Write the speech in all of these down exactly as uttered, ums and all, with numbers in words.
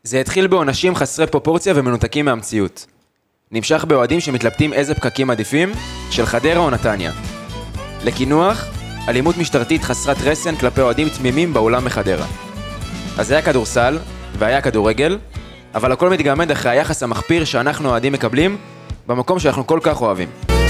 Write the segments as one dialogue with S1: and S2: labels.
S1: זה התחיל בעונשים חסרי פרופורציה ומנותקים מהמציאות. נמשך באוהדים שמתלבטים איזה פקקים עדיפים, של חדרה או נתניה. לכינוח, אלימות משטרתית חסרת רסן כלפי אוהדים תמימים באולם מחדרה. אז היה כדורסל, והיה כדורגל, אבל הכל מתגמד אחרי היחס המחפיר שאנחנו אוהדים מקבלים, במקום שאנחנו כל כך אוהבים.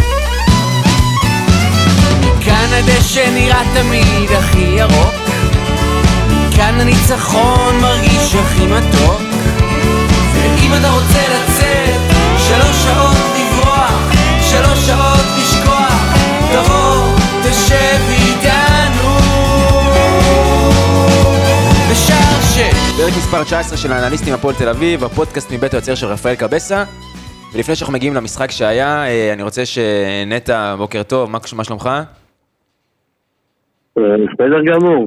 S2: כאן הדשא נראה תמיד הכי ירוק, כאן הניצחון מרגיש הכי מתוק, ואם אתה רוצה לצאת, שלוש שעות לברוח, שלוש שעות לשכוח, תבוא, תשב איתנו בשער שש.
S1: פרק מספר תשע עשרה של האנליסטים הפועל תל אביב, הפודקאסט מבית היוצר של רפאל קבסה. ולפני שאנחנו מגיעים למשחק שהיה, אני רוצה שנטע, בוקר טוב, מה שלומך?
S3: בסדר גמור.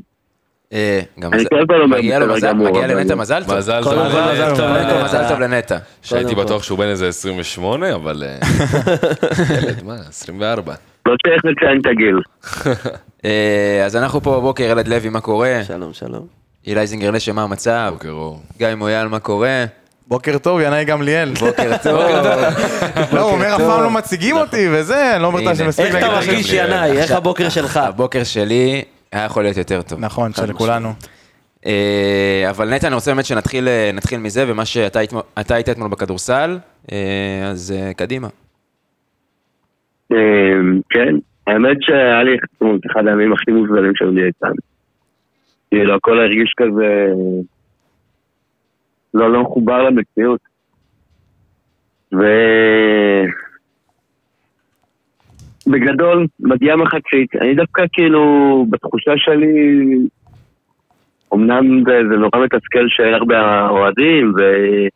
S1: מגיע לנטע מזל טוב.
S4: מזל טוב.
S1: מזל טוב לנטע.
S4: שהייתי בטוח שהוא בן איזה עשרים ושמונה, אבל ילד, מה, עשרים וארבע.
S3: לא צריך לציין את הגיל.
S1: אז אנחנו פה בבוקר, ילד לוי, מה קורה?
S5: שלום, שלום.
S1: אילי זינגר נשא, מה המצב?
S4: בוקר אור.
S1: גיא מויאל, מה קורה?
S6: בוקר טוב, ינאי גמליאל.
S1: בוקר טוב.
S6: לא, הוא אומר, אף פעם לא מציגים אותי, וזה, אני לא אומר את שמספיק
S5: איך אתה מרגיש ינאי? איך הבוקר שלך?
S1: הבוקר שלי היה יכול להיות יותר טוב.
S6: נכון, של כולנו.
S1: אבל נטע, אני רוצה באמת שנתחיל מזה, ומה שאתה היית אתמול בכדורסל, אז קדימה.
S3: כן, האמת שהיה לי אחד הימים הכי מוזרים שהיו לי איתם. כאילו, הכל הרגיש כזה לא, לא מחובר למציאות. ו... בגדול, מגיעה מחצית. אני דווקא כאילו, בתחושה שלי, אמנם זה, זה נורא מתסכל שאין הרבה אוהדים, ו...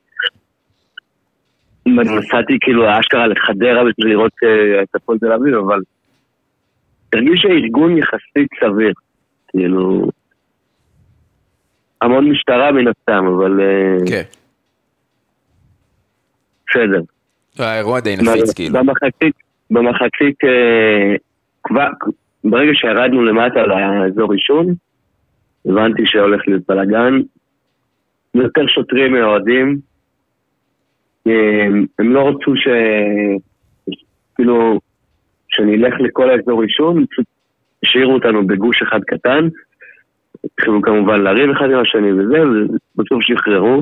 S3: נסעתי כאילו האשכרה לחדרה בשביל לראות את הפועל תל אביב, אבל הרגיש שהארגון יחסית סביר. כאילו... המון משטרה מן הסתם, אבל...
S1: כן.
S3: בסדר.
S1: האירוע די נפיץ, כאילו.
S3: במחצית, במחצית, כבר, ברגע שירדנו למטה לאזור ראשון, הבנתי שהולך להיות בלגן, יותר שוטרים מאוהדים, הם לא רצו ש... כאילו, שנלך לכל האזור ראשון, פשוט השאירו אותנו בגוש אחד קטן, התחילו כמובן להריב אחד עם השני וזה, ובסוף שחררו.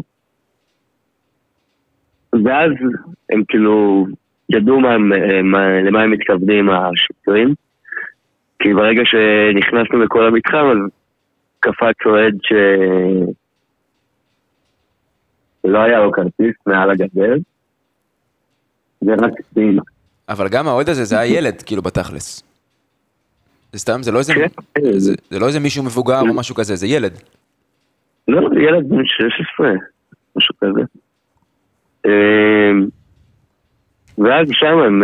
S3: ואז הם כאילו ידעו מה, מה, למה הם מתכוונים השוטרים, כי ברגע שנכנסנו לכל המתחם, אז קפץ אוהד ש... לא היה לו כרטיס מעל הגדר, זה רק סבימה.
S1: אבל גם האוהד הזה, זה היה ילד, כאילו בתכלס. זה סתם, זה לא איזה, זה, זה לא איזה מישהו מבוגר או משהו כזה, זה ילד.
S3: לא, זה ילד בן שש עשרה, משהו כזה. ואז שם הם,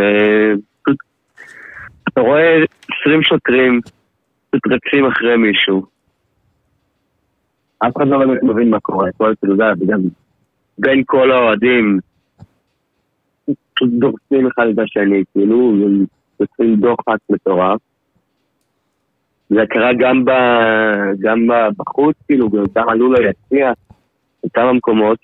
S3: אתה רואה עשרים שוטרים, פשוט רצים אחרי מישהו. אף אחד לא באמת מבין מה קורה, כל תלודה, וגם בין כל האוהדים, פשוט דורסים אחד את השני, כאילו, יוצאים דוחק מטורף. זה קרה גם, ב, גם בחוץ, כאילו, גם עלו לו יציע, אותם המקומות.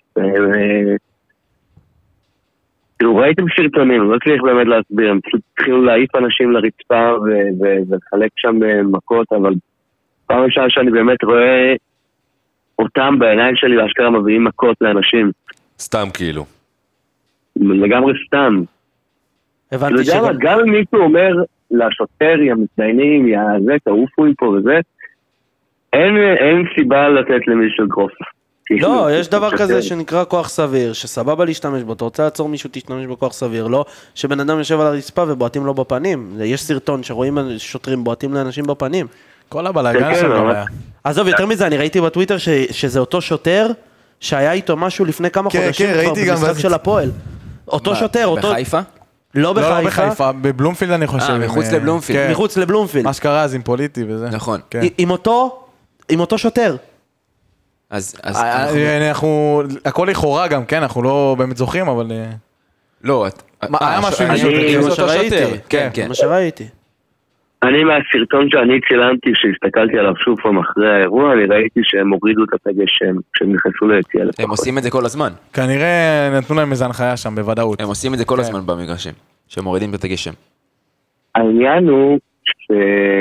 S3: כאילו, ראיתם סרטונים, לא צריך באמת להסביר, הם פשוט התחילו להעיף אנשים לרצפה ולחלק שם מכות, אבל פעם ראשונה שאני באמת רואה אותם בעיניים שלי, לאשכרה מביאים מכות לאנשים.
S4: סתם כאילו.
S3: לגמרי סתם.
S5: הבנתי
S3: שגם... גם אם מישהו אומר... לשוטר, יא מתדיינים, יא זה, תעופו פה וזה, אין, אין סיבה לתת למישהו גרוף.
S5: לא, יש דבר כזה שנקרא כוח סביר, שסבבה להשתמש בו, אתה רוצה לעצור מישהו תשתמש בכוח סביר, לא שבן אדם יושב על הרצפה ובועטים לו בפנים, יש סרטון שרואים שוטרים בועטים לאנשים בפנים.
S6: כל הבלגן שלו היה.
S5: עזוב, יותר מזה, אני ראיתי בטוויטר שזה אותו שוטר, שהיה איתו משהו לפני כמה חודשים כבר במשחק של הפועל. אותו שוטר, אותו...
S1: בחיפה?
S5: לא בחיפה.
S6: לא בחיפה, בבלומפילד אני חושב.
S1: מחוץ לבלומפילד.
S5: מחוץ לבלומפילד.
S6: מה שקרה אז עם פוליטי וזה.
S1: נכון.
S5: עם אותו, עם אותו שוטר.
S1: אז
S6: אנחנו, הכל לכאורה גם, כן, אנחנו לא באמת זוכרים, אבל...
S1: לא,
S6: היה משהו עם
S5: שוטר. כן, כן. מה שראיתי.
S3: אני מהסרטון שאני צילמתי, שהסתכלתי עליו שוב פעם אחרי האירוע, אני ראיתי שהם הורידו את הגשם, כשהם נכנסו ליציאה לפחות.
S1: הם עושים את זה כל הזמן.
S6: כנראה נתנו להם איזה הנחיה שם בוודאות.
S1: הם עושים את זה כל הזמן במגרשים, שהם מורידים את הגשם.
S3: העניין הוא ש...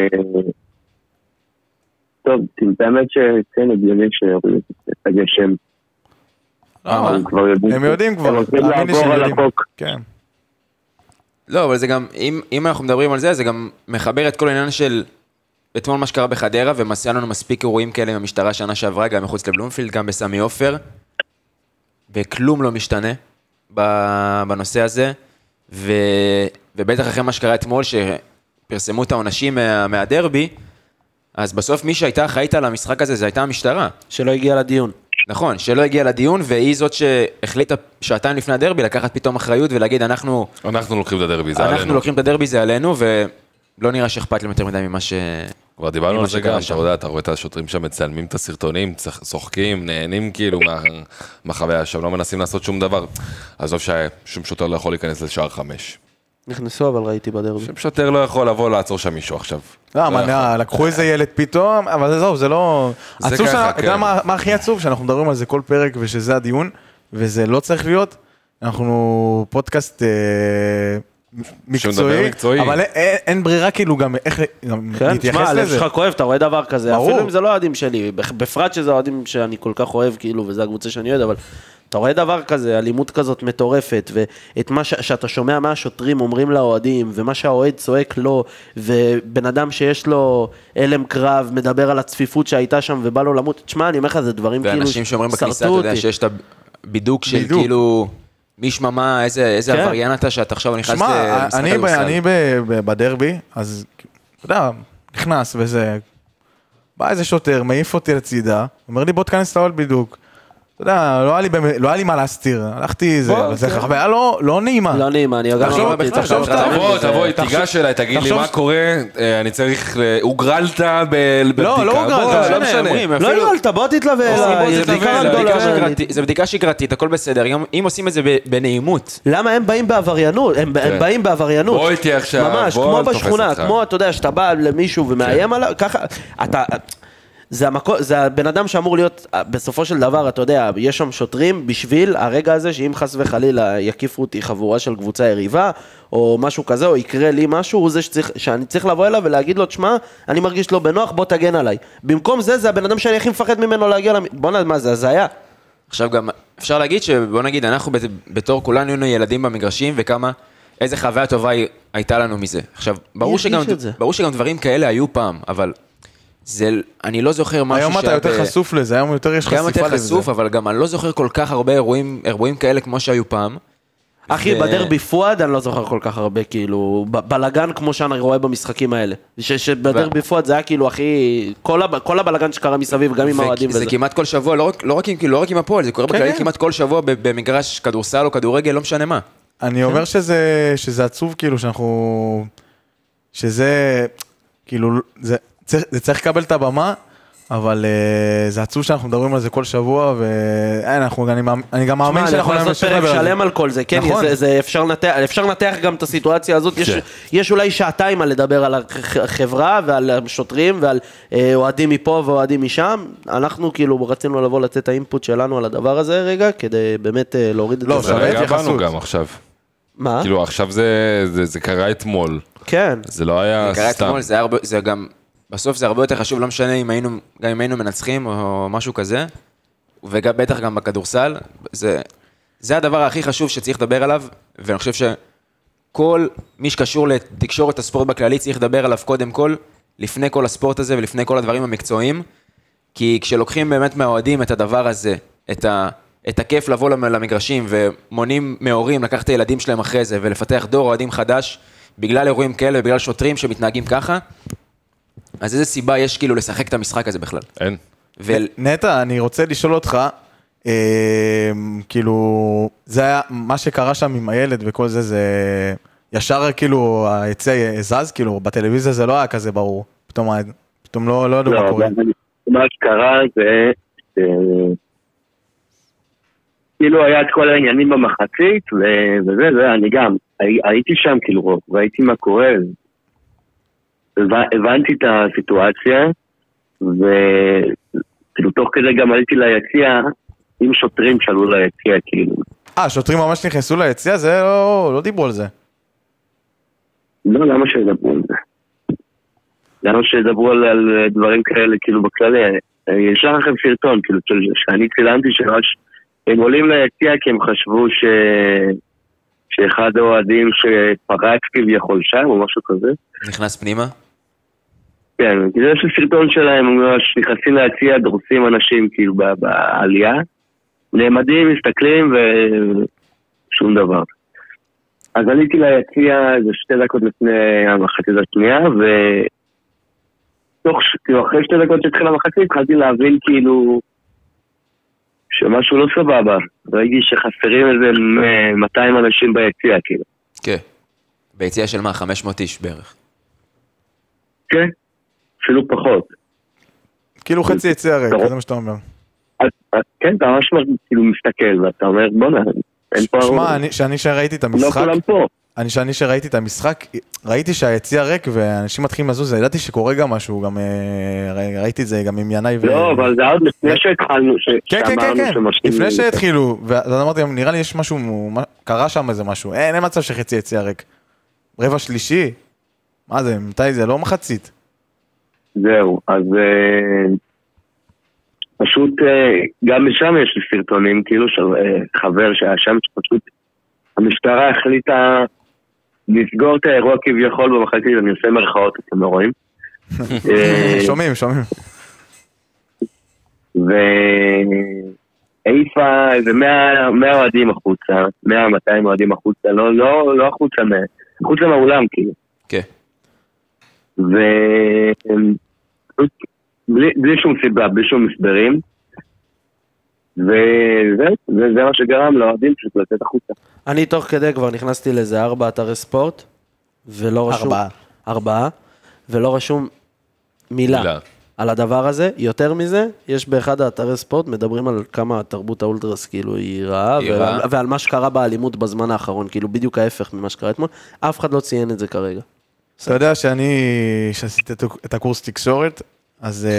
S3: טוב, באמת שכן הגיוני שהורידו את הגשם.
S6: הם יודעים כבר,
S3: הם הולכים לעבור על החוק.
S6: כן.
S1: לא, אבל זה גם, אם, אם אנחנו מדברים על זה, זה גם מחבר את כל העניין של אתמול מה שקרה בחדרה, ומסע לנו מספיק אירועים כאלה עם המשטרה שנה שעברה, גם מחוץ לבלומפילד, גם בסמי עופר, וכלום לא משתנה בנושא הזה, ו, ובטח אחרי מה שקרה אתמול, שפרסמו את העונשים מה, מהדרבי, אז בסוף מי שהייתה אחראית על המשחק הזה, זה הייתה המשטרה.
S5: שלא הגיע לדיון.
S1: נכון, שלא הגיע לדיון, והיא זאת שהחליטה שעתיים לפני הדרבי, לקחת פתאום אחריות ולהגיד, אנחנו...
S4: אנחנו לוקחים את הדרבי, זה עלינו.
S1: אנחנו לוקחים את הדרבי, זה עלינו, ולא נראה שאכפת להם יותר מדי ממה ש...
S4: כבר דיברנו על זה גם, אתה יודע, אתה רואה את השוטרים שם מצלמים את הסרטונים, צוחקים, נהנים כאילו מהחוויה שם, לא מנסים לעשות שום דבר. עזוב ששום שוטר לא יכול להיכנס לשער חמש.
S5: נכנסו, אבל ראיתי בדרבי.
S4: שום שוטר לא יכול לבוא לעצור שם מישהו עכשיו.
S6: לא, מה, לקחו איזה ילד פתאום, אבל זהו, זה לא...
S4: זה
S6: עצוב
S4: ככה,
S6: אתה יודע מה הכי עצוב? שאנחנו מדברים על זה כל פרק ושזה הדיון, וזה לא צריך להיות. אנחנו פודקאסט מקצועי, אבל אין ברירה כאילו גם איך להתייחס לזה.
S5: הלב שלך כואב, אתה רואה דבר כזה, אפילו אם זה לא אוהדים שלי, בפרט שזה אוהדים שאני כל כך אוהב, כאילו, וזה הקבוצה שאני אוהד, אבל אתה רואה דבר כזה, אלימות כזאת מטורפת, ואת מה שאתה שומע מה השוטרים אומרים לאוהדים, ומה שהאוהד צועק לו, ובן אדם שיש לו אלם קרב, מדבר על הצפיפות שהייתה שם, ובא לו למות, תשמע, אני אומר לך, זה דברים כאילו,
S1: ואנשים שאומרים בכניסה, אתה יודע, שיש את הבידוק של כאילו... מי שממה, איזה עבריין אתה שאתה עכשיו נכנס למשחק כדורסל.
S6: אני בדרבי, אז, אתה יודע, נכנס וזה, בא איזה שוטר, מעיף אותי לצידה, אומר לי בוא תכנס לאוהל בידוק. אתה יודע, לא היה לי מה להסתיר, הלכתי, זה חוויה לא נעימה.
S5: לא נעימה, אני אגב אמרתי,
S4: תבוא, תבוא, תיגש אליי, תגיד לי מה קורה, אני צריך, הוגרלת בבדיקה.
S6: לא, לא הוגרלת,
S4: לא משנה.
S5: לא הוגרלת, בוא תתלווה,
S1: זה בדיקה שגרתית, הכל בסדר, אם עושים את זה בנעימות.
S5: למה הם באים בעבריינות? הם באים בעבריינות.
S4: בוא איתי עכשיו,
S5: ממש, כמו בשכונה, כמו, אתה יודע, שאתה בא למישהו ומאיים עליו, ככה, אתה... זה, המקו, זה הבן אדם שאמור להיות, בסופו של דבר, אתה יודע, יש שם שוטרים בשביל הרגע הזה, שאם חס וחלילה יקיפו אותי חבורה של קבוצה יריבה, או משהו כזה, או יקרה לי משהו, הוא זה שצריך, שאני צריך לבוא אליו ולהגיד לו, תשמע, אני מרגיש לא בנוח, בוא תגן עליי. במקום זה, זה הבן אדם שאני הכי מפחד ממנו להגיע, למ... בוא נדע מה זה, זה היה.
S1: עכשיו גם, אפשר להגיד שבוא נגיד, אנחנו בתור כולנו היינו ילדים במגרשים, וכמה, איזה חוויה טובה הייתה לנו מזה. עכשיו, ברור שגם, ברור שגם דברים כאלה היו פעם, אבל זה, אני לא זוכר משהו
S6: היום אתה יותר חשוף לזה, היום יותר יש חשיפה לזה.
S1: גם יותר חשוף, אבל גם אני לא זוכר כל כך הרבה אירועים, אירועים כאלה כמו שהיו פעם.
S5: אחי, בדרבי פואד אני לא זוכר כל כך הרבה, כאילו, בלגן כמו שאני רואה במשחקים האלה. שבדרבי פואד זה היה כאילו, אחי, כל הבלגן שקרה מסביב, גם עם האוהדים וזה.
S1: זה כמעט כל שבוע, לא רק עם הפועל, זה קורה בכללי כמעט כל שבוע במגרש כדורסל או כדורגל, לא משנה מה.
S6: אני אומר שזה עצוב, כאילו, שאנחנו, שזה, כאילו, זה... זה צריך לקבל את הבמה, אבל זה עצוב שאנחנו מדברים על זה כל שבוע, ואני גם מאמין שאנחנו
S5: נמשיך לדבר. שלם על כל זה, כן, אפשר לנתח גם את הסיטואציה הזאת, יש אולי שעתיים על לדבר על החברה ועל השוטרים ועל אוהדים מפה ואוהדים משם, אנחנו כאילו רצינו לבוא לתת את האינפוט שלנו על הדבר הזה רגע, כדי באמת להוריד את זה.
S4: לא, רגע באנו גם עכשיו.
S5: מה?
S4: כאילו עכשיו זה קרה אתמול.
S5: כן.
S4: זה לא היה סתם.
S1: זה קרה אתמול, זה גם... בסוף זה הרבה יותר חשוב, לא משנה אם היינו, גם אם היינו מנצחים או משהו כזה, וגם בטח גם בכדורסל, זה, זה הדבר הכי חשוב שצריך לדבר עליו, ואני חושב שכל מי שקשור לתקשורת הספורט בכללי צריך לדבר עליו קודם כל, לפני כל הספורט הזה ולפני כל הדברים המקצועיים, כי כשלוקחים באמת מהאוהדים את הדבר הזה, את, ה, את הכיף לבוא למגרשים, ומונים מהורים לקחת את הילדים שלהם אחרי זה, ולפתח דור אוהדים חדש, בגלל אירועים כאלה ובגלל שוטרים שמתנהגים ככה, אז איזה סיבה יש כאילו לשחק את המשחק הזה בכלל?
S4: אין.
S6: נטע, אני רוצה לשאול אותך, כאילו, זה היה, מה שקרה שם עם הילד וכל זה, זה ישר כאילו, היצא זז, כאילו, בטלוויזיה זה לא היה כזה ברור, פתאום, פתאום לא ידעו מה קורה.
S3: מה שקרה זה, כאילו היה את כל העניינים במחצית, וזה, זה, אני גם, הייתי שם כאילו, ראיתי מה קורה, הבנתי את הסיטואציה, וכאילו תוך כדי גם עליתי ליציע, עם שוטרים שעלו ליציע, כאילו.
S6: אה, שוטרים ממש נכנסו ליציע? זה לא, לא דיברו על זה.
S3: לא, למה שידברו על זה? למה שידברו על, על דברים כאלה, כאילו בכללי, יש לכם סרטון, כאילו, שאני צילמתי שמש, הם עולים ליציע כי הם חשבו ש... שאחד האוהדים שפרץ כביכול שם, או משהו כזה.
S1: נכנס פנימה?
S3: כן, כי זה סרטון שלהם, הם נכנסים ליציע, דורסים אנשים, כאילו, בעלייה, נעמדים, מסתכלים, ושום דבר. אז עליתי ליציע, זה שתי דקות לפני המחצית השנייה, ו... תוך, כאילו, אחרי שתי דקות שהתחילה המחצית, התחלתי להבין, כאילו, שמשהו לא סבבה. ראיתי שחסרים איזה מאתיים אנשים ביציע, כאילו.
S1: כן. ביציע של מה? חמש מאות איש בערך.
S3: כן, אפילו פחות.
S6: כאילו חצי יציע ריק, זה מה שאתה אומר.
S3: כן, אתה ממש כאילו מסתכל, ואתה אומר, בוא נה, אין פה...
S6: שמע, שאני שראיתי את המשחק...
S3: לא כולם פה.
S6: אני שאני שראיתי את המשחק, ראיתי שהיציע ריק ואנשים מתחילים לזוז, ידעתי שקורה גם משהו, גם ראיתי את זה גם עם ינאי ו...
S3: לא, אבל זה עוד לפני שהתחלנו,
S6: כן, כן, כן, כן, לפני שהתחילו, ואז אמרתי, נראה לי יש משהו, קרה שם איזה משהו, אין, אין מצב שחצי יציע ריק. רבע שלישי? מה זה, מתי זה? לא מחצית.
S3: זהו, אז פשוט, גם משם יש לי סרטונים, כאילו של חבר שהיה שם, שפשוט המשטרה החליטה לסגור את האירוע כביכול במחצית, אני עושה מרכאות, אתם לא רואים?
S6: שומעים, שומעים.
S3: והעיפה איזה מאה אוהדים החוצה, מאה מאתיים אוהדים החוצה, לא, לא, לא החוצה, החוצה מהאולם, כאילו.
S1: כן.
S3: ובלי שום סיבה, בלי שום מסברים, וזה מה שגרם לאוהדים פשוט לצאת החוצה.
S5: אני תוך כדי כבר נכנסתי לאיזה ארבע אתרי ספורט, ולא רשום...
S6: ארבעה.
S5: ארבעה, ולא רשום מילה, מילה על הדבר הזה. יותר מזה, יש באחד האתרי ספורט, מדברים על כמה תרבות האולטרס כאילו היא רעה, ועל, ועל מה שקרה באלימות בזמן האחרון, כאילו בדיוק ההפך ממה שקרה אתמול. אף אחד לא ציין את זה כרגע.
S6: אתה יודע שאני, שעשיתי את הקורס תקשורת, אז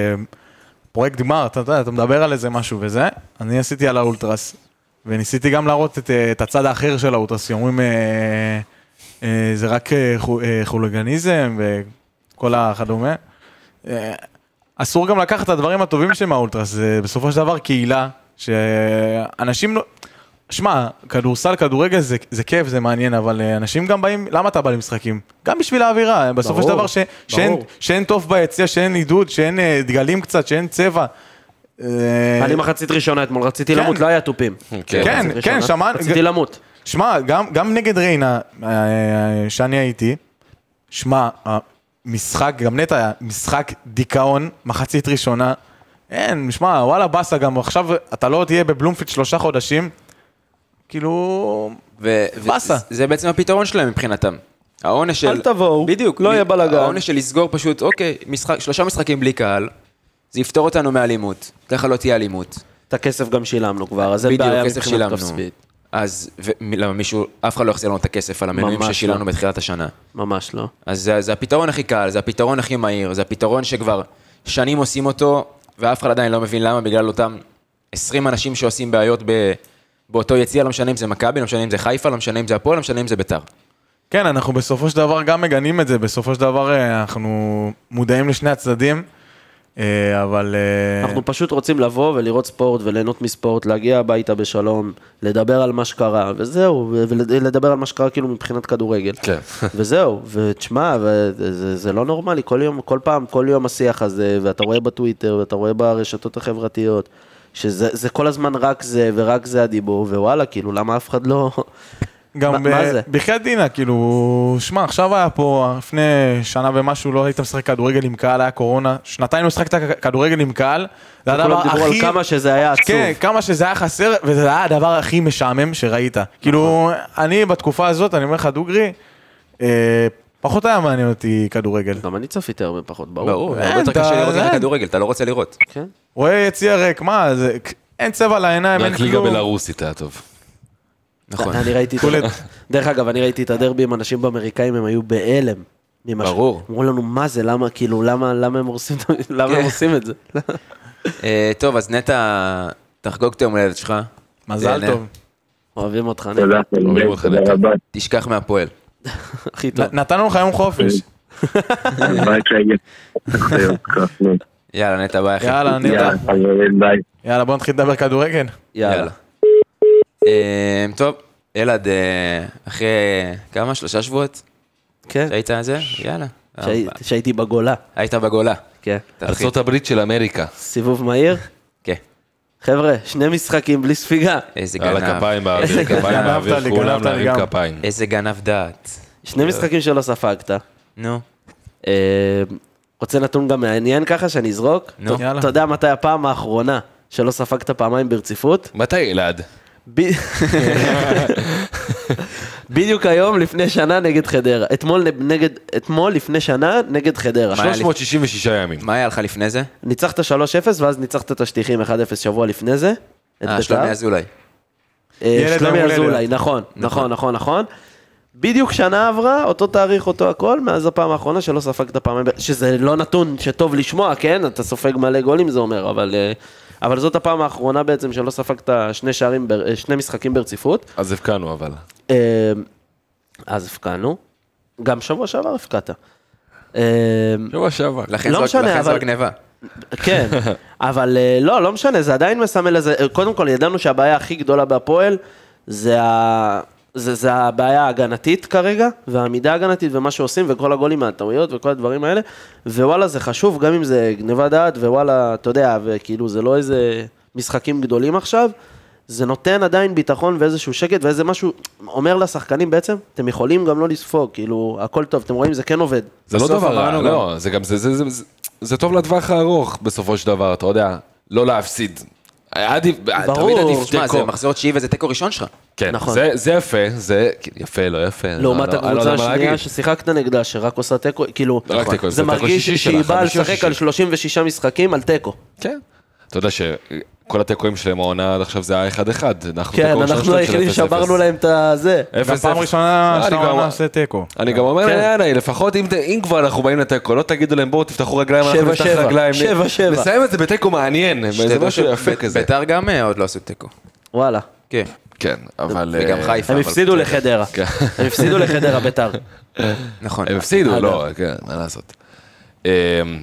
S6: פרויקט גמר, אתה יודע, אתה מדבר על איזה משהו וזה, אני עשיתי על האולטרס, וניסיתי גם להראות את, את הצד האחר של האולטרס, אומרים, אה, אה, זה רק אה, חולגניזם וכל החדומה. אה, אסור גם לקחת את הדברים הטובים שהם האולטרס, זה בסופו של דבר קהילה, שאנשים לא... שמע, כדורסל, כדורגל זה, זה כיף, זה מעניין, אבל אנשים גם באים, למה אתה בא למשחקים? גם בשביל האווירה, בסופו של דבר ש, שאין, שאין טוב ביציע, שאין עידוד, שאין דגלים קצת, שאין צבע.
S5: אני מחצית ראשונה אתמול, רציתי למות, לא היה טופים.
S6: כן, כן, שמע...
S5: רציתי למות.
S6: שמע, גם, גם נגד ריינה, שאני הייתי, שמע, המשחק, גם נטע היה משחק דיכאון, מחצית ראשונה, אין, שמע, וואלה בסה, גם עכשיו אתה לא תהיה בבלומפילד שלושה חודשים, כאילו... בסה.
S1: זה בעצם הפתרון שלהם מבחינתם. העונש של...
S5: אל תבואו,
S1: בדיוק,
S5: לא יהיה בלגן.
S1: העונש של לסגור פשוט, אוקיי, משחק, שלושה משחקים בלי קהל, זה יפתור אותנו מאלימות, ככה לא תהיה אלימות.
S5: את הכסף גם שילמנו כבר, אז אין בעיה מבחינת כספית.
S1: אז למה מישהו, אף אחד לא יחזיר לנו את הכסף על המנויים ששילמנו בתחילת השנה.
S5: ממש לא.
S1: אז זה, זה הפתרון הכי קל, זה הפתרון הכי מהיר, זה הפתרון שכבר שנים עושים אותו, ואף אחד עדיין לא מבין למה, בגלל אותם עשרים אנשים שעושים בעיות ב... באותו יציע, לא משנה אם זה מכבי, לא משנה אם זה חיפה, לא משנה אם זה הפועל, לא משנה אם זה ביתר.
S6: כן, אנחנו בסופו של דבר גם מגנים את זה, בסופו של דבר אנחנו מודעים לשני הצדדים, אבל...
S5: אנחנו פשוט רוצים לבוא ולראות ספורט וליהנות מספורט, להגיע הביתה בשלום, לדבר על מה שקרה, וזהו, ולדבר על מה שקרה כאילו מבחינת כדורגל.
S4: כן.
S5: וזהו, ותשמע, זה, זה לא נורמלי, כל יום, כל פעם, כל יום השיח הזה, ואתה רואה בטוויטר, ואתה רואה ברשתות החברתיות, שזה זה כל הזמן רק זה, ורק זה הדיבור, ווואלה, כאילו, למה אף אחד לא...
S6: גם בחייאת דינה, כאילו, שמה, עכשיו היה פה, לפני שנה ומשהו, לא היית משחק כדורגל עם קהל, היה קורונה, שנתיים לא שחקת כדורגל עם קהל, זה הדבר הכי...
S5: דיברו על כמה שזה היה עצוב.
S6: כן, כמה שזה היה חסר, וזה היה הדבר הכי משעמם שראית. כאילו, אני בתקופה הזאת, אני אומר לך, דוגרי, פחות היה מעניין אותי כדורגל.
S5: גם אני צפיתי הרבה פחות, ברור.
S1: ברור, הרבה יותר קשה לראות את הכדורגל, אתה לא רוצה לראות.
S5: כן.
S6: רואה יציע ריק, מה, אין צבע לעיניים, אין
S4: כלום. רק ליגה בלרוסית היה טוב.
S1: נכון.
S5: אני ראיתי, דרך אגב, אני ראיתי את הדרבי עם אנשים באמריקאים, הם היו בהלם. ממה ש-
S1: ברור.
S5: אמרו לנו, מה זה, למה, כאילו, למה, למה הם עושים, למה הם עושים את זה?
S1: אה, טוב, אז נטע, תחגוג את יום הולדת שלך.
S6: מזל
S1: תהנה.
S6: טוב.
S5: אוהבים אותך, נטע.
S3: תודה,
S4: אוהבים אותך,
S3: תודה
S4: נטע.
S3: רבה.
S1: תשכח מהפועל.
S5: הכי טוב.
S6: נ- נתנו לך יום חופש.
S3: ביי רגע.
S1: יאללה, נטע, ביי אחי.
S6: יאללה, נטע.
S3: יאללה, חברים, ביי.
S6: יאללה, בוא נתחיל לדבר כדורגל.
S5: יאללה.
S1: אה, טוב, אלעד, אה, אחרי כמה? שלושה שבועות?
S5: כן,
S1: שהיית על זה? יאללה.
S5: שהי- שהייתי בגולה.
S1: היית בגולה.
S5: כן.
S1: תתחיל.
S4: ארצות הברית של אמריקה.
S5: סיבוב מהיר.
S1: כן.
S5: חבר'ה, שני משחקים בלי ספיגה.
S1: איזה
S4: על
S1: גנב.
S4: הכפיים באוויר, כפיים
S6: גנבת
S4: באוויר,
S6: לי,
S4: כולם
S6: גנבת לי
S4: להרים
S6: גם.
S4: כפיים.
S1: איזה גנב דעת.
S5: שני משחקים שלא ספגת.
S1: נו.
S5: אה, רוצה נתון גם מעניין ככה שאני אזרוק?
S1: נו.
S5: אתה-
S6: יאללה.
S5: אתה יודע מתי הפעם האחרונה שלא ספגת פעמיים ברציפות?
S4: מתי אלעד?
S5: ב- בדיוק היום לפני שנה נגד חדרה. אתמול נגד, אתמול לפני שנה נגד חדרה.
S1: מה היה
S4: שלוש מאות שישים ושישה ימים.
S1: מה היה לך לפני זה?
S5: ניצחת שלוש אפס ואז ניצחת את השטיחים אחד אפס שבוע לפני זה. את
S1: אה,
S5: בית"ר.
S1: שלומי אזולאי.
S5: אה,
S6: ילד
S5: שלומי
S6: יום הולדת.
S5: אזולאי, נכון, נכון, נכון, נכון. בדיוק שנה עברה, אותו תאריך, אותו הכל, מאז הפעם האחרונה שלא ספגת פעמיים, ב- שזה לא נתון שטוב לשמוע, כן? אתה סופג מלא גולים, זה אומר, אבל, אה, אבל זאת הפעם האחרונה בעצם שלא ספגת שני שערים, בר- אה, שני משחקים ברציפות.
S4: אז הבקענו אבל.
S5: אה, אז הפקענו. גם שבוע שעבר הפקעת. אה,
S4: שבוע שעבר.
S1: לכן
S5: לא
S1: זו-
S5: משנה,
S1: לכן זו
S5: אבל-
S1: הגניבה.
S5: כן, אבל אה, לא, לא משנה, זה עדיין מסמל לזה, קודם כל ידענו שהבעיה הכי גדולה בהפועל, זה, ה... זה, זה הבעיה ההגנתית כרגע, והעמידה ההגנתית ומה שעושים, וכל הגולים מהטעויות וכל הדברים האלה, ווואלה זה חשוב, גם אם זה גניבה דעת, ווואלה, אתה יודע, וכאילו זה לא איזה משחקים גדולים עכשיו, זה נותן עדיין ביטחון ואיזשהו שקט, ואיזה משהו, אומר לשחקנים בעצם, אתם יכולים גם לא לספוג, כאילו, הכל טוב, אתם רואים, זה כן עובד.
S4: זה לא
S1: בסוף
S4: דבר רע,
S1: אמרנו
S4: לא, זה גם, זה, זה, זה, זה, זה טוב לטווח הארוך בסופו של דבר, אתה יודע, לא להפסיד. עדיף,
S5: ברור.
S4: תמיד עדיף
S1: תשמע, זה
S4: תיקו.
S1: מחזור תשיעי וזה תיקו ראשון שלך.
S4: כן,
S5: נכון.
S4: זה, זה יפה, זה יפה, לא יפה.
S5: לעומת
S4: אני לא- אני לא
S5: הקבוצה
S4: יודע מה
S5: השנייה
S4: להגיד.
S5: ששיחקת נגדה, שרק עושה תיקו, כאילו,
S4: רק תיקו,
S5: זה
S4: זה תיקו
S5: מרגיש
S4: שישי
S5: שהיא
S4: שלה,
S5: באה
S4: חמישי או
S5: לשחק
S4: שישי.
S5: על שלושים ושישה משחקים על תיקו.
S4: כן. אתה יודע שכל התיקואים שלהם העונה עד עכשיו זה היה אחד אחד. אנחנו
S5: כן,
S4: תיקו ראשון
S5: אנחנו
S4: שלנו של
S5: היחידים
S4: אפס
S5: שברנו
S4: אפס.
S5: להם את הזה.
S4: אפס
S6: בפעם
S4: אפס.
S6: ראשונה
S4: אני
S6: שאתה
S4: גם-
S6: עונה עושה תיקו.
S4: אני גם אומר,
S5: כן.
S4: יאללה, לפחות אם ת- אם כבר אנחנו באים לתיקו, לא תגידו להם בואו תפתחו רגליים, אנחנו
S5: שבע,
S4: נפתח
S5: שבע.
S4: רגליים.
S5: שבע, שבע.
S4: נסיים את זה בתיקו מעניין, זה משהו יפה כזה.
S1: בית"ר גם אה, עוד לא עשו תיקו.
S5: וואלה.
S1: כן.
S4: כן, אבל...
S1: וגם
S4: אה,
S1: חיפה.
S5: הם
S1: אבל-
S5: הפסידו לחדרה.
S4: כן.
S5: הם הפסידו לחדרה בית"ר.
S1: נכון.
S4: הם הפסידו,
S5: אגב.
S4: לא, כן, מה לעשות. אמ,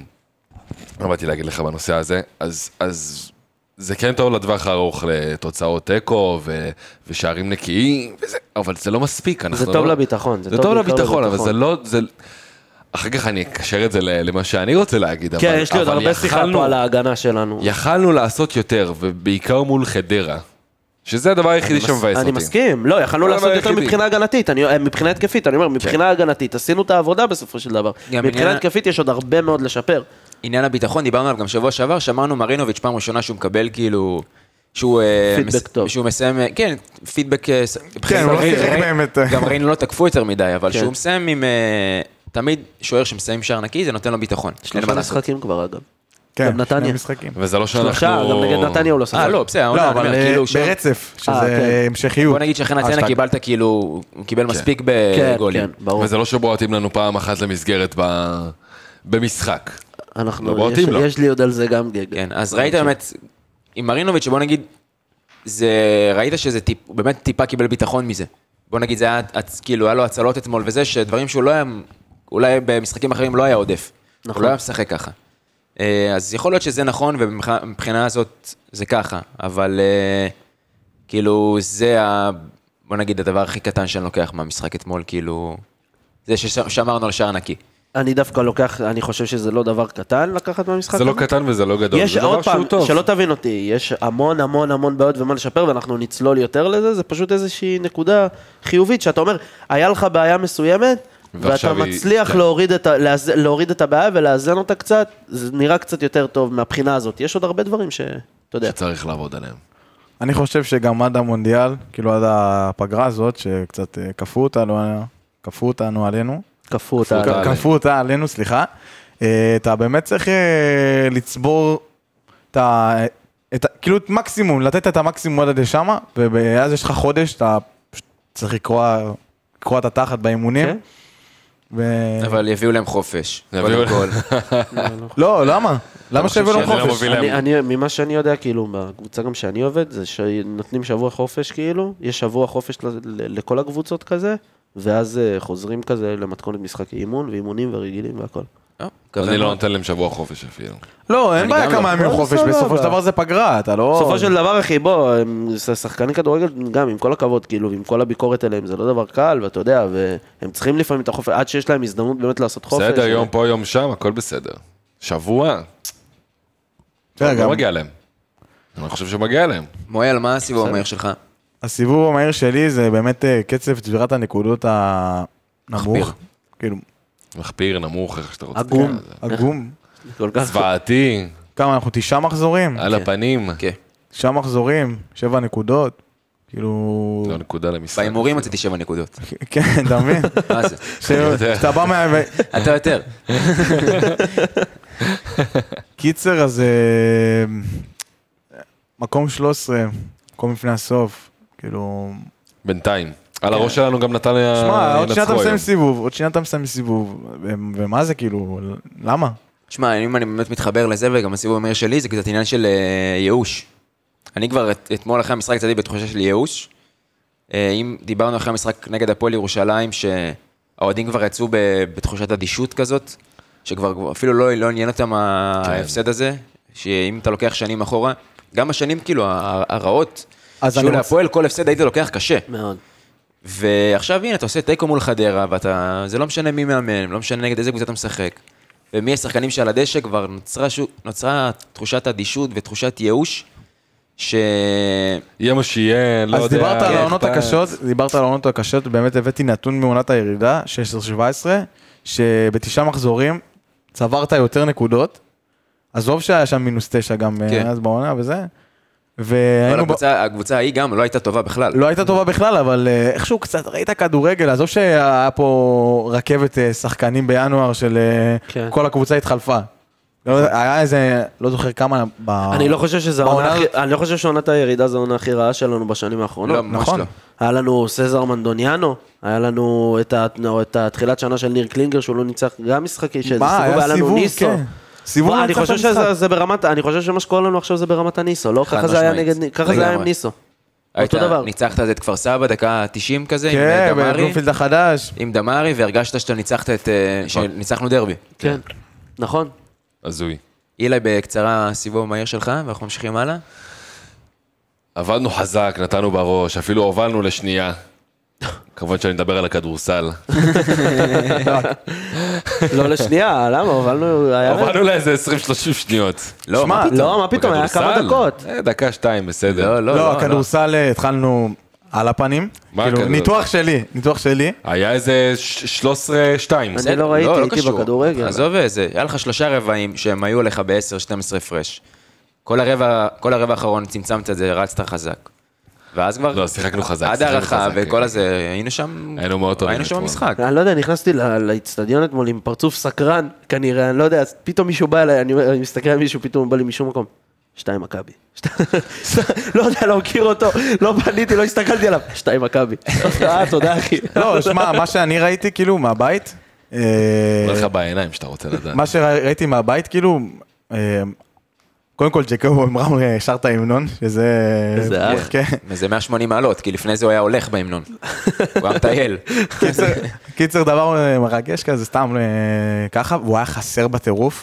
S4: מה באתי להגיד לך בנושא הזה? אז, אז זה כן טוב לטווח הארוך לתוצאות תיקו ו- ושערים נקיים, וזה, אבל זה לא מספיק.
S5: זה
S4: אנחנו
S5: טוב
S4: לא-
S5: לביטחון.
S4: זה טוב
S5: בעיקר
S4: לביטחון, אבל
S5: לביטחון.
S4: זה לא... זה... אחר כך אני אקשר את זה ל- למה שאני רוצה להגיד,
S5: כן,
S4: אבל,
S5: יש לי עוד
S4: אבל
S5: הרבה שיחה
S4: יכלנו-
S5: פה על ההגנה שלנו.
S4: יכלנו לעשות יותר, ובעיקר מול חדרה, שזה הדבר היחידי שמבאס אותי.
S5: אני מסכים, לא, יכלנו
S4: הדבר
S5: לעשות יותר
S4: היחידי.
S5: מבחינה הגנתית, אני- אה, מבחינה התקפית, אני אומר, מבחינה הגנתית, עשינו את העבודה בסופו של דבר.
S1: גם
S5: מבחינה
S1: עניין-
S5: התקפית יש עוד הרבה מאוד לשפר.
S1: עניין הביטחון, דיברנו עליו גם שבוע שעבר, שמענו מרינוביץ' פעם ראשונה שהוא מקבל כאילו... שהוא... אה,
S5: פידבק
S1: מס-
S5: טוב.
S1: שהוא מסיים... אה, כן, פידבק... אה, ס-
S6: כן, הוא לא
S1: ריין-
S6: שיחק
S1: ריין-
S6: באמת.
S1: גם ראינו לא תקפו יותר מדי, אבל
S5: כן.
S1: שהוא מסיים עם... אה, תמיד שוער שמסיים שער נקי, זה נותן לו ביטחון. אין
S5: שלושה
S1: מה לעשות.
S5: משחקים כבר אגב.
S6: כן,
S5: גם נתניה.
S6: שני משחקים.
S4: וזה לא שאנחנו...
S5: שלושה, גם נגד נתניה הוא לא ספק.
S1: אה, לא, בסדר, העונה,
S6: לא,
S1: אני
S6: אבל
S1: אומר,
S6: אה,
S1: כאילו... שם-
S6: ברצף,
S5: אה,
S6: שזה
S5: כן.
S6: המשכיות.
S1: בוא נגיד שאחרי נתניה
S6: השתג-
S1: קיבלת כאילו... הוא קיבל מספיק
S5: כן,
S1: בגולים.
S5: כן, ברור.
S4: וזה לא שבועטים לנו פעם אחת למסגרת ב... במשחק. לא
S5: אנחנו,
S4: בועטים
S5: יש-
S4: לו.
S5: יש לי עוד על זה גם גג.
S1: כן, אז ראית באמת, עם מרינוביץ', שבוא נגיד, זה, ראית שזה טיפ, הוא באמת טיפה קיבל ביטחון מזה. בוא נגיד, זה היה, הצ- כאילו, היה לו הצלות אתמול וזה, שדברים שהוא לא היה, אולי במשחקים אחרים לא היה עודף.
S5: נכון.
S1: הוא לא היה משחק ככה. אה, אז יכול להיות שזה נכון, ומבחינה הזאת זה ככה, אבל אה, כאילו, זה ה... בוא נגיד, הדבר הכי קטן שאני לוקח מהמשחק אתמול, כאילו, זה ששמרנו על שער נקי.
S5: אני דווקא לוקח, אני חושב שזה לא דבר קטן לקחת מהמשחק
S4: זה לא
S5: הזה.
S4: קטן וזה לא גדול,
S5: יש
S4: זה דבר
S5: עוד פעם,
S4: שהוא טוב.
S5: שלא תבין אותי, יש המון המון המון בעיות ומה לשפר, ואנחנו נצלול יותר לזה, זה פשוט איזושהי נקודה חיובית, שאתה אומר, היה לך בעיה מסוימת, ואתה
S4: ועכשיו היא-
S5: מצליח
S4: כן.
S5: להוריד את ה- לאזן- להוריד את הבעיה ולאזן אותה קצת, זה נראה קצת יותר טוב מהבחינה הזאת. יש עוד הרבה דברים ש... אתה יודע.
S4: שצריך לעבוד עליהם.
S6: אני חושב שגם עד המונדיאל, כאילו עד הפגרה הזאת, שקצת אה, כפו אותנו, כפו אותנו עלינו,
S5: כפו אותה.
S4: אותה. עלינו.
S6: כפו אותה עלינו, סליחה, אה, אתה באמת צריך אה, לצבור את ה... את ה- כאילו את מקסימום, לתת את המקסימום עד לשמה, ואז יש לך חודש, אתה פשוט צריך לקרוע, לקרוע את התחת באימונים.
S5: כן.
S6: ו-
S1: אבל יביאו להם חופש.
S4: יביאו
S1: קודם
S4: להם.
S1: כל.
S6: לא, למה? למה שיביאו להם
S1: חושב
S4: שזה לא
S6: חופש?
S4: מוביל להם.
S5: אני, אני, ממה שאני יודע, כאילו, בקבוצה גם שאני עובד, זה שנותנים שבוע חופש, כאילו, יש שבוע חופש ל- ל- לכל הקבוצות כזה, ואז אה, חוזרים כזה למתכונת משחקי אימון, ואימונים ורגילים והכל.
S1: אה, מקווה
S4: אני לא
S1: מאוד.
S4: נותן להם שבוע חופש אפילו.
S6: לא, אין
S1: אני
S6: בעיה
S1: גם
S6: כמה
S1: לא.
S6: ימים חופש,
S5: בסדר,
S6: בסופו של
S5: אבל-
S6: דבר זה פגרה, אתה לא...
S5: בסופו של דבר, אחי, בוא, הם שחקני כדורגל, גם עם כל הכבוד, כאילו, עם כל הביקורת אליהם, זה לא דבר קל, ואתה יודע, והם צריכים לפעמים את החופש, עד שיש להם הזדמנות באמת לעשות חופש.
S4: בסדר, יום פה, יום שם, הכל בסדר. שבוע,
S6: בסדר,
S4: לא
S6: גם-
S4: מגיע להם. אני חושב שמגיע להם.
S1: מואל, מה הסיבוב המהיר שלך?
S6: הסיבוב המהיר שלי זה באמת אה, קצב צבירת הנקודות
S1: מחפיר.
S6: הנמוך. כאילו,
S4: מחפיר, נמוך, איך שאתה רוצה.
S5: עגום.
S6: עגום.
S5: כל כך...
S4: זוועתי,
S6: כמה אנחנו? תשעה מחזורים?
S4: על הפנים.
S1: כן.
S6: תשעה מחזורים, שבע נקודות. כאילו...
S4: לא נקודה למשחק.
S1: בהימורים הוצאתי שבע נקודות.
S6: כן, אתה מבין?
S1: מה זה?
S6: שאתה בא מה...
S1: אתה יותר.
S6: קיצר, אז... אה, מקום שלוש עשרה, מקום לפני הסוף. כאילו...
S4: בינתיים. על הראש שלנו גם נתניה
S6: שמע, עוד שנייה אתה
S4: ינצחו
S6: מסיים
S4: היום.
S6: סיבוב, עוד שנייה אתה מסיים סיבוב. ו- ומה זה כאילו? למה?
S1: תשמע, אם אני באמת מתחבר לזה, וגם הסיבוב המהיר שלי, זה קצת עניין של אה, ייאוש. אני כבר את- אתמול אחרי המשחק יצאתי בתחושה של ייאוש. אה, אם דיברנו אחרי המשחק נגד הפועל ירושלים, שהאוהדים כבר יצאו ב- בתחושת אדישות כזאת, שכבר אפילו לא, לא עניין אותם ההפסד הזה, שאם אתה לוקח שנים אחורה, גם השנים כאילו ה- הרעות,
S6: אז
S1: שהוא
S6: אני רוצה-
S1: להפועל כל הפסד היית לוקח קשה.
S5: מאוד.
S1: ועכשיו הנה, אתה עושה תיקו מול חדרה, ואתה, זה לא משנה מי מאמן, לא משנה נגד איזה קבוצה אתה משחק. ומי השחקנים שעל הדשא כבר נוצרה, שו, נוצרה תחושת אדישות ותחושת ייאוש, ש...
S4: יהיה מה שיהיה, לא
S6: אז
S4: יודע.
S6: דיברת על
S1: כן,
S6: העונות
S4: אכפת.
S6: הקשות, דיברת על העונות הקשות, באמת הבאתי נתון מעונת הירידה, שש עשרה שבע עשרה, שבתשעה מחזורים צברת יותר נקודות, עזוב שהיה שם מינוס תשע גם
S1: כן.
S6: אז בעונה וזה,
S1: אבל
S6: והיינו... ב-
S1: הקבוצה, הקבוצה ההיא גם לא הייתה טובה בכלל.
S6: לא הייתה טובה בכלל, אבל אה, איכשהו קצת ראית כדורגל, עזוב שהיה פה רכבת אה, שחקנים בינואר של אה,
S5: כן.
S6: כל הקבוצה התחלפה. לא יודע, היה איזה, לא זוכר כמה... ב-
S5: אני לא חושב שזה
S6: בעונה
S5: העונה הכי...
S6: הזאת-
S5: אני לא חושב שעונת הירידה זו העונה הכי רעה שלנו בשנים האחרונות.
S1: לא, ממש
S6: נכון.
S1: לא.
S5: היה לנו סזר מנדוניאנו, היה לנו את ה- את התחילת שנה של ניר קלינגר, שהוא לא ניצח גם משחקי שזה
S6: מה,
S5: סיבוב,
S6: היה
S5: היה לנו
S6: סיבוב,
S5: ניסו.
S6: כן. סיבוב
S5: בוא, אני
S6: ניצח
S5: חושב
S6: את המשחק.
S5: שזה זה ברמת, אני חושב שמה שקורה לנו עכשיו זה ברמת הניסו, לא?
S1: חד
S5: ככה זה היה
S1: משמעית.
S5: נגד, ככה זה היה עם
S1: לגמרי.
S5: ניסו.
S1: היית,
S5: אותו דבר.
S1: ניצחת אז את כפר סבא, דקה תשעים כזה,
S6: כן,
S1: עם דמרי,
S6: בבלומפילד החדש.
S1: עם דמרי, והרגשת שאתה ניצחת את... אה, שניצחנו דרבי.
S5: כן, נכון.
S4: הזוי.
S1: אילי, בקצרה, סיבוב מהיר שלך, ואנחנו ממשיכים הלאה.
S4: עבדנו חזק, נתנו בראש, אפילו הובלנו לשנייה. כמובן שאני מדבר על הכדורסל.
S5: לא לשנייה, למה? הובלנו... היה-
S4: הובלנו לאיזה עשרים שלושים שניות.
S1: לא,
S6: שמע,
S1: מה פתאום?
S5: לא, מה פתאום, היה כמה
S4: בכדורסל?
S5: דקות.
S4: אה, דקה, שתיים, בסדר.
S1: לא, לא,
S6: לא,
S1: לא.
S6: הכדורסל אה, התחלנו על הפנים.
S4: מה
S6: כאילו,
S4: הכדורסל?
S6: ניתוח שלי, ניתוח שלי.
S4: היה איזה ש- שלוש עשרה שתיים.
S5: אני לא ראיתי, הייתי
S1: קשור.
S5: בכדורגל.
S1: עזוב איזה, היה לך שלושה רבעים שהם היו לך ב-עשר שתים עשרה הפרש. כל הרבע, כל הרבע האחרון צמצמת את זה, רצת חזק. ואז כבר...
S4: לא, שיחקנו חזק,
S1: עד
S4: שיחקנו
S1: הערכה
S4: חזק,
S1: וכל
S4: כן.
S1: הזה, היינו שם...
S4: היינו מאוד טובים
S1: היינו שם
S4: אתמול.
S1: במשחק.
S5: אני לא יודע, נכנסתי ל- לאצטדיון אתמול עם פרצוף סקרן, כנראה, אני לא יודע, אז פתאום מישהו בא אליי, אני אני מסתכל על מישהו, פתאום הוא בא לי משום מקום. שתיים מכבי. לא יודע, לא מכיר אותו, לא פניתי, לא הסתכלתי עליו. שתיים מכבי. אה, תודה אחי.
S6: לא, שמע, מה שאני ראיתי כאילו מהבית, אה,
S4: אומר לך בעיניים שאתה רוצה לדעת.
S6: מה שראיתי מהבית כאילו, אה, קודם כל ג'קובו אמרם שר את ההמנון, שזה...
S5: איזה אח.
S6: כן.
S1: וזה מאה ושמונים מעלות, כי לפני זה הוא היה הולך בהמנון. הוא היה מטייל.
S6: קיצר- קיצר דבר אה, מרגש כזה, סתם אה, ככה, והוא היה חסר בטירוף,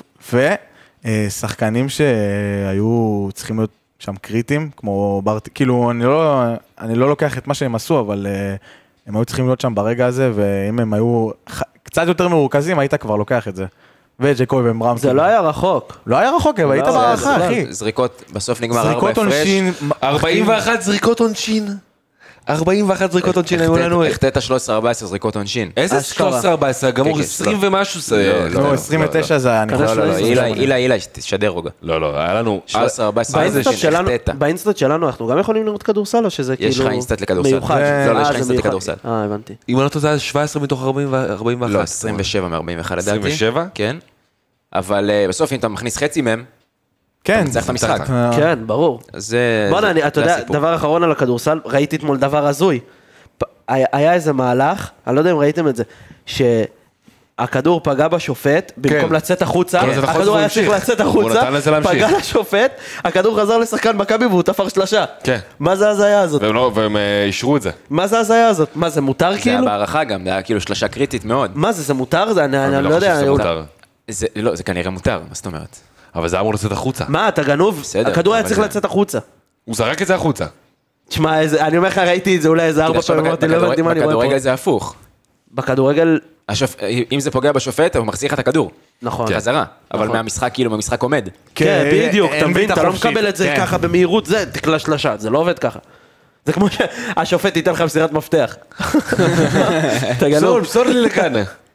S6: ושחקנים שהיו צריכים להיות שם קריטיים, כמו ברט, כאילו אני לא, אני לא לוקח את מה שהם עשו, אבל אה, הם היו צריכים להיות שם ברגע הזה, ואם הם היו ח- קצת יותר מרוכזים, היית כבר לוקח את זה. וג'קובי ומרם.
S5: זה לא היה רחוק.
S6: לא היה רחוק, אבל היית
S5: לא,
S6: בהערכה,
S5: זה-
S6: אחי.
S1: זריקות, בסוף נגמר ארבע
S6: זריקות
S1: הפרש.
S6: עונשין.
S4: ארבעים ואחת זריקות עונשין. ארבעים ואחת זריקות עונשין היו לנו.
S1: החטאת שלוש עשרה ארבע עשרה זריקות עונשין.
S4: איזה
S5: אשכרה.
S4: שלוש עשרה ארבע עשרה? גמור
S1: כן, כן,
S4: עשרים
S1: לא.
S4: ומשהו. זה-
S1: לא,
S6: לא, עשרים ותשע זה היה, אני
S5: כנראה
S6: חושב.
S1: לא, לא, לא,
S5: שלא
S1: אילי,
S5: עשרים.
S1: אילי, אילי, תשדר רגע.
S4: לא, לא, היה לנו...
S1: שלוש עשרה ארבע עשרה, איזה
S5: באינסטאט שלנו,
S1: שהחטאת.
S5: באינסטאט שלנו אנחנו גם יכולים לראות כדורסל או שזה כאילו...
S1: יש לך אינסטאט לכדורסל.
S5: מיוחד.
S1: זה- לא, לא, יש
S5: אה,
S1: לך
S5: זה
S1: אינסטאט
S5: מיוחד.
S1: לכדורסל.
S5: אה, הבנתי.
S4: אם אני לא טועה, זה היה שבע עשרה מתוך ארבעים ואחת.
S1: לא, עשרים ושבע מ-ארבעים ואחת לדעתי.
S4: עשרים ושבע?
S1: כן. אבל אה, בסוף אם אתה מכניס חצי מהם,
S6: כן.
S1: אתה צריך את המשחק.
S6: אה,
S5: כן, ברור.
S1: זה...
S5: בוא'נה,
S1: זה-
S5: אני- אתה
S1: זה
S5: יודע,
S1: הסיפור.
S5: דבר אחרון על הכדורסל, ראיתי אתמול דבר הזוי. פ- היה היה איזה מהלך, אני לא יודע אם ראיתם את זה, הכדור פגע בשופט, במקום לצאת החוצה,
S4: כן, זה נכון,
S5: הכדור
S4: הוא
S5: היה צריך
S4: המשיך.
S5: לצאת
S4: הוא
S5: החוצה,
S4: נתן לזה להמשיך.
S5: פגע לשופט, הכדור חזר לשחקן מכבי והוא תפר שלושה.
S4: כן.
S5: מה זה ההזיה הזאת?
S4: והם לא- והם אה, אישרו את זה.
S5: מה זה ההזיה הזאת? מה זה מותר
S1: זה היה
S5: כאילו?
S1: בהערכה גם, זה היה כאילו שלושה קריטית מאוד.
S5: מה זה, זה מותר? זה אני
S4: אני
S5: אני
S4: לא
S5: לא
S4: חושב
S5: יודע.
S4: שזה
S5: אני-
S4: מותר.
S1: זה, לא, זה כנראה מותר, מה זאת אומרת?
S4: אבל זה אמור לצאת החוצה.
S5: מה, אתה גנוב?
S1: בסדר,
S5: הכדור היה
S1: אבל
S5: צריך
S1: זה-
S5: לצאת החוצה.
S4: הוא זרק את זה החוצה.
S5: תשמע, איזה- אני אומר לך, ראיתי את זה אולי איזה ארבע
S1: עכשיו,
S5: פעמים, אמרתי, לא
S1: בכדור-
S5: הבנתי מה אני רואה
S1: בכדורגל
S5: פה.
S1: זה הפוך.
S5: בכדורגל,
S1: השופ... אם זה פוגע בשופט, הוא מחזיר לך את הכדור.
S5: נכון.
S1: חזרה. אבל
S5: נכון.
S1: מהמשחק, כאילו, במשחק עומד.
S5: כן, בדיוק,
S6: אין
S5: אתה מבין, אתה לא
S6: ביטחון
S5: מקבל את זה
S6: כן.
S5: ככה במהירות, זה תקלה שלשה, זה לא עובד ככה. זה כמו שהשופט ייתן לך מסירת מפתח. אתה גנוב.
S4: סור לי לכאן.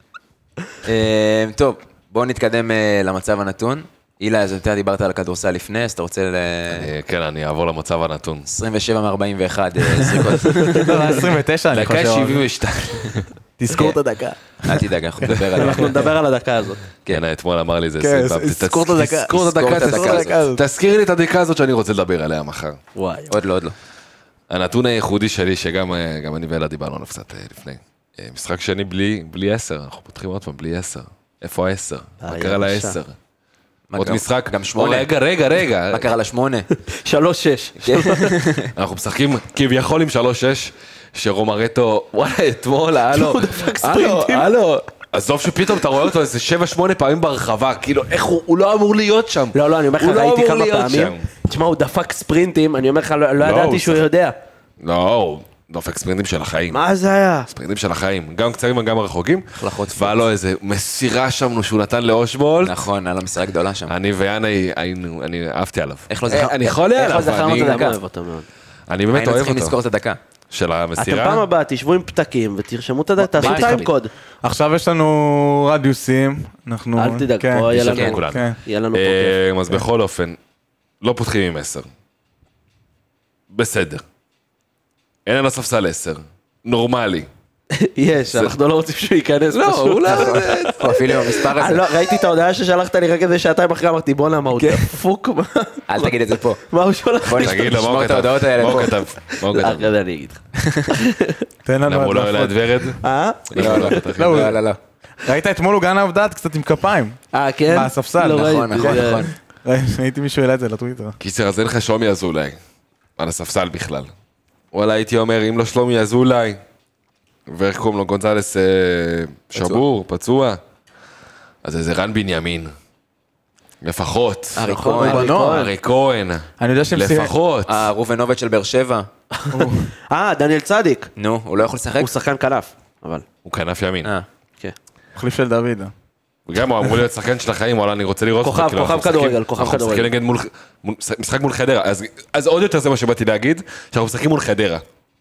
S1: אה, טוב, בואו נתקדם אה, למצב הנתון. אילה, אז אתה דיברת על הכדורסל לפני, אז אתה רוצה ל...
S4: אה, כן, אני אעבור למצב הנתון.
S1: עשרים ושבע מ-ארבעים ואחת אה, זריקות.
S6: עשרים ותשע אני
S4: דקה
S6: חושב.
S4: שבעים ושתיים.
S6: תזכור את הדקה.
S1: אל תדאג, אנחנו נדבר עליה.
S5: אנחנו נדבר על הדקה הזאת.
S4: כן, אתמול אמר לי את זה.
S6: כן,
S4: עשרים פעם.
S6: תזכור את הדקה.
S4: תזכור את
S1: תזכור
S4: הדקה,
S1: את הדקה
S4: תזכור את
S1: הזאת.
S4: הדקה. תזכיר לי את הדקה הזאת שאני רוצה לדבר עליה מחר.
S5: וואי.
S1: עוד לא, עוד לא.
S4: הנתון הייחודי שלי, שגם אה, גם אני ואלה דיברנו עליו קצת אה, לפני. אה, משחק שני בלי, בלי עשר, אנחנו פותחים עוד פעם, בלי עשר. איפה העשר? מה
S5: אה,
S4: קרה
S5: יבשה.
S4: לעשר?
S1: מה,
S4: עוד
S1: גם-
S4: משחק?
S1: גם שמונה.
S4: רגע, רגע, רגע.
S1: מה קרה לשמונה?
S5: שלוש שש.
S4: אנחנו משחקים כביכול עם שלוש שש, שרומרטו, וואלה, אתמול, הלו, הלו, הלו. עזוב שפתאום אתה רואה אותו איזה שבע שמונה פעמים ברחבה, כאילו, איך הוא, הוא לא אמור להיות שם.
S5: לא, לא, אני אומר לך,
S4: הוא לא
S5: ראיתי
S4: אמור
S5: כמה
S4: להיות
S5: פעמים. תשמע, הוא דפק ספרינטים, אני אומר לך, לא לא
S4: לא,
S5: ידעתי
S4: הוא
S5: שהוא
S4: שחק-
S5: יודע.
S4: לא, הוא דופק ספרינטים של החיים.
S5: מה זה היה?
S4: ספרינטים של החיים, גם קצרים וגם רחוקים.
S1: החלכות
S4: והיה לו איזה מסירה שם שהוא נתן לאושבולט.
S1: נכון, היה לו מסירה גדולה שם.
S4: אני ויאנה היינו, אני אהבתי עליו.
S1: איך לא זכר-
S4: אני חולה
S1: איך לא
S4: עליו,
S1: זכרנו
S4: אני-
S1: את
S5: אני
S1: הדקה?
S5: גם אוהב אותו מאוד.
S4: אני באמת
S1: היינו
S4: אוהב
S1: צריכים לזכור
S4: אותו.
S1: את הדקה.
S4: של
S5: אתם
S4: המסירה.
S5: פעם הבאה תשבו עם פתקים ותרשמו את הדקה, תעשו
S1: מה,
S5: טיים
S1: תקבל?
S5: קוד.
S6: עכשיו יש לנו רדיוסים. אנחנו...
S5: אל תדאג,
S6: כן.
S5: פה יהיה
S4: תשתפו
S5: לנו-
S4: כולנו.
S6: כן.
S5: יהיה לנו פה כיף.
S4: אה, אז בכל אופן, לא פותחים עם עשר. בסדר. אין על הספסל עשר. נורמלי.
S5: יש, אנחנו לא רוצים שהוא ייכנס
S4: לא,
S5: פשוט.
S4: הוא לא...
S1: או אפילו המספר
S5: אה,
S1: הזה.
S5: לא, ראיתי את ההודעה ששלחת לי רק איזה שעתיים אחרי, אמרתי בואנה מה הוא דפוק, מה-
S1: אל תגיד את זה פה.
S5: מה הוא שולח
S1: בוא
S5: לי?
S4: תגיד לו, מה
S1: נשמור
S4: הוא
S1: את
S4: כתב?
S1: ההודעות האלה
S4: מה הוא
S1: פה.
S4: כתב? מה הוא כתב?
S5: אחרי זה אני אגיד לך.
S6: תן לנו
S4: למה הוא לא
S6: הדלפות.
S4: ליד ורד?
S5: אה?
S1: לא, לא,
S6: לא, הוא-
S1: לא, לא, לא.
S6: ראית אתמול הוא גנב דעת קצת עם כפיים.
S5: אה, כן?
S6: מהספסל,
S5: לא
S1: נכון,
S5: ראיתי.
S1: נכון,
S5: אה,
S1: נכון.
S6: ראיתי מישהו העלה את זה לטוויטר.
S4: קיצר, אז אין לך שלומי אזולאי. על הספסל בכלל. וואלה, הייתי אומר, אם לא שלומי אזולאי, ואיך קוראים לו גונזלס אה, שבור, פצוע, אז איזה רן בנימין. לפחות.
S1: ארי
S5: נכון,
S1: כהן.
S5: ארי
S6: בנו.
S5: כהן.
S4: ארי כהן.
S6: אני יודע שהם שיחק-
S4: לפחות.
S1: הראובנוביץ' של באר שבע.
S5: אה, דניאל צדיק.
S1: נו, הוא לא יכול לשחק?
S5: הוא שחקן כנף, אבל.
S4: הוא כנף ימין.
S1: אה.
S5: כן.
S6: מחליף של דוד.
S4: וגם הוא אמור להיות שחקן של החיים, וואלה, אני רוצה לראות
S5: כוכב,
S4: כאילו,
S5: כוכב
S4: אנחנו משחקים-
S5: כדורגל, כוכב
S4: אנחנו משחקים
S5: כדורגל.
S4: נגד מול, מול, משחק מול חדרה, אז, אז עוד יותר זה מה שבאתי להגיד, שאנחנו משחקים מול חדרה.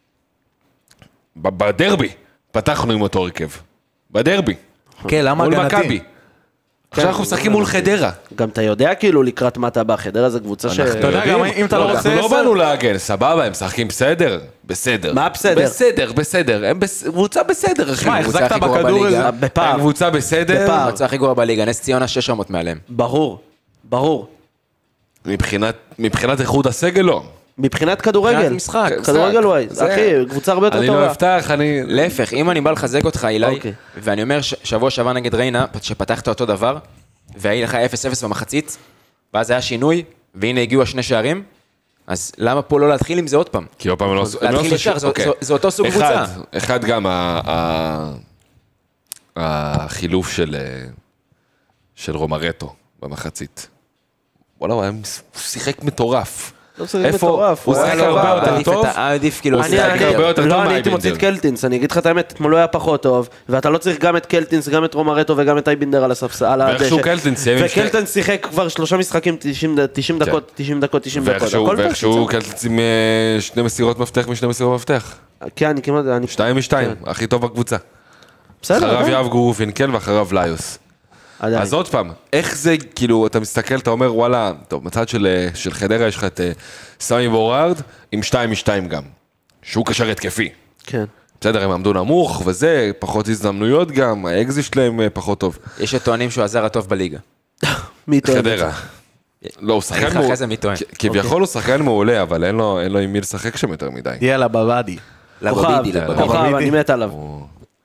S4: ב- בדרבי, פתחנו עם אותו הרכב. בדרבי.
S6: כן, למה
S4: מול
S6: הגנתי?
S4: מכבי. עכשיו אנחנו משחקים מול חדרה.
S5: גם אתה יודע כאילו לקראת מה אתה בא, חדרה זה קבוצה ש...
S6: אתה יודע, גם אם אתה לא רוצה
S4: אנחנו לא
S6: עשר-
S4: באנו להגן, סבבה, הם משחקים בסדר, בסדר.
S5: מה בסדר?
S4: בסדר, בסדר, הם בס- קבוצה בסדר, אחי.
S6: שמע,
S1: קבוצה
S6: החזקת
S1: הכי גרועה
S6: בכדור
S1: בליגה.
S6: איזה...
S5: בפער.
S4: הם קבוצה בסדר,
S5: בפער.
S1: הקבוצה הכי גרועה בליגה, נס ציונה שש רמות מעליהם.
S5: ברור, ברור.
S4: מבחינת, מבחינת איכות הסגל לא.
S5: מבחינת כדורגל.
S1: מבחינת משחק.
S5: כדורגל וואי.
S4: זה-
S5: אחי, קבוצה הרבה יותר
S4: אני לא
S5: טובה.
S4: אפתח, אני...
S1: להפך, אם אני בא לחזק אותך, אילי,
S5: אוקיי.
S1: ואני אומר ש- שבוע שעבר נגד ריינה, שפתחת אותו דבר, והיה לך אפס אפס במחצית, ואז היה שינוי, והנה הגיעו השני שערים, אז למה פה לא להתחיל עם זה עוד פעם?
S4: כי עוד פעם הם לא עשו... הם לא
S1: להתחיל
S4: עשו
S1: ישר,
S4: ש-
S1: זה-
S4: אוקיי.
S1: זה- זה אותו סוג
S4: אחד,
S1: קבוצה.
S4: אחד גם ה- ה- החילוף של אה, של רומרטו במחצית. וואלה, הוא היה מס- הוא שיחק מטורף.
S5: לא שיחק
S4: איפה?
S5: מטורף,
S4: הוא
S5: הוא היה
S4: שיחק הרבה
S5: סבבה.
S4: יותר
S1: עדיף
S4: טוב.
S1: את ה- עדיף כאילו...
S5: אני,
S1: לשחק
S5: אני,
S4: הרבה יותר טוב
S5: לא, אני הייתי
S4: מאייבינדר.
S5: מוציא את קלטינס, אני אגיד לך את האמת, אתמול לא היה פחות טוב, ואתה לא צריך גם את קלטינס, גם את רומרטו וגם את אייבינדר על הספסל, על
S4: ואיכשהו
S5: הדשא.
S4: קלטינס סיים עם שתי-
S5: וקלטינס שיחק כבר שלושה משחקים, תשעים תשעים דקות, תשעים דקות, תשעים דקות,
S4: ואיכשהו
S5: הכל
S4: ואיכשהו
S5: בקציצה.
S4: קלטינס עם אה, שני מסירות מפתח משני מסירות מפתח.
S5: כן, אני כמעט, אני...
S4: שתיים משתיים,
S5: כן.
S4: הכי טוב בקבוצה.
S5: בסדר,
S4: אחריו
S5: עדיין.
S4: יאב גורו פינקל ואחריו ליוס.
S5: עדיין.
S4: אז עוד פעם, איך זה, כאילו, אתה מסתכל, אתה אומר, וואלה, טוב, מצד של, אה, של חדרה יש לך את אה, סמי בורארד עם שתיים משתיים גם, שהוא קשר התקפי.
S5: כן.
S4: בסדר, הם עמדו נמוך וזה, פחות הזדמנויות גם, האקזיט שלהם אה, פחות טוב.
S1: יש שטוענים שהוא הזר הטוב בליגה.
S5: מי טוען את זה?
S4: חדרה. לא, הוא
S1: אני
S4: שחקן
S1: אגיד לך
S4: מעולה.
S1: אחרי זה מי טוען.
S4: כ- כביכול הוא שחקן מעולה, אבל אין לו אין לו עם מי לשחק שם יותר מדי.
S6: יאללה בבאדי.
S5: כוכב,
S1: לבבידי, לבבידי.
S5: כוכב,
S6: לבבידי.
S5: אני מת עליו.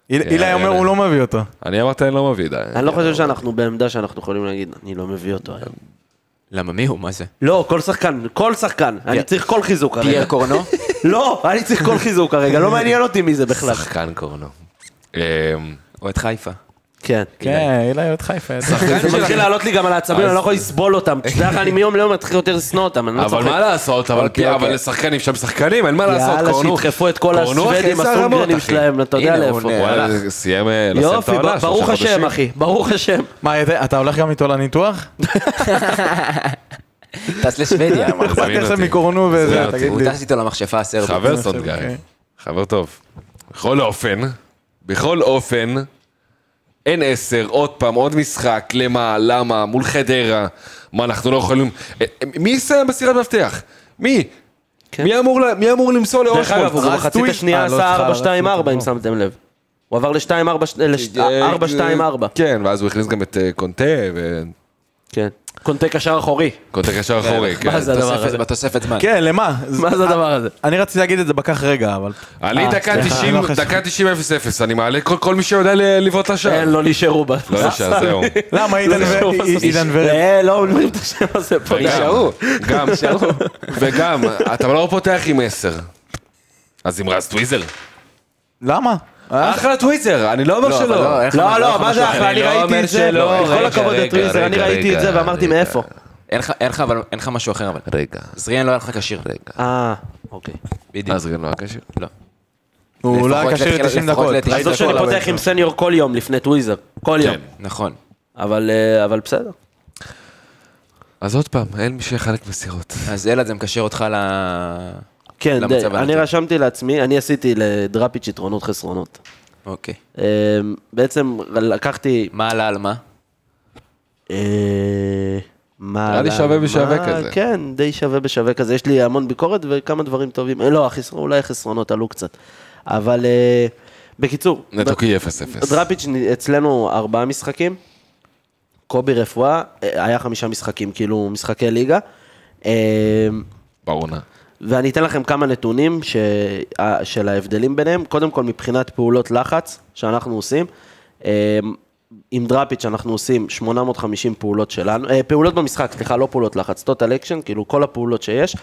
S6: אילי אומר הוא לא מביא אותו.
S4: אני אמרתי, אני לא מביא, די.
S5: אני לא חושב שאנחנו בעמדה שאנחנו יכולים להגיד, אני לא מביא אותו היום.
S1: למה, מי הוא? מה זה?
S5: לא, כל שחקן, כל שחקן, אני צריך כל חיזוק הרגע.
S1: פייר קורנו?
S5: לא, אני צריך כל חיזוק הרגע, לא מעניין אותי מי זה בכלל.
S4: שחקן קורנו.
S1: או את חיפה.
S5: כן.
S6: כן, אילי עוד חיפה.
S5: זה מתחיל לעלות לי גם על העצבים, אני לא יכול לסבול אותם. תשמע לך, אני מיום ליום מתחיל יותר לשנוא אותם, אני לא
S4: אבל
S5: צוחק.
S4: מה לעשות, אבל לשחקנים שם שחקנים, אין מה לעשות,
S5: יאללה,
S4: קורנו.
S5: שידחפו את כל השוודים הסונגרנים שלהם, אתה יודע לאיפה.
S4: וואלה, סיים לסיים את
S5: יופי,
S4: העונה.
S5: ברוך השם, אחי, ברוך השם.
S6: מה, אתה הולך גם איתו לניתוח?
S1: טס לשוודיה.
S6: חזרתי עכשיו מקורנו וזה, תגיד
S1: הוא
S6: לי.
S1: טס איתו למכשפה הסרבית.
S4: חבר סונגר, חבר טוב. בכל אופן, בכל אופן, אין עשר, עוד פעם, עוד משחק, למה, למה, מול חדרה, מה אנחנו לא יכולים... מי יסיים בסירת מפתח? מי? מי אמור, מי אמור למסור לאורך
S5: דרך אגב, הוא במחצית השנייה עשה ארבע שתיים ארבע, אם שמתם לב. הוא עבר ל-שתיים ארבע שתיים ארבע.
S4: כן, ואז הוא הכניס גם את קונטה, ו...
S5: כן. קונטה קשר אחורי.
S4: קונטה קשר אחורי, כן.
S5: מה זה הדבר הזה?
S1: בתוספת זמן.
S6: כן, למה?
S5: מה זה הדבר הזה?
S6: אני רציתי להגיד את זה בכך רגע, אבל...
S4: אני דקה תשעים, דקה תשעים אפס אפס, אני מעלה כל מי שיודע לבעוט לשער.
S5: אין, לא נשארו בה.
S4: לא נשאר, זהו.
S6: למה עידן ורד?
S5: אה, לא אומרים את השם הזה פה.
S4: נשארו. גם, וגם, אתה לא פותח עם עשר. אז עם רז טוויזר.
S6: למה?
S4: אחלה טוויזר, אני לא אומר שלא.
S5: לא, לא, מה זה אחלה? אני ראיתי את זה. עם כל הכבוד לטוויזר, אני ראיתי את זה ואמרתי מאיפה.
S1: אין לך, אבל אין לך משהו אחר, אבל.
S4: רגע.
S1: זריאן לא היה לך כשיר.
S5: אה, אוקיי.
S1: בדיוק.
S4: אז רגע, לא היה קשיר?
S1: לא.
S6: הוא לא היה קשיר תשעים דקות.
S5: אז או שאני פותח עם סניור כל יום לפני טוויזר. כל יום.
S1: נכון.
S5: אבל בסדר.
S4: אז עוד פעם, אין מי שיחלק מסירות.
S1: אז אלעד זה מקשר אותך ל...
S5: כן, אני רשמתי לעצמי, אני עשיתי לדראפיץ' יתרונות חסרונות.
S1: אוקיי.
S5: בעצם לקחתי...
S1: מה עלה על מה?
S4: נראה לי שווה בשווה כזה.
S5: כן, די שווה בשווה כזה. יש לי המון ביקורת וכמה דברים טובים. לא, אולי החסרונות עלו קצת. אבל בקיצור...
S4: נתוקי אפס אפס.
S5: דראפיץ' אצלנו ארבעה משחקים. קובי רפואה היה חמישה משחקים, כאילו משחקי ליגה.
S4: בעונה.
S5: ואני אתן לכם כמה נתונים ש... של ההבדלים ביניהם. קודם כל, מבחינת פעולות לחץ שאנחנו עושים, עם דראפיץ' אנחנו עושים שמונה מאות וחמישים פעולות שלנו, פעולות במשחק, סליחה, לא פעולות לחץ, total action, כאילו כל הפעולות שיש.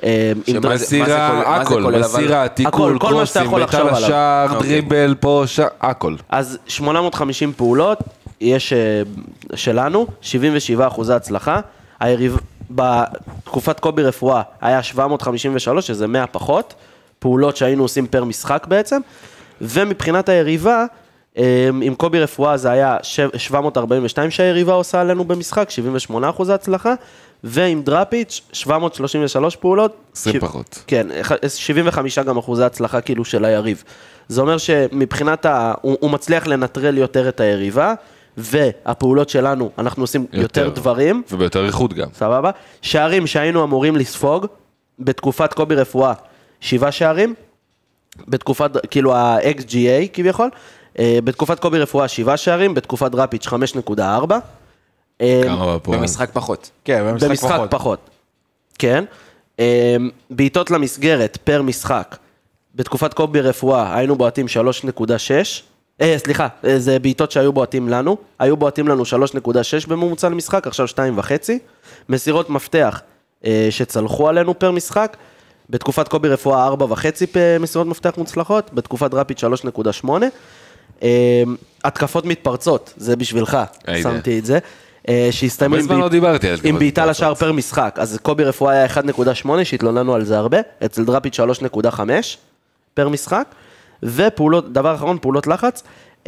S4: שמסירה, הכל, מסירה, תיקול, קרוסים, ביתה לשער, דריבל, פה, שער, הכל.
S5: אז שמונה מאות וחמישים פעולות יש שלנו, שבעים ושבעה אחוז הצלחה, היריב... בתקופת קובי רפואה היה שבע מאות חמישים ושלוש, שזה מאה פחות, פעולות שהיינו עושים פר משחק בעצם, ומבחינת היריבה, עם קובי רפואה זה היה שבע מאות ארבעים ושתיים שהיריבה עושה עלינו במשחק, שבעים ושמונה אחוז ההצלחה, ועם דראפיץ' שבע מאות שלושים ושלוש פעולות.
S4: עשרים פחות.
S5: כן, שבעים וחמישה גם אחוזי הצלחה כאילו של היריב. זה אומר שמבחינת, ה, הוא, הוא מצליח לנטרל יותר את היריבה, והפעולות שלנו, אנחנו עושים יותר, יותר דברים.
S4: וביותר איכות גם.
S5: סבבה. שערים שהיינו אמורים לספוג, בתקופת קובי רפואה, שבעה שערים, בתקופת, כאילו ה-אקס ג'י איי כביכול, בתקופת קובי רפואה, שבעה שערים, בתקופת דראפיץ' חמש נקודה ארבע.
S4: כמה בפועל?
S1: במשחק פחות.
S6: כן, במשחק,
S5: במשחק
S6: פחות.
S5: פחות. כן. בעיטות למסגרת פר משחק, בתקופת קובי רפואה, היינו בועטים שלוש נקודה שש, אה, סליחה, זה בעיטות שהיו בועטים לנו, היו בועטים לנו שלוש נקודה שש בממוצע למשחק, עכשיו שתיים וחצי, מסירות מפתח אה, שצלחו עלינו פר משחק, בתקופת קובי רפואה ארבע וחצי מסירות מפתח מוצלחות, בתקופת דראפיץ' שלוש נקודה שמונה, אה, התקפות מתפרצות, זה בשבילך, שמתי את זה, אה, שהסתיימו עם,
S4: לא
S5: עם בעיטה לשער פר משחק, אז קובי רפואה היה אחת נקודה שמונה, שהתלוננו על זה הרבה, אצל דראפיץ' שלוש נקודה חמש פר משחק, ופעולות, דבר אחרון, פעולות לחץ,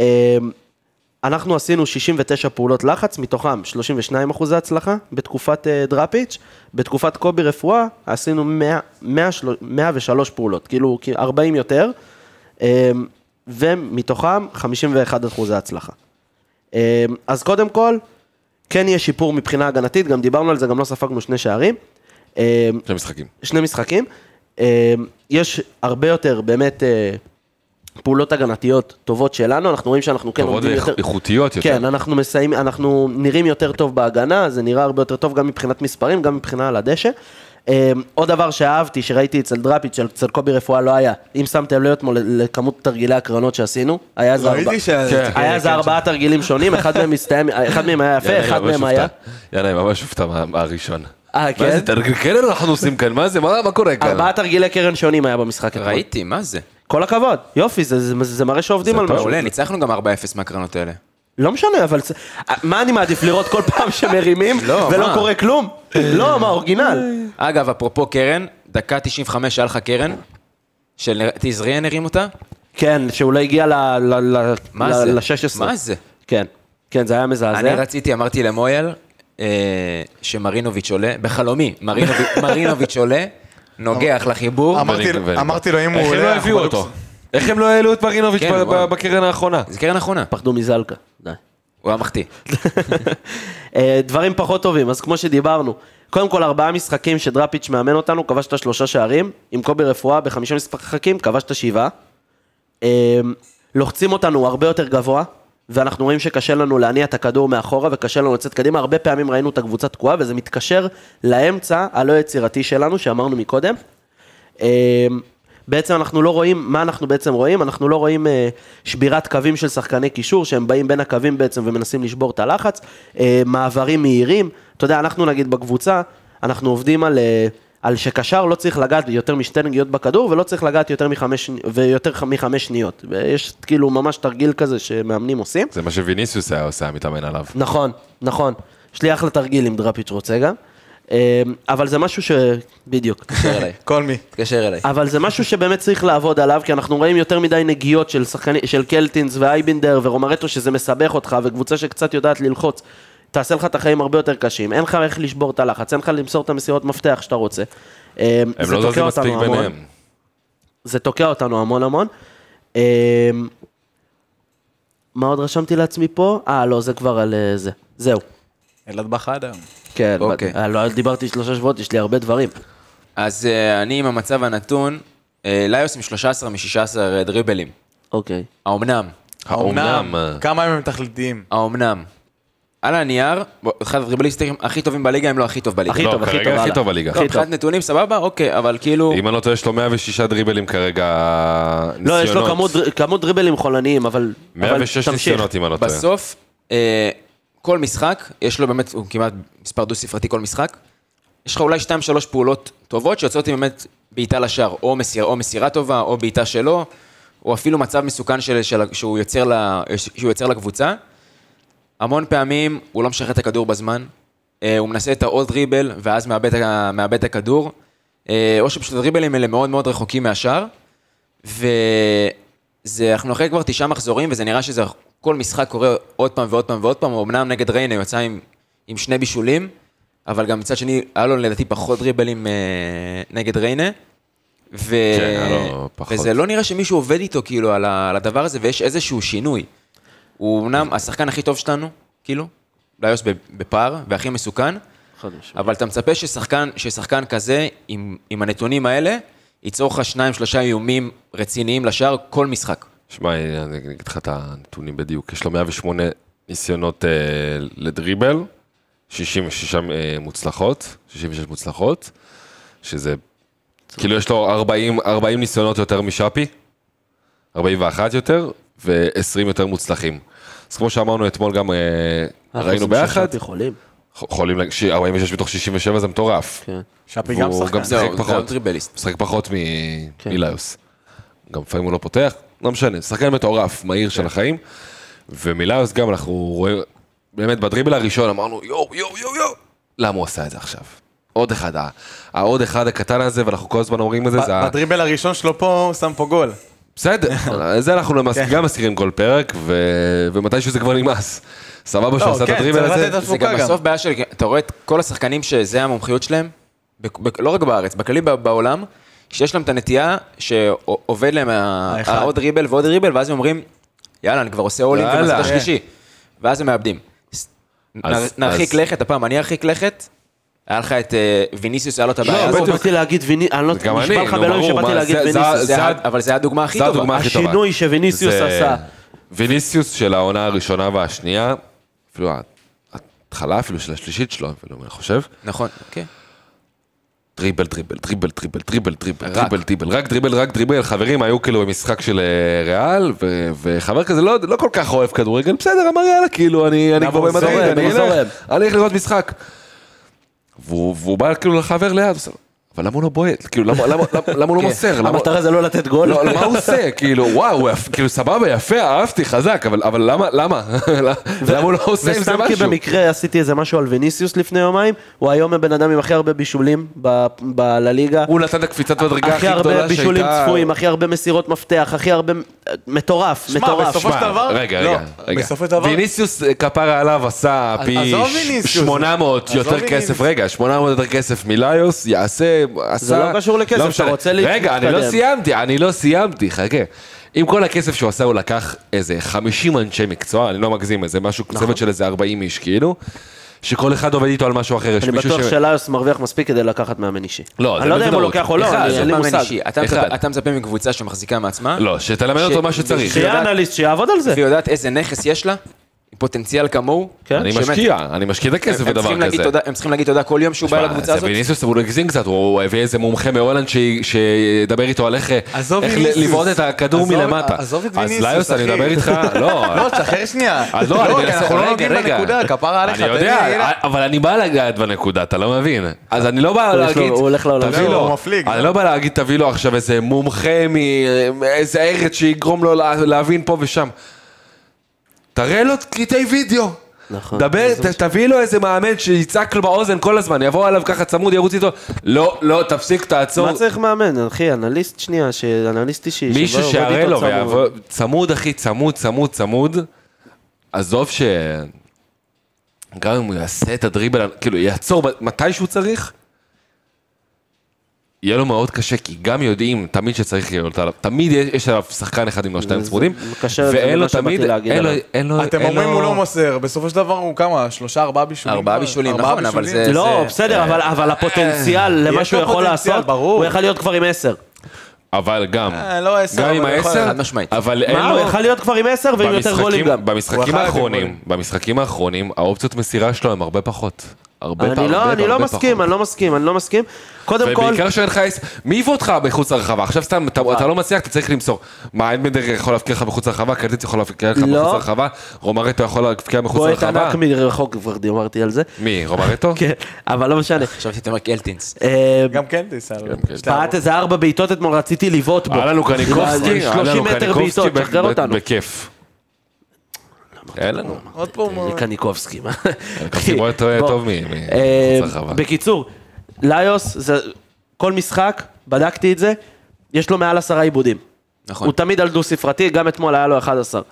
S5: אנחנו עשינו שישים ותשע פעולות לחץ, מתוכם שלושים ושניים אחוז הצלחה בתקופת דראפיץ', בתקופת קובי רפואה עשינו מאה ושלוש פעולות, כאילו ארבעים יותר, ומתוכם חמישים ואחד אחוז הצלחה. אז קודם כל, כן יהיה שיפור מבחינה הגנתית, גם דיברנו על זה, גם לא ספגנו שני שערים.
S4: שני משחקים.
S5: שני משחקים. יש הרבה יותר באמת פעולות הגנתיות טובות שלנו, אנחנו רואים שאנחנו כן
S4: עומדים יותר... טובות ואיכותיות יותר.
S5: כן, אנחנו מסיים, אנחנו נראים יותר טוב בהגנה, זה נראה הרבה יותר טוב גם מבחינת מספרים, גם מבחינה על הדשא. עוד דבר שאהבתי, שראיתי אצל דראפיץ', אצל קובי רפואה לא היה, אם שמתם לב אתמול לכמות תרגילי הקרנות שעשינו, היה איזה ארבע- היה איזה ארבעה תרגילים שונים, אחד מהם מסתיים, אחד מהם היה יפה, אחד מהם היה...
S4: יאללה, ממש הופתע מהראשון.
S5: אה,
S4: מה
S5: כן?
S4: זה, תרגיל קרן אנחנו עושים כאן? מה זה? מה מה קורה כאן?
S5: ארבעה תרגילי קרן שונים היה במשחק. אתמול.
S1: ראיתי, מה זה?
S5: כל הכבוד, יופי, זה- זה זה מראה שעובדים על משהו.
S1: מעולה, ניצחנו גם ארבע אפס מהקרנות האלה.
S5: לא משנה, אבל זה- מה אני מעדיף לראות כל פעם שמרימים
S1: לא,
S5: ולא
S1: מה?
S5: קורה כלום? לא, מה, אורגינל.
S1: אגב, אפרופו קרן, דקה תשעים וחמש היה לך קרן, של תזריאן הרים אותה?
S5: כן, שהוא לא הגיע
S1: מה
S5: ל-שש
S1: זה?
S5: עשרה.
S1: מה זה?
S5: כן, כן, זה היה
S1: אני
S5: מזעזע.
S1: רציתי, אמרתי למויאל, אה, שמרינוביץ' עולה, בחלומי, מרינוביץ'- מרינוביץ' עולה, נוגח לחיבור,
S6: אמרתי-
S4: ואני-
S6: אמרתי לו, אם הוא
S4: איך הם
S6: עולה,
S4: לא
S6: אנחנו
S4: הביאו
S6: בלוקס.
S4: אותו? איך הם לא העלו את מרינוביץ'
S1: כן,
S4: ב- ב-
S1: וואו.
S4: בקרן האחרונה?
S1: זה קרן אחרונה,
S5: פחדו מזלקה, די.
S1: הוא היה מחטיא.
S5: אה, דברים פחות טובים, אז כמו שדיברנו, קודם כל ארבעה משחקים שדראפיץ' מאמן אותנו, כבשת שלושה שערים, עם קובי רפואה בחמישה משחקים, כבשת שבעה. אה, לוחצים אותנו הרבה יותר גבוה, ואנחנו רואים שקשה לנו להניע את הכדור מאחורה, וקשה לנו לצאת קדימה, הרבה פעמים ראינו את הקבוצה תקועה, וזה מתקשר לאמצע הלא יצירתי שלנו, שאמרנו מקודם. אה, בעצם אנחנו לא רואים, מה אנחנו בעצם רואים? אנחנו לא רואים אה, שבירת קווים של שחקני קישור, שהם באים בין הקווים בעצם ומנסים לשבור את הלחץ, אה, מעברים מהירים, אתה יודע, אנחנו נגיד בקבוצה, אנחנו עובדים על, אה, על שקשר לא צריך לגעת יותר משתי נגיעות בכדור, ולא צריך לגעת יותר מחמש, ויותר מחמש שניות, ויש כאילו ממש תרגיל כזה שמאמנים עושים.
S4: זה מה שוויניסיוס היה עושה, מתאמן עליו.
S5: נכון, נכון, יש לי אחלה תרגיל אם דראפיץ' רוצה גם, אה, אבל זה משהו ש... בדיוק, תקשר אליי.
S6: כל מי.
S1: תתקשר אליי.
S5: אבל זה משהו שבאמת צריך לעבוד עליו, כי אנחנו רואים יותר מדי נגיעות של שחקני, של קלטינס ואייבינדר ורומרטו, שזה מסבך אותך, וקבוצה שקצת יודעת ללחוץ, תעשה לך את החיים הרבה יותר קשים, אין לך איך לשבור את הלחץ, אין לך למסור את המסירות מפתח שאתה רוצה.
S4: הם
S5: זה
S4: לא
S5: תוקע
S4: זזים מספיק
S5: אותנו המון.
S4: ביניהם.
S5: זה תוקע אותנו המון המון. מה עוד רשמתי לעצמי פה? אה, לא, זה כבר על אה, זה. זהו.
S6: אלעד בחדר.
S5: כן,
S1: אוקיי.
S5: אה, לא דיברתי שלושה שבועות, יש לי הרבה דברים.
S1: אז אה, אני עם המצב הנתון, אה, ליוס עם שלושה עשר מ-שישה עשר דריבלים.
S5: אוקיי.
S1: האומנם?
S4: האומנם?
S6: כמה הם תכליתיים?
S1: האומנם? על הנייר, בוא, אחד הדריבליסטים הכי טובים בליגה, אם לא הכי טוב בליגה.
S5: הכי
S4: לא,
S5: טוב, הכי
S4: כרגע
S5: טוב,
S4: הכי
S5: הלאה.
S4: טוב בליגה.
S1: לא, מבחינת נתונים, סבבה? אוקיי, אבל כאילו...
S4: אם אני לא טועה, יש לו מאה ושישה דריבלים כרגע ניסיונות.
S5: לא, יש לו כמות, כמות דריבלים חולניים, אבל...
S4: מאה ושש
S5: אבל תמשיך.
S4: ניסיונות, אם אני לא טועה.
S1: בסוף, אה, כל משחק, יש לו באמת, הוא כמעט מספר דו-ספרתי כל משחק, יש לך אולי שתיים שלוש פעולות טובות, שיוצאות עם באמת בעיטה לשער, או, מסיר, או מסירה טובה, או בעיטה שלו, או אפילו מצב מסוכן של, של, שהוא, יוצר לה, שהוא יוצר לקבוצה. המון פעמים הוא לא משחרר את הכדור בזמן, אה, הוא מנסה את העוד דריבל, ואז מאבד, מאבד את הכדור, אה, או שפשוט הדריבלים האלה מאוד מאוד רחוקים מהשאר, וזה, אנחנו אחרי כבר תשעה מחזורים, וזה נראה שזה כל משחק קורה עוד פעם ועוד פעם ועוד פעם, אמנם נגד ריינה יצא עם, עם שני בישולים, אבל גם מצד שני, היה לו לדעתי פחות דריבלים אה, נגד ריינה, ו...
S4: כן, היה לו פחות.
S1: וזה לא נראה שמישהו עובד איתו כאילו על, ה... על הדבר הזה, ויש איזשהו שינוי. הוא אמנם השחקן הכי טוב שלנו, כאילו, ליוס בפער, והכי מסוכן, אבל אתה מצפה ששחקן, ששחקן כזה, עם, עם הנתונים האלה, ייצור לך שניים, שלושה איומים רציניים לשער כל משחק.
S4: שמע, אני אגיד לך את הנתונים בדיוק. יש לו מאה ושמונה ניסיונות אה, לדריבל, שישים ושש אה, מוצלחות, שישים ושש מוצלחות, שזה, כאילו יש לו ארבעים, ארבעים ניסיונות יותר משאפי, ארבעים ואחת יותר, ו-עשרים יותר מוצלחים. אז כמו שאמרנו אתמול גם אה, ראינו ביחד,
S5: יכולים.
S4: יכולים, לה- ש- ארבעים ושש מתוך שישים ושבע זה מטורף.
S5: כן.
S6: שפי גם
S4: והוא
S6: שחקן.
S4: גם משחק
S1: זהו,
S4: פחות.
S1: גם טריבליסט.
S4: משחק פחות מ-
S5: כן.
S4: מליוס. גם לפעמים הוא לא פותח, לא משנה, שחקן מטורף, מהיר של החיים. ומליוס גם אנחנו רואים, באמת בדריבל הראשון אמרנו יואו, יואו, יואו, יואו. למה הוא עשה את זה עכשיו? עוד אחד, ה- העוד אחד הקטן הזה, ואנחנו כל הזמן אומרים את זה, זה ה-
S6: בדריבל הראשון שלו פה, הוא שם פה גול.
S4: בסדר, זה אנחנו למס- גם מזכירים כל פרק, ו- ומתישהו זה כבר נמאס. סבבה שהוא עשה את
S6: כן,
S4: הדריבל
S6: צריך
S4: הזה?
S6: לתת את
S1: זה גם
S6: התפוקה גם.
S1: בסוף בעיה של, אתה רואה את כל השחקנים שזה המומחיות שלהם, ב- ב- לא רק בארץ, בכללי ב- בעולם, שיש להם את הנטייה שעובד להם ה-
S6: האחד.
S1: העוד ריבל ועוד ריבל, ואז הם אומרים, יאללה, אני כבר עושה אולינג
S4: יאללה.
S1: ומצד השלישי, ואז הם מאבדים.
S4: אז-
S1: נ- נרחיק
S4: אז-
S1: לכת, הפעם אני ארחיק לכת, היה לך את אה, ויניסיוס, היה לו את הבעיה
S5: לא,
S1: הזאת,
S5: באתי להגיד ויני... אני לא
S4: גם
S5: נשבע
S4: אני,
S5: לך
S4: נו,
S5: באלוהים
S4: ברור,
S5: שבאתי
S4: מה,
S5: להגיד
S4: זה-
S5: ויניסיוס.
S4: זה-
S1: זה ה- אבל זה הדוגמה הכי
S4: זה
S1: טובה.
S4: הדוגמה הכי טובה.
S5: השינוי שוויניסיוס
S4: זה-
S5: עשה.
S4: ויניסיוס של העונה הראשונה והשנייה, אפילו ההתחלה אפילו של השלישית שלו, אפילו, אני חושב.
S1: נכון, אוקיי.
S4: דריבל, דריבל, דריבל, דריבל, דריבל, דריבל, דריבל, דריבל, רק דריבל, רק דריבל, חברים היו כאילו במשחק של ריאל, וחבר כזה לא כל כך אוהב כדורגל, בסדר, אמר יאללה, כאילו, אני כבר במדריד, אני אלך לראות משחק. והוא בא כאילו לחבר ליד, אבל למה הוא לא בועט? כאילו, למה הוא לא מוסר?
S5: המטרה זה לא לתת גול?
S4: לא, מה הוא עושה? כאילו, וואו, כאילו, סבבה, יפה, אהבתי, חזק, אבל למה? למה? למה הוא לא עושה עם זה משהו?
S5: וסתם כי במקרה עשיתי איזה משהו על ויניסיוס לפני יומיים, הוא היום הבן אדם עם הכי הרבה בישולים בליגה.
S4: הוא נתן את הקפיצת מדרגה הכי גדולה שהייתה...
S5: הכי הרבה בישולים צפויים, הכי הרבה מסירות מפתח, הכי הרבה... מטורף, מטורף.
S6: בסופו של דבר...
S4: רגע, רגע, רגע. ויניסיוס כפרה עליו עשה פי שמונה מאות יותר כסף, רגע, שמונה מאות יותר כסף מליוס, יעשה...
S5: זה לא קשור לכסף, אתה רוצה להתקדם.
S4: רגע, אני לא סיימתי, אני לא סיימתי, חכה. עם כל הכסף שהוא עשה, הוא לקח איזה חמישים אנשי מקצוע, אני לא מגזים, איזה משהו, צוות של איזה ארבעים איש, כאילו, שכל אחד עובד איתו על משהו אחר.
S5: אני בטוח שליוס מרוויח מספיק כדי לקחת מאמן אישי.
S4: לא,
S5: אני לא יודע אם הוא לוקח או לא, אין לי מושג.
S1: אתה מצפה מקבוצה שמחזיקה מעצמה?
S4: לא, שתלמד אותו מה שצריך.
S5: שיהיה אנליסט, שיעבוד על זה.
S1: והיא יודעת איזה נכס יש לה, פוטנציאל כמוהו.
S4: אני משקיע, אני משקיע את הכסף בדבר כזה.
S1: הם צריכים להגיד תודה כל יום שהוא בא לקבוצה הזאת.
S4: ויניסיוס הוא נגזים קצת, הוא הביא איזה מומחה מהולנד שידבר איתו על איך לבעוט את הכדור מלמטה.
S6: עזוב את
S4: אז
S6: ויניסיוס,
S4: ליוס, אני מדבר איתך, לא.
S6: לא, תשחרר שנייה.
S4: אז לא,
S6: אנחנו לא נוגעים בנקודה, כפרה עליך.
S4: אני יודע, אבל אני בא לגעת בנקודה, אתה לא מבין. אז אני לא בא להגיד, תביא לו, אני לא בא להגיד, תביא לו עכשיו איזה מומחה מאיזה ארץ שיגרום לו להבין פה ושם. תראה לו קליטי וידאו. דבר, תביא לו איזה מאמן שיצעק לו באוזן כל הזמן, יבוא עליו ככה צמוד, ירוץ איתו, לא, לא, תפסיק, תעצור.
S5: מה צריך מאמן, אחי, אנליסט שנייה, אנליסט אישי,
S4: מישהו שיראה לו, ויבוא, צמוד, אחי, צמוד, צמוד, צמוד, עזוב ש... גם אם הוא יעשה את הדריבל, כאילו, יעצור מתי שהוא צריך, יהיה לו מאוד קשה, כי גם יודעים תמיד שצריך להיות עליו, תמיד יש עליו שחקן אחד עם השתיים צמודים, ואין לו תמיד, אין לו...
S6: אתם אומרים הוא לא מוסר, בסופו של דבר הוא כמה? שלושה, ארבעה בישולים?
S1: ארבעה בישולים, נכון, אבל זה...
S5: לא, בסדר, אבל הפוטנציאל למה שהוא יכול לעשות, הוא יכול להיות כבר עם עשר.
S4: אבל גם,
S6: לא עשר,
S4: גם עם העשר,
S1: חד משמעית.
S4: אבל אין לו...
S5: מה, הוא יכול להיות כבר עם עשר ועם יותר גולים גם.
S4: במשחקים האחרונים, במשחקים האחרונים, האופציות מסירה שלו הם הרבה פחות.
S5: אני לא, אני לא מסכים, אני לא מסכים, אני לא מסכים. קודם כל...
S4: ובעיקר שאין לך... מי יבוא אותך בחוץ הרחבה? עכשיו סתם, אתה לא מצליח, אתה צריך למסור. מה, אין בדר יכול להפקיע לך בחוץ הרחבה? קרדיץ יכול להפקיע לך בחוץ הרחבה? רומרטו יכול להפקיע מחוץ הרחבה?
S5: בוא את ענק מרחוק, כבר דיברתי על זה.
S4: מי, רומרטו?
S5: כן, אבל לא משנה.
S1: עכשיו תתאמר קלטינס.
S6: גם קלטינס.
S5: פעט איזה ארבע בעיטות אתמול, רציתי לבעוט בו.
S4: היה לנו קניקובסקי,
S5: שלושים מטר בעיטות, שחרר אותנו.
S4: בכיף. אין לנו.
S6: עוד פעם.
S5: קניקובסקי, מה?
S4: קניקובסקי מאוד טוב מחוץ הרחבה.
S5: בקיצור, ליוס, כל משחק, בדקתי את זה, יש לו מעל עשרה עיבודים.
S1: נכון.
S5: הוא תמיד על דו ספרתי, גם אתמול היה לו אחד עשר.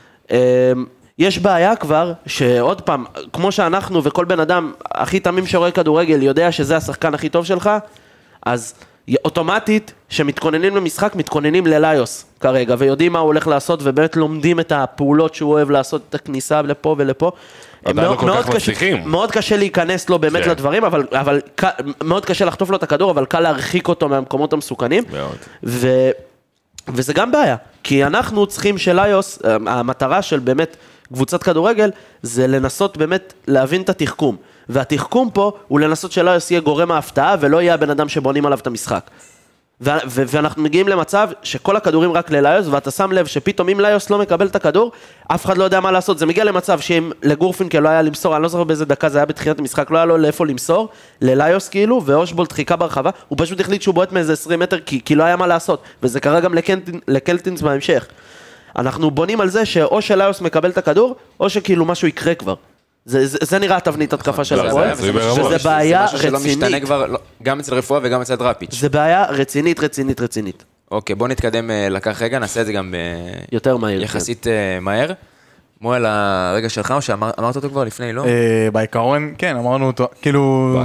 S5: יש בעיה כבר, שעוד פעם, כמו שאנחנו וכל בן אדם הכי תמים שרואה כדורגל יודע שזה השחקן הכי טוב שלך, אז אוטומטית, שמתכוננים למשחק, מתכוננים לליוס כרגע, ויודעים מה הוא הולך לעשות, ובאמת לומדים את הפעולות שהוא אוהב לעשות, את הכניסה לפה ולפה.
S4: עדיין לא כל כך מצליחים.
S5: מאוד קשה להיכנס לו באמת לדברים, אבל, אבל מאוד קשה לחטוף לו את הכדור, אבל קל להרחיק אותו מהמקומות המסוכנים.
S4: מאוד.
S5: ו, וזה גם בעיה, כי אנחנו צריכים שליוס, המטרה של באמת קבוצת כדורגל, זה לנסות באמת להבין את התחכום. והתחכום פה הוא לנסות שליוס יהיה גורם ההפתעה, ולא יהיה הבן אדם שבונים עליו את המשחק. ו- ו- ואנחנו מגיעים למצב שכל הכדורים רק לליוס, ואתה שם לב שפתאום אם ליוס לא מקבל את הכדור, אף אחד לא יודע מה לעשות. זה מגיע למצב שאם לגורפינקל לא היה למסור, אני לא זוכר באיזה דקה זה היה בתחילת המשחק, לא היה לו לאיפה למסור, לליוס כאילו, ואושבולט חיכה ברחבה, הוא פשוט החליט שהוא בועט מאיזה עשרים מטר, כי, כי לא היה מה לעשות, וזה קרה גם לקלטינס, לקלטינס בהמשך. אנחנו בונים על זה שאו שליוס מקבל את הכדור, או שכאילו משהו יקרה כבר. זה, זה, זה נראה תבנית התקפה של הפועל, שזה בעיה רצינית.
S1: גם אצל רפואה וגם אצל דראפיץ'.
S5: זה בעיה רצינית, רצינית, רצינית.
S1: אוקיי, בוא נתקדם לקח רגע, נעשה את זה גם
S5: יותר מהיר.
S1: יחסית מהר. מועל, הרגע שלך, או שאמרת אותו כבר לפני, לא?
S6: בעיקרון, כן, אמרנו אותו, כאילו...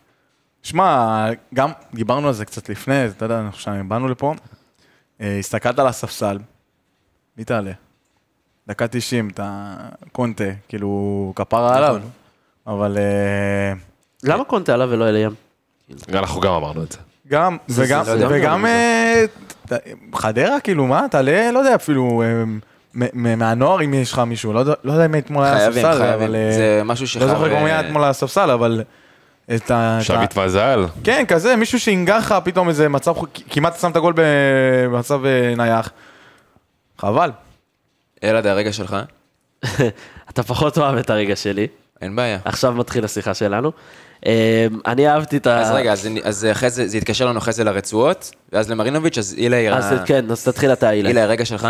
S6: שמע, גם דיברנו על זה קצת לפני, אתה יודע, עכשיו באנו לפה, הסתכלת על הספסל, מי תעלה? דקה תשעים, את הקונטה, כאילו, כפרה עליו, אבל...
S5: למה קונטה עליו ולא אליהם?
S4: אנחנו גם אמרנו את זה.
S6: גם, וגם חדרה, כאילו, מה, תעלה, לא יודע, אפילו, מהנוער, אם יש לך מישהו, לא יודע אם אתמול היה הספסל,
S1: חייבים, זה משהו שחייב...
S6: לא זוכר גם היה אתמול הספסל, אבל את ה...
S4: שביט מזל.
S6: כן, כזה, מישהו שינגח לך פתאום איזה מצב, כמעט שם את הגול במצב נייח. חבל.
S1: אלעד, הרגע שלך?
S5: אתה פחות אוהב את הרגע שלי.
S1: אין בעיה.
S5: עכשיו מתחיל השיחה שלנו. אני אהבתי את ה...
S1: אז רגע, אז אחרי זה, זה יתקשר לנו אחרי זה לרצועות, ואז למרינוביץ', אז אילי...
S5: אז כן, אז תתחיל אתה אילי.
S1: אילי, הרגע שלך?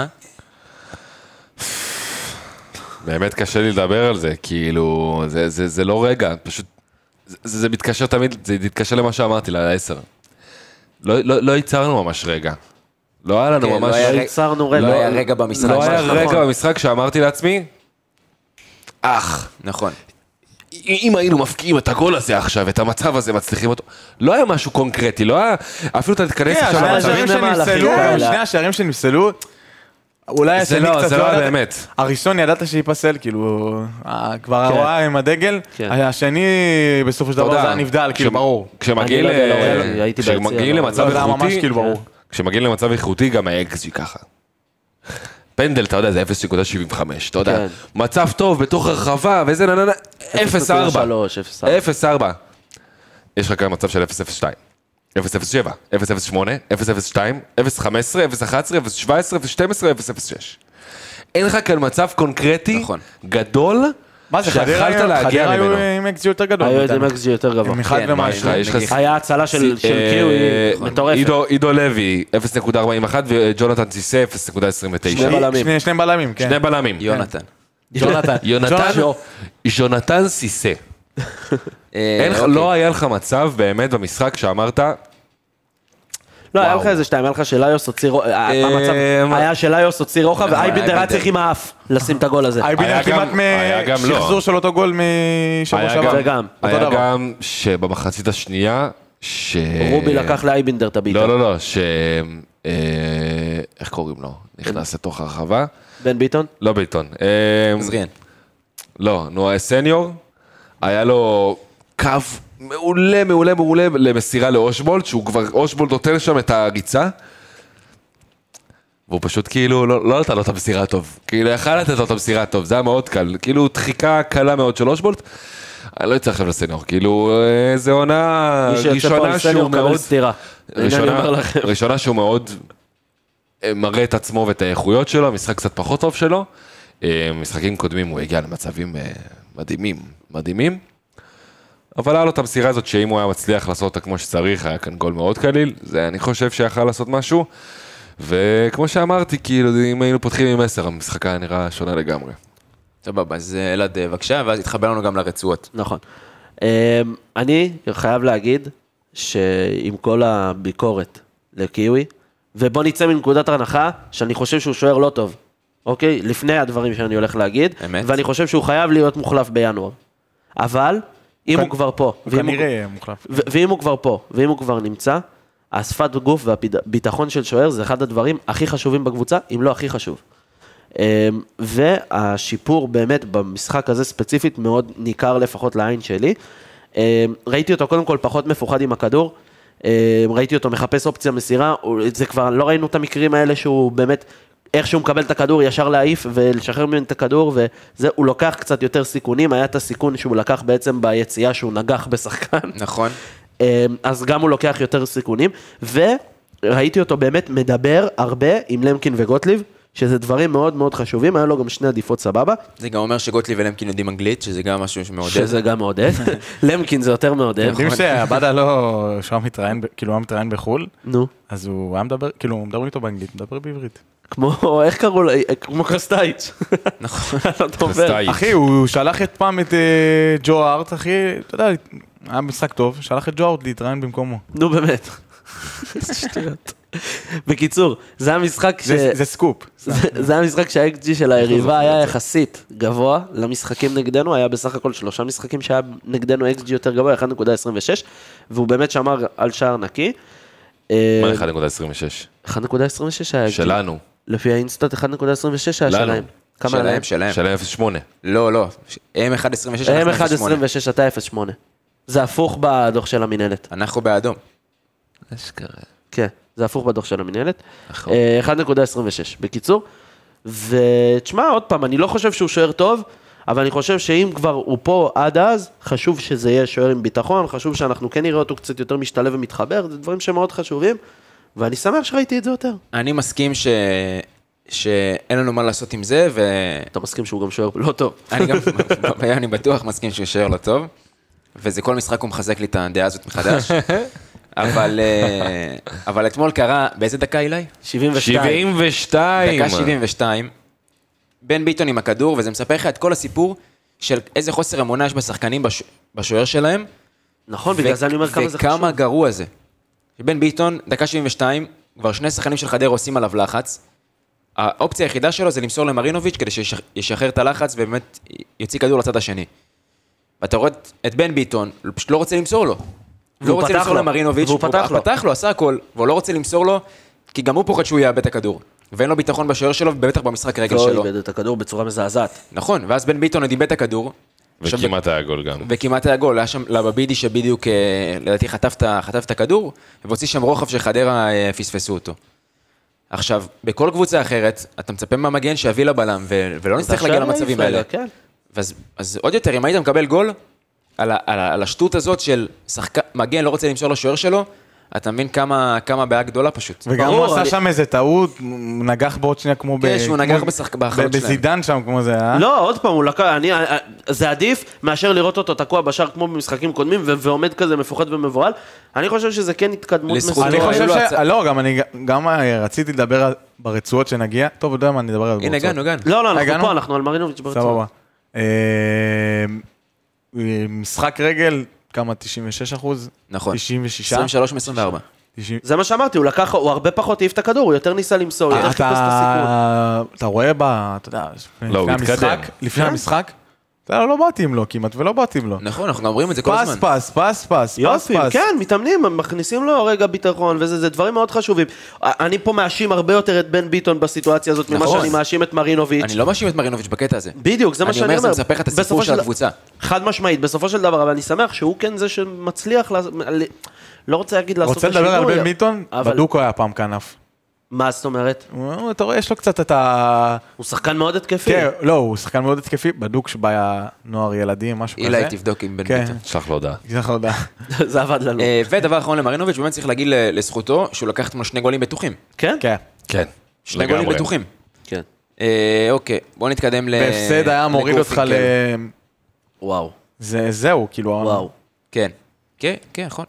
S4: באמת קשה לי לדבר על זה, כאילו, זה, זה, זה לא רגע, פשוט, זה, זה מתקשר תמיד, זה מתקשר למה שאמרתי, לעשר. לא, לא, לא ייצרנו ממש רגע. לא היה לנו
S1: כן,
S4: ממש...
S1: לא היה,
S5: ייצרנו רגע.
S1: לא היה רגע במשחק.
S4: לא היה
S1: נכון.
S4: רגע במשחק שאמרתי לעצמי, אך,
S1: נכון.
S4: אם היינו מפקיעים את הגול הזה עכשיו, את המצב הזה, מצליחים אותו, לא היה משהו קונקרטי, לא היה, אפילו אתה תתכנס עכשיו
S6: השערים שנפסלו, שני השערים שנפסלו, אולי
S4: זה
S6: השני
S4: לא,
S6: קצת
S4: זה
S6: לא
S4: לא
S6: ידעת.
S4: באמת.
S6: הראשון ידעת שיפסל, כאילו, כבר הרואה עם הדגל,
S5: כן.
S6: השני בסופו של דבר זה היה נבדל, כאילו, ברור.
S4: כשמגיעים
S5: אני לא יודע, לא ראיתי, הייתי ביציע,
S4: כשמגיעים
S5: לא.
S4: למצב
S6: לא, זה היה ממש
S4: איכותי,
S6: כאילו ברור.
S4: כשמגיעים למצב איכותי גם ה-אקס ג'י ככה. פנדל, אתה יודע, זה אפס נקודה שבעים וחמש, אתה יודע,
S5: כן.
S4: מצב טוב בתוך הרחבה, וזה נננה, אפס נקודה ארבע. אפס נקודה ארבע. יש לך כאן מצב של אפס נקודה אפס שתיים, אפס נקודה אפס שבע, אפס נקודה אפס שמונה, אפס נקודה אפס שתיים, אפס נקודה חמש עשרה, אפס נקודה אחת עשרה, אפס נקודה שבע עשרה, אפס נקודה שתים עשרה, אפס נקודה אפס שש. אין לך כאן מצב קונקרטי,
S1: נכון.
S4: גדול,
S6: מה זה,
S4: שיכלת
S6: חדרה
S4: להגיע
S6: היו
S4: ממנו.
S6: עם אקס ג'י יותר גדול.
S5: היו
S6: מאיתנו.
S5: עם אקס ג'י יותר גבוה.
S6: עם אחד
S1: כן, מה
S6: ומשהו.
S1: יש לך?
S4: יש לך-
S5: היה הצלה של של
S4: אה,
S5: קיווי מטורפת.
S4: עידו- עידו לוי, אפס נקודה ארבעים ואחת, וג'ונתן סיסה, אפס נקודה עשרים ותשע.
S5: שני בלמים.
S6: שני- שני בלמים, כן.
S4: שני בלמים.
S1: יונתן.
S6: ג'ונתן.
S4: יונתן,
S6: ג'ונתן.
S4: יונתן סיסה.
S1: אה,
S4: אין לך-
S1: אוקיי.
S4: לא היה לך מצב באמת במשחק שאמרת,
S5: לא, היה
S4: וואו.
S5: לך איזה שתיים, היה לך שליוס הוציא רוחב,
S4: אה,
S5: היה שליוס הוציא רוחב,
S1: נכון,
S5: ואייבינדר היה
S1: אייבינדר.
S5: צריך עם האף לשים את הגול הזה.
S6: אייבינדר
S4: היה
S6: כמעט
S4: גם- היה גם לא.
S6: משחזור של אותו גול משבוע
S4: היה
S6: שעבר.
S5: זה גם.
S6: אותו
S4: היה
S6: דבר.
S4: גם שבמחצית השנייה, ש...
S5: רובי לקח לאייבינדר את הבעיטה.
S4: לא, לא, לא, ש... אה, איך קוראים לו? נכנס לתוך הרחבה.
S5: בן ביטון?
S4: לא ביטון. אה,
S1: זריאן.
S4: לא, נו, סניור, היה לו קו מעולה, מעולה, מעולה למסירה לאושבולד, שהוא כבר, אושבולד נותן שם את הריצה, והוא פשוט כאילו לא, לא נתן לו את המסירה טוב. כאילו, יכל לתת לו את המסירה טוב, זה היה מאוד קל. כאילו, דחיקה קלה מאוד של אושבולד. אני לא יצא לכם לסניור, כאילו, אה, זה עונה
S5: מי שיוצא פה
S4: ראשונה
S5: על
S4: שהוא
S5: סניור מקבל
S4: מאוד...
S5: סטירה. הנה אני
S4: ראשונה,
S5: אומר לכם.
S4: ראשונה שהוא מאוד אה, מראה את עצמו ואת האיכויות שלו, משחק קצת פחות טוב שלו. אה, משחקים קודמים הוא הגיע למצבים אה, מדהימים, מדהימים. אבל היה לו את המסירה הזאת שאם הוא היה מצליח לעשות אותה כמו שצריך, היה כאן גול מאוד קליל, זה אני חושב שיכל לעשות משהו. וכמו שאמרתי, כאילו, אם היינו פותחים עם עשר, המשחק היה נראה שונה לגמרי.
S1: סבבה, אז אלעד בבקשה, ואז יתחבר לנו גם לרצועות.
S5: נכון. אמ, אני חייב להגיד שעם כל הביקורת לקיווי, ובוא נצא מנקודת הנחה שאני חושב שהוא שוער לא טוב, אוקיי? לפני הדברים שאני הולך להגיד,
S1: אמת.
S5: ואני חושב שהוא חייב להיות מוחלף בינואר. אבל, אם הוא כבר פה,
S6: הוא
S5: ואם הוא-
S6: כנראה מוחלף.
S5: ו- ואם הוא כבר פה, ואם הוא כבר נמצא, השפת גוף והביטחון של שוער זה אחד הדברים הכי חשובים בקבוצה, אם לא הכי חשוב. אמ, והשיפור באמת במשחק הזה ספציפית מאוד ניכר לפחות לעין שלי. אמ, ראיתי אותו קודם כל פחות מפוחד עם הכדור, אמ, ראיתי אותו מחפש אופציה מסירה, הוא- זה כבר לא ראינו את המקרים האלה שהוא באמת, איך שהוא מקבל את הכדור ישר להעיף ולשחרר ממנו את הכדור, וזה, הוא לוקח קצת יותר סיכונים, היה את הסיכון שהוא לקח בעצם ביציאה שהוא נגח בשחקן.
S1: נכון.
S5: אז גם הוא לוקח יותר סיכונים, וראיתי אותו באמת מדבר הרבה עם למקין וגוטליב, שזה דברים מאוד מאוד חשובים, היה לו גם שני עדיפות סבבה,
S1: זה גם אומר שגוטליב ולמקין יודעים אנגלית, שזה גם משהו שמעודד.
S5: שזה גם מעודד, למקין זה יותר מעודד,
S6: יודעים שעבדה לא, שהוא היה מתראיין, ב- כאילו הוא היה מתראיין בחו"ל,
S5: נו,
S6: אז הוא היה מדבר, כאילו מדברים איתו באנגלית, מדבר בעברית.
S5: כמו, איך קראו לו, כמו קרסטייץ',
S1: נכון.
S5: לא דובר.
S4: קרסטייץ'.
S6: אחי, הוא שלח את פעם את אה, ג'ו ארט, אחי, אתה יודע, היה משחק טוב, שלח את ג'ו ארט להתראיין במקומו.
S5: נו באמת. שטויות. בקיצור, זה המשחק ש...
S6: זה זה סקופ.
S5: זה- זה המשחק שה-אקס ג'י של היריבה היה יחסית גבוה למשחקים נגדנו, היה בסך הכל שלושה משחקים שהיה נגדנו אקס ג'י יותר גבוה, אחד נקודה עשרים ושש, והוא באמת שמר על שער נקי.
S4: מה אחד נקודה עשרים ושש?
S5: אחד נקודה עשרים ושש היה אקס ג'י.
S4: שלנו.
S5: לפי האינסטאט אחד נקודה עשרים ושש היה
S4: לנו.
S5: שלהם. כמה היה להם?
S1: שלהם, שלהם.
S4: שלהם אפס שמונה.
S1: לא, לא. הם אחד עשרים ושש,
S5: הם
S1: אנחנו
S5: אחד
S1: אפס שמונה.
S5: עשרים ושש, אתה אפס שמונה. זה הפוך בדוח של המנהלת.
S1: אנחנו באדום.
S5: כן, זה הפוך בדוח של המנהלת. אה, אחד נקודה עשרים ושש, בקיצור. ותשמע, עוד פעם, אני לא חושב שהוא שוער טוב, אבל אני חושב שאם כבר הוא פה עד אז, חשוב שזה יהיה שוער עם ביטחון, חשוב שאנחנו כן נראה אותו קצת יותר משתלב ומתחבר, זה דברים שמאוד חשובים, ואני שמח שראיתי את זה יותר.
S1: אני מסכים ש... שאין לנו מה לעשות עם זה, ו...
S5: אתה מסכים שהוא גם שוער לא טוב.
S1: אני גם, אני בטוח מסכים שהוא שוער לא טוב, וזה כל משחק הוא מחזק לי את הדעה הזאת מחדש. אבל, אבל אתמול קרה, באיזה דקה אילי?
S5: שבעים ושתיים.
S4: שבעים ושתיים.
S1: דקה שבעים ושתיים. בן ביטון עם הכדור, וזה מספר לך את כל הסיפור של איזה חוסר אמונה יש בשחקנים בש... בשוער שלהם.
S5: נכון, בגלל זה אני אומר כמה זה חשוב.
S1: וכמה גרוע זה. בן ביטון, דקה שבעים ושתיים, כבר שני שחקנים של חדרה עושים עליו לחץ. האופציה היחידה שלו זה למסור למרינוביץ' כדי שישחרר את הלחץ ובאמת יוציא כדור לצד השני. ואתה רואה את בן ביטון, הוא פשוט לא רוצה למסור לו. לא רוצה למסור למרינוביץ',
S5: והוא פתח לו.
S1: פתח לו, עשה הכל, והוא לא רוצה למסור לו, כי גם הוא פוחד שהוא יאבד את הכדור. ואין לו ביטחון בשוער שלו, ובטח במשחק רגל שלו.
S5: לא איבד את הכדור בצורה מזעזעת.
S1: נכון, ואז בן ביטון איבד את הכדור.
S4: וכמעט היה גול גם.
S1: וכמעט היה גול, היה שם לבבידי שבדיוק, לדעתי, חטף את הכדור, והוציא שם רוחב שחדרה פספסו אותו. עכשיו, בכל קבוצה אחרת, אתה מצפה מהמגן שיביא לבלם, ולא נצטרך להגיע למצבים האלה. אז עוד יותר, אם היית מקבל גול, על השטות הזאת של מגן לא רוצה למסור לשוער שלו, אתה מבין כמה בעיה גדולה פשוט.
S6: וגם הוא עשה שם איזה טעות, הוא נגח בעוד שנייה כמו
S1: כן, שהוא נגח בהחלות שלהם.
S6: בזידן שם כמו זה, אה?
S5: לא, עוד פעם, הוא לקח, זה עדיף מאשר לראות אותו תקוע בשער כמו במשחקים קודמים, ועומד כזה מפוחד ומבוהל. אני חושב שזה כן התקדמות מסוימת.
S6: אני חושב ש... לא, גם אני גם רציתי לדבר ברצועות שנגיע. טוב, יודע מה, אני אדבר על ברצועות.
S1: הנה, הגענו, הגענו.
S5: לא, לא, אנחנו פה, אנחנו על מרינוביץ' ברצועות.
S6: סבבה. משחק רגל, כמה? תשעים ושש אחוז?
S1: נכון.
S6: תשעים ושש?
S1: עשרים ושלוש מ-עשרים וארבע.
S5: זה מה שאמרתי, הוא לקח, הוא הרבה פחות העיף את הכדור, הוא יותר ניסה למסור, יותר חיפש את הסיכון.
S6: אתה רואה בה, אתה יודע, לפני המשחק, לפני המשחק, לא באתים לו כמעט, ולא באתים לו.
S1: נכון, אנחנו אומרים את זה כל הזמן.
S6: פס, פס, פס, פס,
S5: יופי, כן, מתאמנים, מכניסים לו רגע ביטחון, וזה, זה דברים מאוד חשובים. אני פה מאשים הרבה יותר את בן ביטון בסיטואציה הזאת, ממה שאני מאשים את מרינוביץ'.
S1: אני לא מאשים את מרינוביץ' בקטע הזה.
S5: בדיוק, זה מה שאני אומר.
S1: אני אומר, זה מספר לך את הסיפור של הקבוצה.
S5: חד משמעית, בסופו של דבר, אבל אני שמח שהוא כן זה שמצליח, לא רוצה להגיד לעשות
S6: רוצה לדבר על בן ביטון? בדוקו היה פעם כנף.
S5: מה זאת אומרת?
S6: אתה רואה, יש לו קצת את ה...
S5: הוא שחקן מאוד התקפי.
S6: כן, לא, הוא שחקן מאוד התקפי, בדוק שבא נוער ילדים, משהו כזה.
S1: אילי תבדוק עם בן ביטון.
S4: שלח לו הודעה.
S6: שלח לו הודעה.
S5: זה עבד לנו.
S1: ודבר אחרון למרינוביץ', באמת צריך להגיד לזכותו, שהוא לקח אתמול שני גולים בטוחים.
S5: כן?
S6: כן.
S4: כן.
S1: שני גולים בטוחים.
S5: כן.
S1: אוקיי, בוא נתקדם ל...
S6: בהפסד היה מוריד אותך ל...
S5: וואו.
S6: זהו, כאילו...
S5: וואו.
S1: כן. כן, כן, נכון.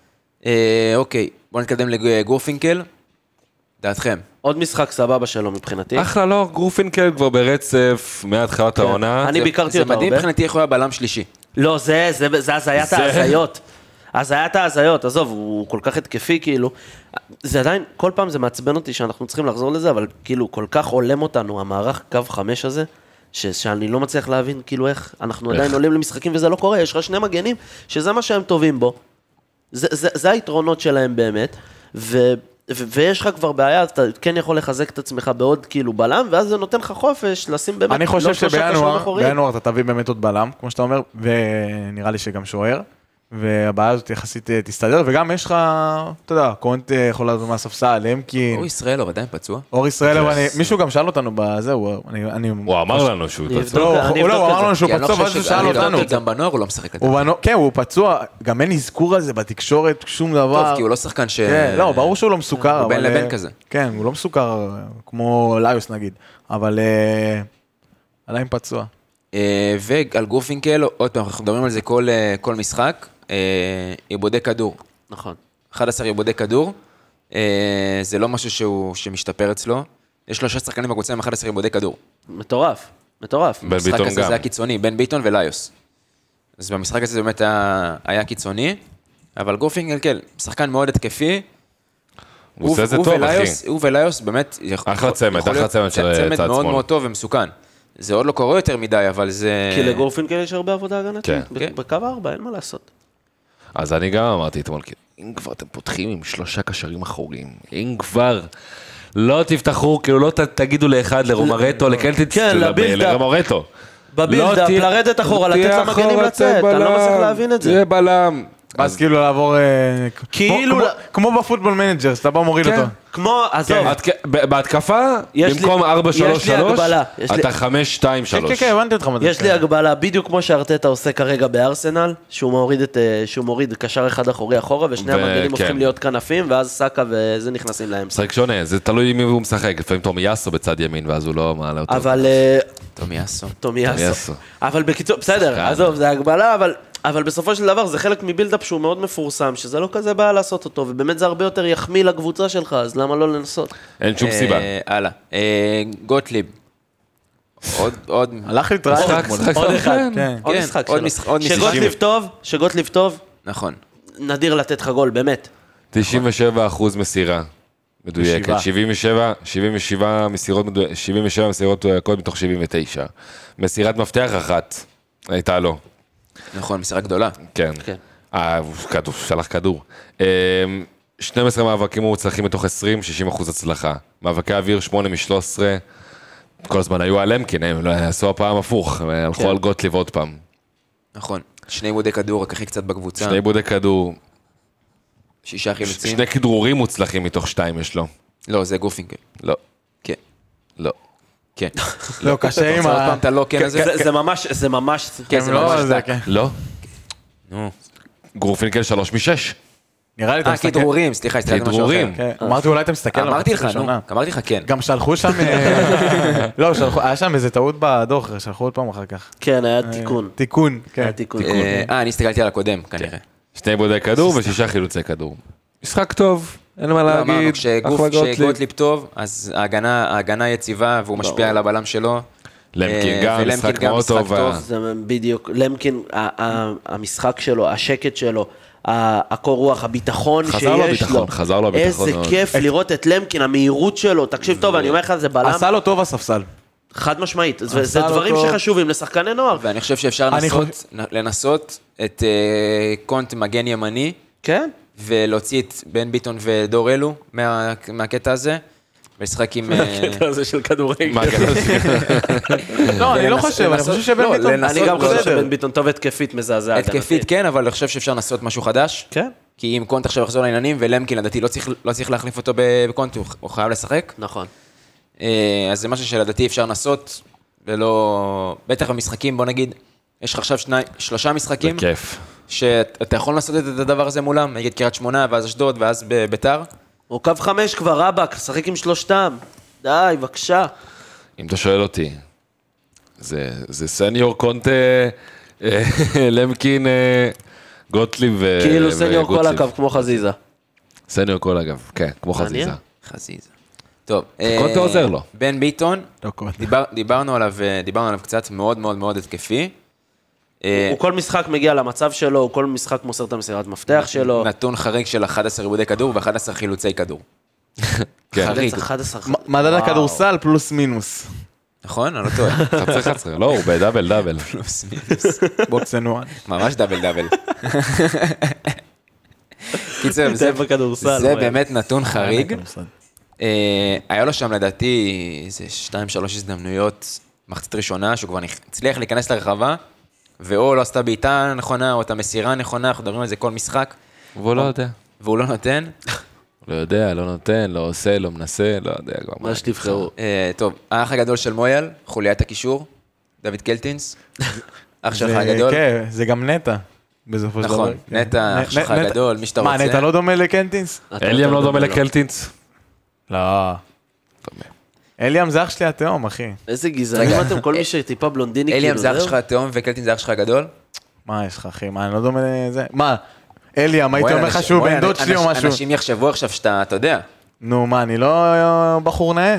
S1: אוקיי, בוא נתקדם לגורפינקל. דעתכם.
S5: עוד משחק סבבה שלו מבחינתי.
S4: אחלה, לא, גורפינקל כבר ברצף מהתחלת העונה.
S5: אני ביקרתי
S1: זה
S5: אותו הרבה.
S1: מדהים מבחינתי איך הוא היה בלם שלישי.
S5: לא, זה, זה, זה הזיית ההזיות. הזיית ההזיות, עזוב, הוא כל כך התקפי, כאילו. זה עדיין, כל פעם זה מעצבן אותי שאנחנו צריכים לחזור לזה, אבל כאילו, כל כך עולם אותנו, המערך קו חמש הזה, ש, שאני לא מצליח להבין, כאילו, איך אנחנו עדיין עולים למשחקים וזה לא קורה. יש לך שני מגנים, שזה מה שהם טובים בו. זה, זה, זה היתרונות שלהם באמת, ו... ויש לך כבר בעיה, אתה כן יכול לחזק את עצמך בעוד כאילו בלם, ואז זה נותן לך חופש לשים באמת...
S6: אני חושב שבינואר, בינואר אתה תביא באמת עוד בלם, כמו שאתה אומר, ונראה לי שגם שוער, והבעיה הזאת יחסית תסתדר, וגם יש לך, אתה יודע, קונט יכול לעשות מהספסל, למקין.
S1: אור ישראל, אבל עדיין פצוע.
S6: אור ישראל, מישהו גם שאל אותנו בזה, הוא...
S4: הוא אמר לנו שהוא פצוע.
S6: לא, הוא אמר לנו שהוא פצוע, ואז הוא שאל אותנו.
S1: גם בנוער הוא לא משחק את זה.
S6: כן, הוא פצוע, גם אין אזכור על זה בתקשורת, שום דבר.
S1: טוב, כי הוא לא שחקן ש...
S6: לא, ברור שהוא לא מסוכר.
S1: הוא בין לבין כזה.
S6: כן, הוא לא מסוכר, כמו ליוס נגיד, אבל עדיין פצוע.
S1: ועל גורפינקל, עוד פעם, אנחנו מדברים על זה כל משחק. עיבודי כדור.
S5: נכון.
S1: אחד עשר עיבודי כדור. זה לא משהו שהוא, שמשתפר אצלו. יש לו שש שחקנים בקבוצה עם אחד עשר עיבודי כדור.
S5: מטורף, מטורף.
S4: בן ביטון גם.
S1: זה היה קיצוני, בן ביטון וליוס. אז במשחק הזה זה באמת היה, היה קיצוני, אבל גורפינקל, כן, שחקן מאוד התקפי.
S4: הוא עושה את זה טוב, אחי.
S1: הוא וליוס באמת...
S4: אחלה צמד, אחלה צמד של צד שמאל.
S1: צמד מאוד מאוד טוב ומסוכן. זה עוד לא קורה יותר מדי, אבל זה...
S5: כי לגורפינקל יש הרבה עבודה הגנתית.
S4: כן.
S5: בקו ארבע, אין מה לעשות.
S4: אז אני גם אמרתי אתמול, אם כבר אתם פותחים עם שלושה קשרים אחוריים, אם כבר לא תפתחו, כאילו לא תגידו לאחד לרומרטו, לקלטיץ, לרומרטו.
S5: בבילדאפ, לרדת אחורה, לתת למגנים לצאת, אני לא מצליח להבין את זה.
S4: תהיה בלם,
S6: ואז כאילו לעבור... אה,
S5: כאילו
S6: כמו-
S5: ל-
S6: כמו בפוטבול מנג'ר, שאתה בא מוריד
S4: כן.
S6: אותו.
S5: כמו, עזוב,
S4: התק- ב- בהתקפה,
S5: יש לי-
S4: במקום ארבע שלוש
S5: יש לי
S4: שלוש,
S5: הגבלה, יש לי-
S4: אתה חמש שתיים
S6: כן, כן,
S4: שלוש.
S6: כן, הבנתי אותך. מה זה.
S5: יש לי הגבלה, בדיוק כמו שארטטה עושה כרגע בארסנל, שהוא מוריד את, אה, שהוא מוריד קשר אחד אחורי אחורה, ושני
S4: ו-
S5: המגנים
S4: כן.
S5: הופכים להיות כנפים, ואז סאקה וזה נכנסים להם.
S4: משחק שונה, זה תלוי מי הוא משחק, לפעמים תומי יאסו בצד ימין, ואז הוא לא מעלה אותו.
S5: אבל... אה,
S1: תומי אסו.
S5: תומי יאסו.
S4: יאסו.
S5: אבל בקיצור, בסדר,
S4: שחקן.
S5: עזוב, זה הגבלה, אבל... אבל בסופו של דבר זה חלק מבילדאפ שהוא מאוד מפורסם, שזה לא כזה בעיה לעשות אותו, ובאמת זה הרבה יותר יחמיא לקבוצה שלך, אז למה לא לנסות?
S4: אין שום סיבה.
S1: אה, הלאה. אה, גוטליב. עוד, עוד...
S6: הלך להתראה.
S4: משחק,
S6: אתמול.
S4: משחק
S5: עוד
S4: טוב,
S5: אחד,
S4: כן.
S6: כן.
S5: עוד
S1: כן,
S5: משחק
S1: עוד
S5: שלו.
S1: משחק- עוד משחק.
S5: שגוטליב טוב, שגוטליב טוב,
S1: נכון.
S5: נדיר לתת לך גול, באמת.
S4: תשעים ושבע אחוז מסירה. מדויקת.
S6: בשבעה.
S4: שבעים ושבע, שבעים ושבע מסירות מדויקות, שבעים ושבע מסירות מדויקות מתוך שבעים ותשע. מסירת מפתח אחת הייתה לו.
S1: נכון, מסירה גדולה.
S4: כן.
S5: כן.
S4: אה, הוא כדור, שלח כדור. אה, שנים עשר מאבקים מוצלחים מתוך עשרים, שישים אחוז הצלחה. מאבקי אוויר, שמונה משלוש עשרה. כל הזמן היו על למקין, הם לא עשו הפעם הפוך, הם הלכו
S5: כן.
S4: על גוטליב עוד פעם.
S1: נכון. שני עיבודי כדור, רק הכי קצת בקבוצה.
S4: שני עיבודי כדור,
S1: שישה חילוצים.
S4: שני כדרורים מוצלחים מתוך שתיים יש לו.
S1: לא, זה גופינגל.
S4: לא,
S1: כן.
S4: לא.
S1: כן.
S6: לא, קשה עם
S1: רוצה עוד
S6: ה...
S1: פעם את הלא כן הזה?
S5: זה- זה ממש, זה ממש...
S1: כן, זה
S6: לא,
S1: ממש
S6: זה,
S1: דק.
S6: כן.
S4: לא.
S1: נו.
S4: גורפינקל שלוש משש.
S6: נראה לי אתה
S1: אה,
S6: מסתכל.
S1: כדרורים, סליחה, הסתכלתי משהו אחר.
S4: כדרורים.
S6: כן, אמרתי אולי אתה מסתכל. על
S1: אמרתי
S6: המחצית
S1: לך, נו.
S6: הראשונה.
S1: אמרתי לך כן.
S6: גם שלחו שם... אה, לא, שלחו- היה שם איזה טעות בדוח, שלחו עוד פעם אחר כך.
S5: כן, היה תיקון.
S6: תיקון, כן.
S5: היה תיקון.
S1: אה, אה, אני הסתכלתי על הקודם, כנראה.
S4: שני עיבודי כדור ושישה חילוצי כדור. משחק טוב, אין מה
S1: לא, אמרנו,
S4: להגיד.
S1: כשגוף-
S4: אחלה גוטליב.
S1: כשגוטליב טוב, אז ההגנה ההגנה יציבה, והוא משפיע על הבלם שלו.
S4: למקין
S1: אה,
S4: גם,
S1: ולמקין
S4: משחק
S1: גם
S4: מאוד
S1: משחק
S4: טוב.
S1: טוב.
S5: זה בדיוק, למקין, ה- ה- המשחק שלו, השקט שלו, ה- הקור רוח, הביטחון שיש
S4: חזר
S5: לו.
S4: לו הביטחון, חזר לו הביטחון
S5: איזה
S4: מאוד.
S5: כיף לראות את למקין, המהירות שלו, תקשיב טוב, אני אומר לך, זה בלם
S6: עשה לו טוב הספסל.
S5: חד משמעית, זה זה
S6: לו
S5: דברים
S6: טוב.
S5: שחשובים לשחקני נוער.
S1: ואני חושב שאפשר
S6: אני
S1: לנסות, לנסות את אה, קונט מגן ימני,
S5: כן?
S1: ולהוציא את בן ביטון ודור אלו מה- מהקטע הזה, ולשחק עם... אה,
S5: הזה של כדורגל.
S4: מה, גדול?
S6: לא, אני לא
S1: לנס-
S6: חושב, אני
S1: לנסות-
S6: חושב שבן
S1: לא,
S6: ביטון...
S1: לנסות-
S5: אני גם
S1: לא,
S5: חושב
S1: בסדר.
S5: שבן ביטון טוב התקפית מזעזע.
S1: התקפית כן, אבל אני חושב שאפשר לנסות משהו חדש.
S5: כן,
S1: כי אם קונט עכשיו יחזור לעניינים, ולמקין לדעתי לא צריך, לא צריך להחליף אותו ב- בקונט, הוא, הוא חייב לשחק.
S5: נכון.
S1: אה, אז זה משהו שלדעתי אפשר לנסות, ולא... בטח במשחקים, בוא נגיד, יש לך עכשיו שני, שלושה משחקים,
S4: כיף.
S1: שאתה יכול לעשות את הדבר הזה מולם, נגיד קריית שמונה, ואז אשדוד, ואז בביתר.
S5: הוא קו חמש כבר, רבאק, שחק עם שלושתם. די, בבקשה.
S4: אם אתה שואל אותי, זה, זה סניור קונטה, אה, למקין, אה, גוטליב ו-
S5: כאילו סניור כל
S4: וגוטליב.
S5: הקו, כמו חזיזה.
S4: סניור כל אגב, כן, כמו
S5: מעניין.
S4: חזיזה.
S1: חזיזה. טוב.
S4: קונטה
S1: אה,
S4: עוזר לו.
S1: בן ביטון,
S6: לא קונטה.
S1: דיבר, דיברנו עליו, אה, דיברנו עליו קצת, מאוד מאוד מאוד התקפי. אה,
S5: הוא כל משחק מגיע למצב שלו, הוא כל משחק מוסר את המסירת מפתח שלו.
S1: נתון חריג של אחד עשר עיבודי כדור ו-אחד עשר חילוצי כדור.
S4: כן.
S1: חריג.
S5: אחד עשר.
S6: מ- מדד הכדורסל פלוס מינוס.
S1: נכון? אני לא טועה.
S4: אחת עשרה אחת עשרה, לא, הוא בדאבל דאבל.
S1: פלוס מינוס.
S6: בוקסנואן.
S1: ממש דאבל דאבל. קיצר, זה-
S5: בכדורסל,
S1: זה
S5: הוא
S1: באמת נתון חריג. אה, היה לו שם לדעתי איזה שתיים, שלוש הזדמנויות, מחצית ראשונה, שהוא כבר נכ- הצליח להיכנס לרחבה, ואו לא עשתה בעיטה נכונה, או את המסירה הנכונה, אנחנו מדברים על זה כל משחק,
S4: והוא לא יודע.
S1: והוא לא נותן.
S4: לא יודע, לא נותן, לא עושה, לא מנסה, לא יודע כבר
S5: מה שתבחרו.
S1: אה, טוב, האח הגדול של מויאל, חוליית הקישור, דוד קלטינס, אח שלך
S6: זה-
S1: הגדול.
S6: כן, זה גם נטע. בסופו של דבר.
S1: נכון,
S6: כן.
S1: נטע,
S6: נ-
S1: אח שלך
S6: נטע-
S1: הגדול, מי שאתה רוצה.
S6: מה, נטע לא דומה לקנטינס?
S4: אליאם לא דומה לקלטינס?
S6: לא. אליאם זה אח שלי התאום, אחי.
S5: איזה גזענים אתם, כל מי שטיפה בלונדיני,
S1: אליאם
S5: כאילו,
S1: זה אח
S5: זהו?
S1: שלך התאום וקלטינס זה אח שלך הגדול?
S6: מה יש לך, אחי? מה, אני לא דומה לזה? מה? אליאם, הייתי
S1: וואי,
S6: אומר לך
S1: אנשים-
S6: שהוא
S1: וואי,
S6: בן דוד שלי או
S1: אנש-
S6: משהו.
S1: אנשים יחשבו עכשיו שאתה, אתה יודע.
S6: נו, מה, אני לא בחור נאה?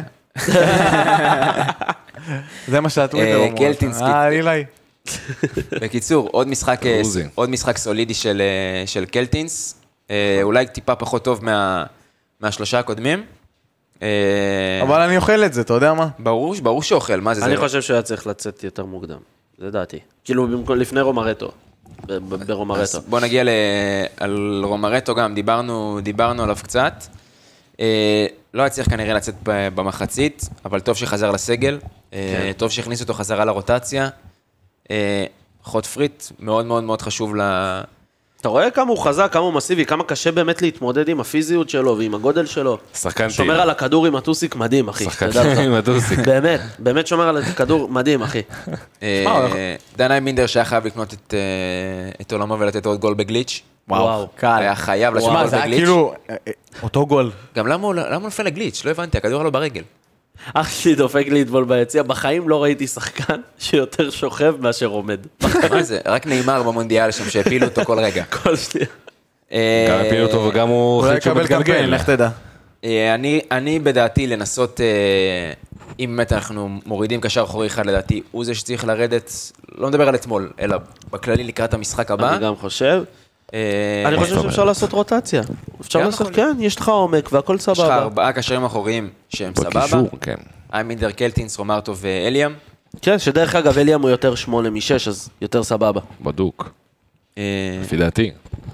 S6: זה מה שהטוויטר
S1: אה,
S6: אומר.
S1: קלטינס,
S6: אה, אילי.
S1: בקיצור, עוד משחק, אה,
S4: דרוזי.
S1: עוד משחק סולידי של, אה, של קלטינס, אה, אולי טיפה פחות טוב מה, מהשלושה הקודמים. אה,
S6: אבל אני אוכל את זה, אתה יודע מה?
S1: ברור, ברור שאוכל, מה זה?
S5: אני
S1: זה
S5: חושב שהוא היה צריך לצאת יותר מוקדם. זה דעתי. כאילו, במקום- לפני רומרטו. ב- ב-
S1: אז
S5: ברומרטו.
S1: בוא נגיע ל, על רומרטו גם, דיברנו, דיברנו עליו קצת. אה, לא הצליח כנראה לצאת ב- במחצית, אבל טוב שחזר לסגל, אה, טוב שהכניס אותו חזרה לרוטציה. אה, חוטפריט מאוד מאוד מאוד חשוב ל...
S5: אתה רואה כמה הוא חזק, כמה הוא מסיבי, כמה קשה באמת להתמודד עם הפיזיות שלו ועם הגודל שלו.
S4: שחקן טיל.
S5: שומר על הכדור עם הטוסיק מדהים, אחי.
S4: שחקן
S5: תדע לך.
S4: עם הטוסיק.
S5: באמת, באמת שומר על הכדור מדהים, אחי.
S1: אה, דן איימינדר שהיה חייב לקנות את, אה, את עולמו ולתת עוד גול בגליץ'.
S5: וואו,
S6: קל.
S1: היה חייב לשמור
S6: שמע,
S1: גול
S6: זה היה
S1: בגליץ'.
S6: כאילו, אה, אה, אותו גול.
S1: גם למה הוא למה הוא נופל לגליץ'? לא הבנתי, הכדור היה לו ברגל.
S5: אח שלי דופק לי אתמול ביציע, בחיים לא ראיתי שחקן שיותר שוכב מאשר עומד.
S1: מה זה? רק נאמר במונדיאל שם שהפילו אותו כל רגע.
S5: כל שנייה.
S1: אה,
S4: גם הפילו אותו וגם הוא
S6: אולי
S4: החליט שהוא
S6: יקבל קמפיין,
S4: מתגלגל.
S6: לך תדע.
S1: אה, אני, אני בדעתי לנסות, אה, אם באמת אנחנו מורידים קשר אחורי אחד, לדעתי הוא זה שצריך לרדת, לא מדבר על אתמול, אלא בכללי לקראת המשחק הבא.
S5: אני גם חושב.
S1: אה,
S5: אני חושב שאפשר לעשות רוטציה. אפשר
S1: גם
S5: לעשות,
S1: יכול
S5: כן, יש לך עומק והכל
S1: יש לך
S5: סבבה.
S1: ארבעה קשרים אחוריים שהם סבבה.
S4: בקישור, כן.
S1: איימינדר, קלטינס, רומרטו ואליאם.
S5: כן, שדרך אגב, אליאם הוא יותר שמונה משש, אז יותר סבבה.
S4: בדוק.
S1: אה,
S4: לפי דעתי.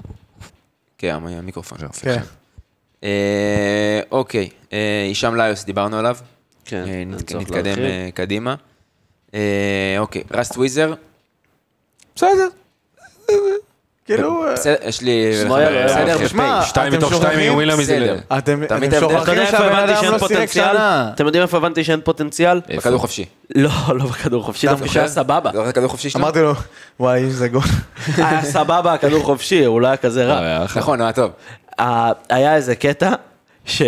S1: כן, המיקרופון.
S6: כן.
S1: אה, אוקיי, אה, הישאם ליוס, דיברנו עליו.
S5: כן,
S1: אה,
S5: אין
S1: נת-
S5: צורך
S1: נתקדם
S5: להרחיב.
S1: אה, קדימה. אה, אוקיי, רסט וויזר.
S6: בסדר. כאילו, אה,
S1: בסדר, יש לי...
S5: שמואל,
S1: בסדר,
S5: אה,
S6: שמע,
S1: בפ'.
S4: שתיים
S6: אתם
S4: מתוך שתיים
S6: שוכחים?
S4: מווילה מזה.
S1: בסדר.
S6: אתם
S1: תמיד
S6: אתם
S1: ההבדל.
S5: אתה יודע
S6: שוכחים
S5: איפה
S6: שהבן
S5: הבנתי
S6: אדם
S5: שאין
S6: לא שיחק
S5: פוטנציאל?
S6: שנה.
S5: אתם יודעים איפה הבנתי שאין פוטנציאל?
S1: בכדור חופשי.
S5: לא, לא בכדור חופשי, דווקא שהיה סבבה.
S1: לא כדור חופשי שלו?
S6: אמרתי לו, וואי, איזה גול.
S5: היה סבבה, הכדור חופשי, הוא לא היה כזה רע.
S4: היה אחלה.
S1: נכון, היה טוב.
S5: ה- היה איזה קטע ש...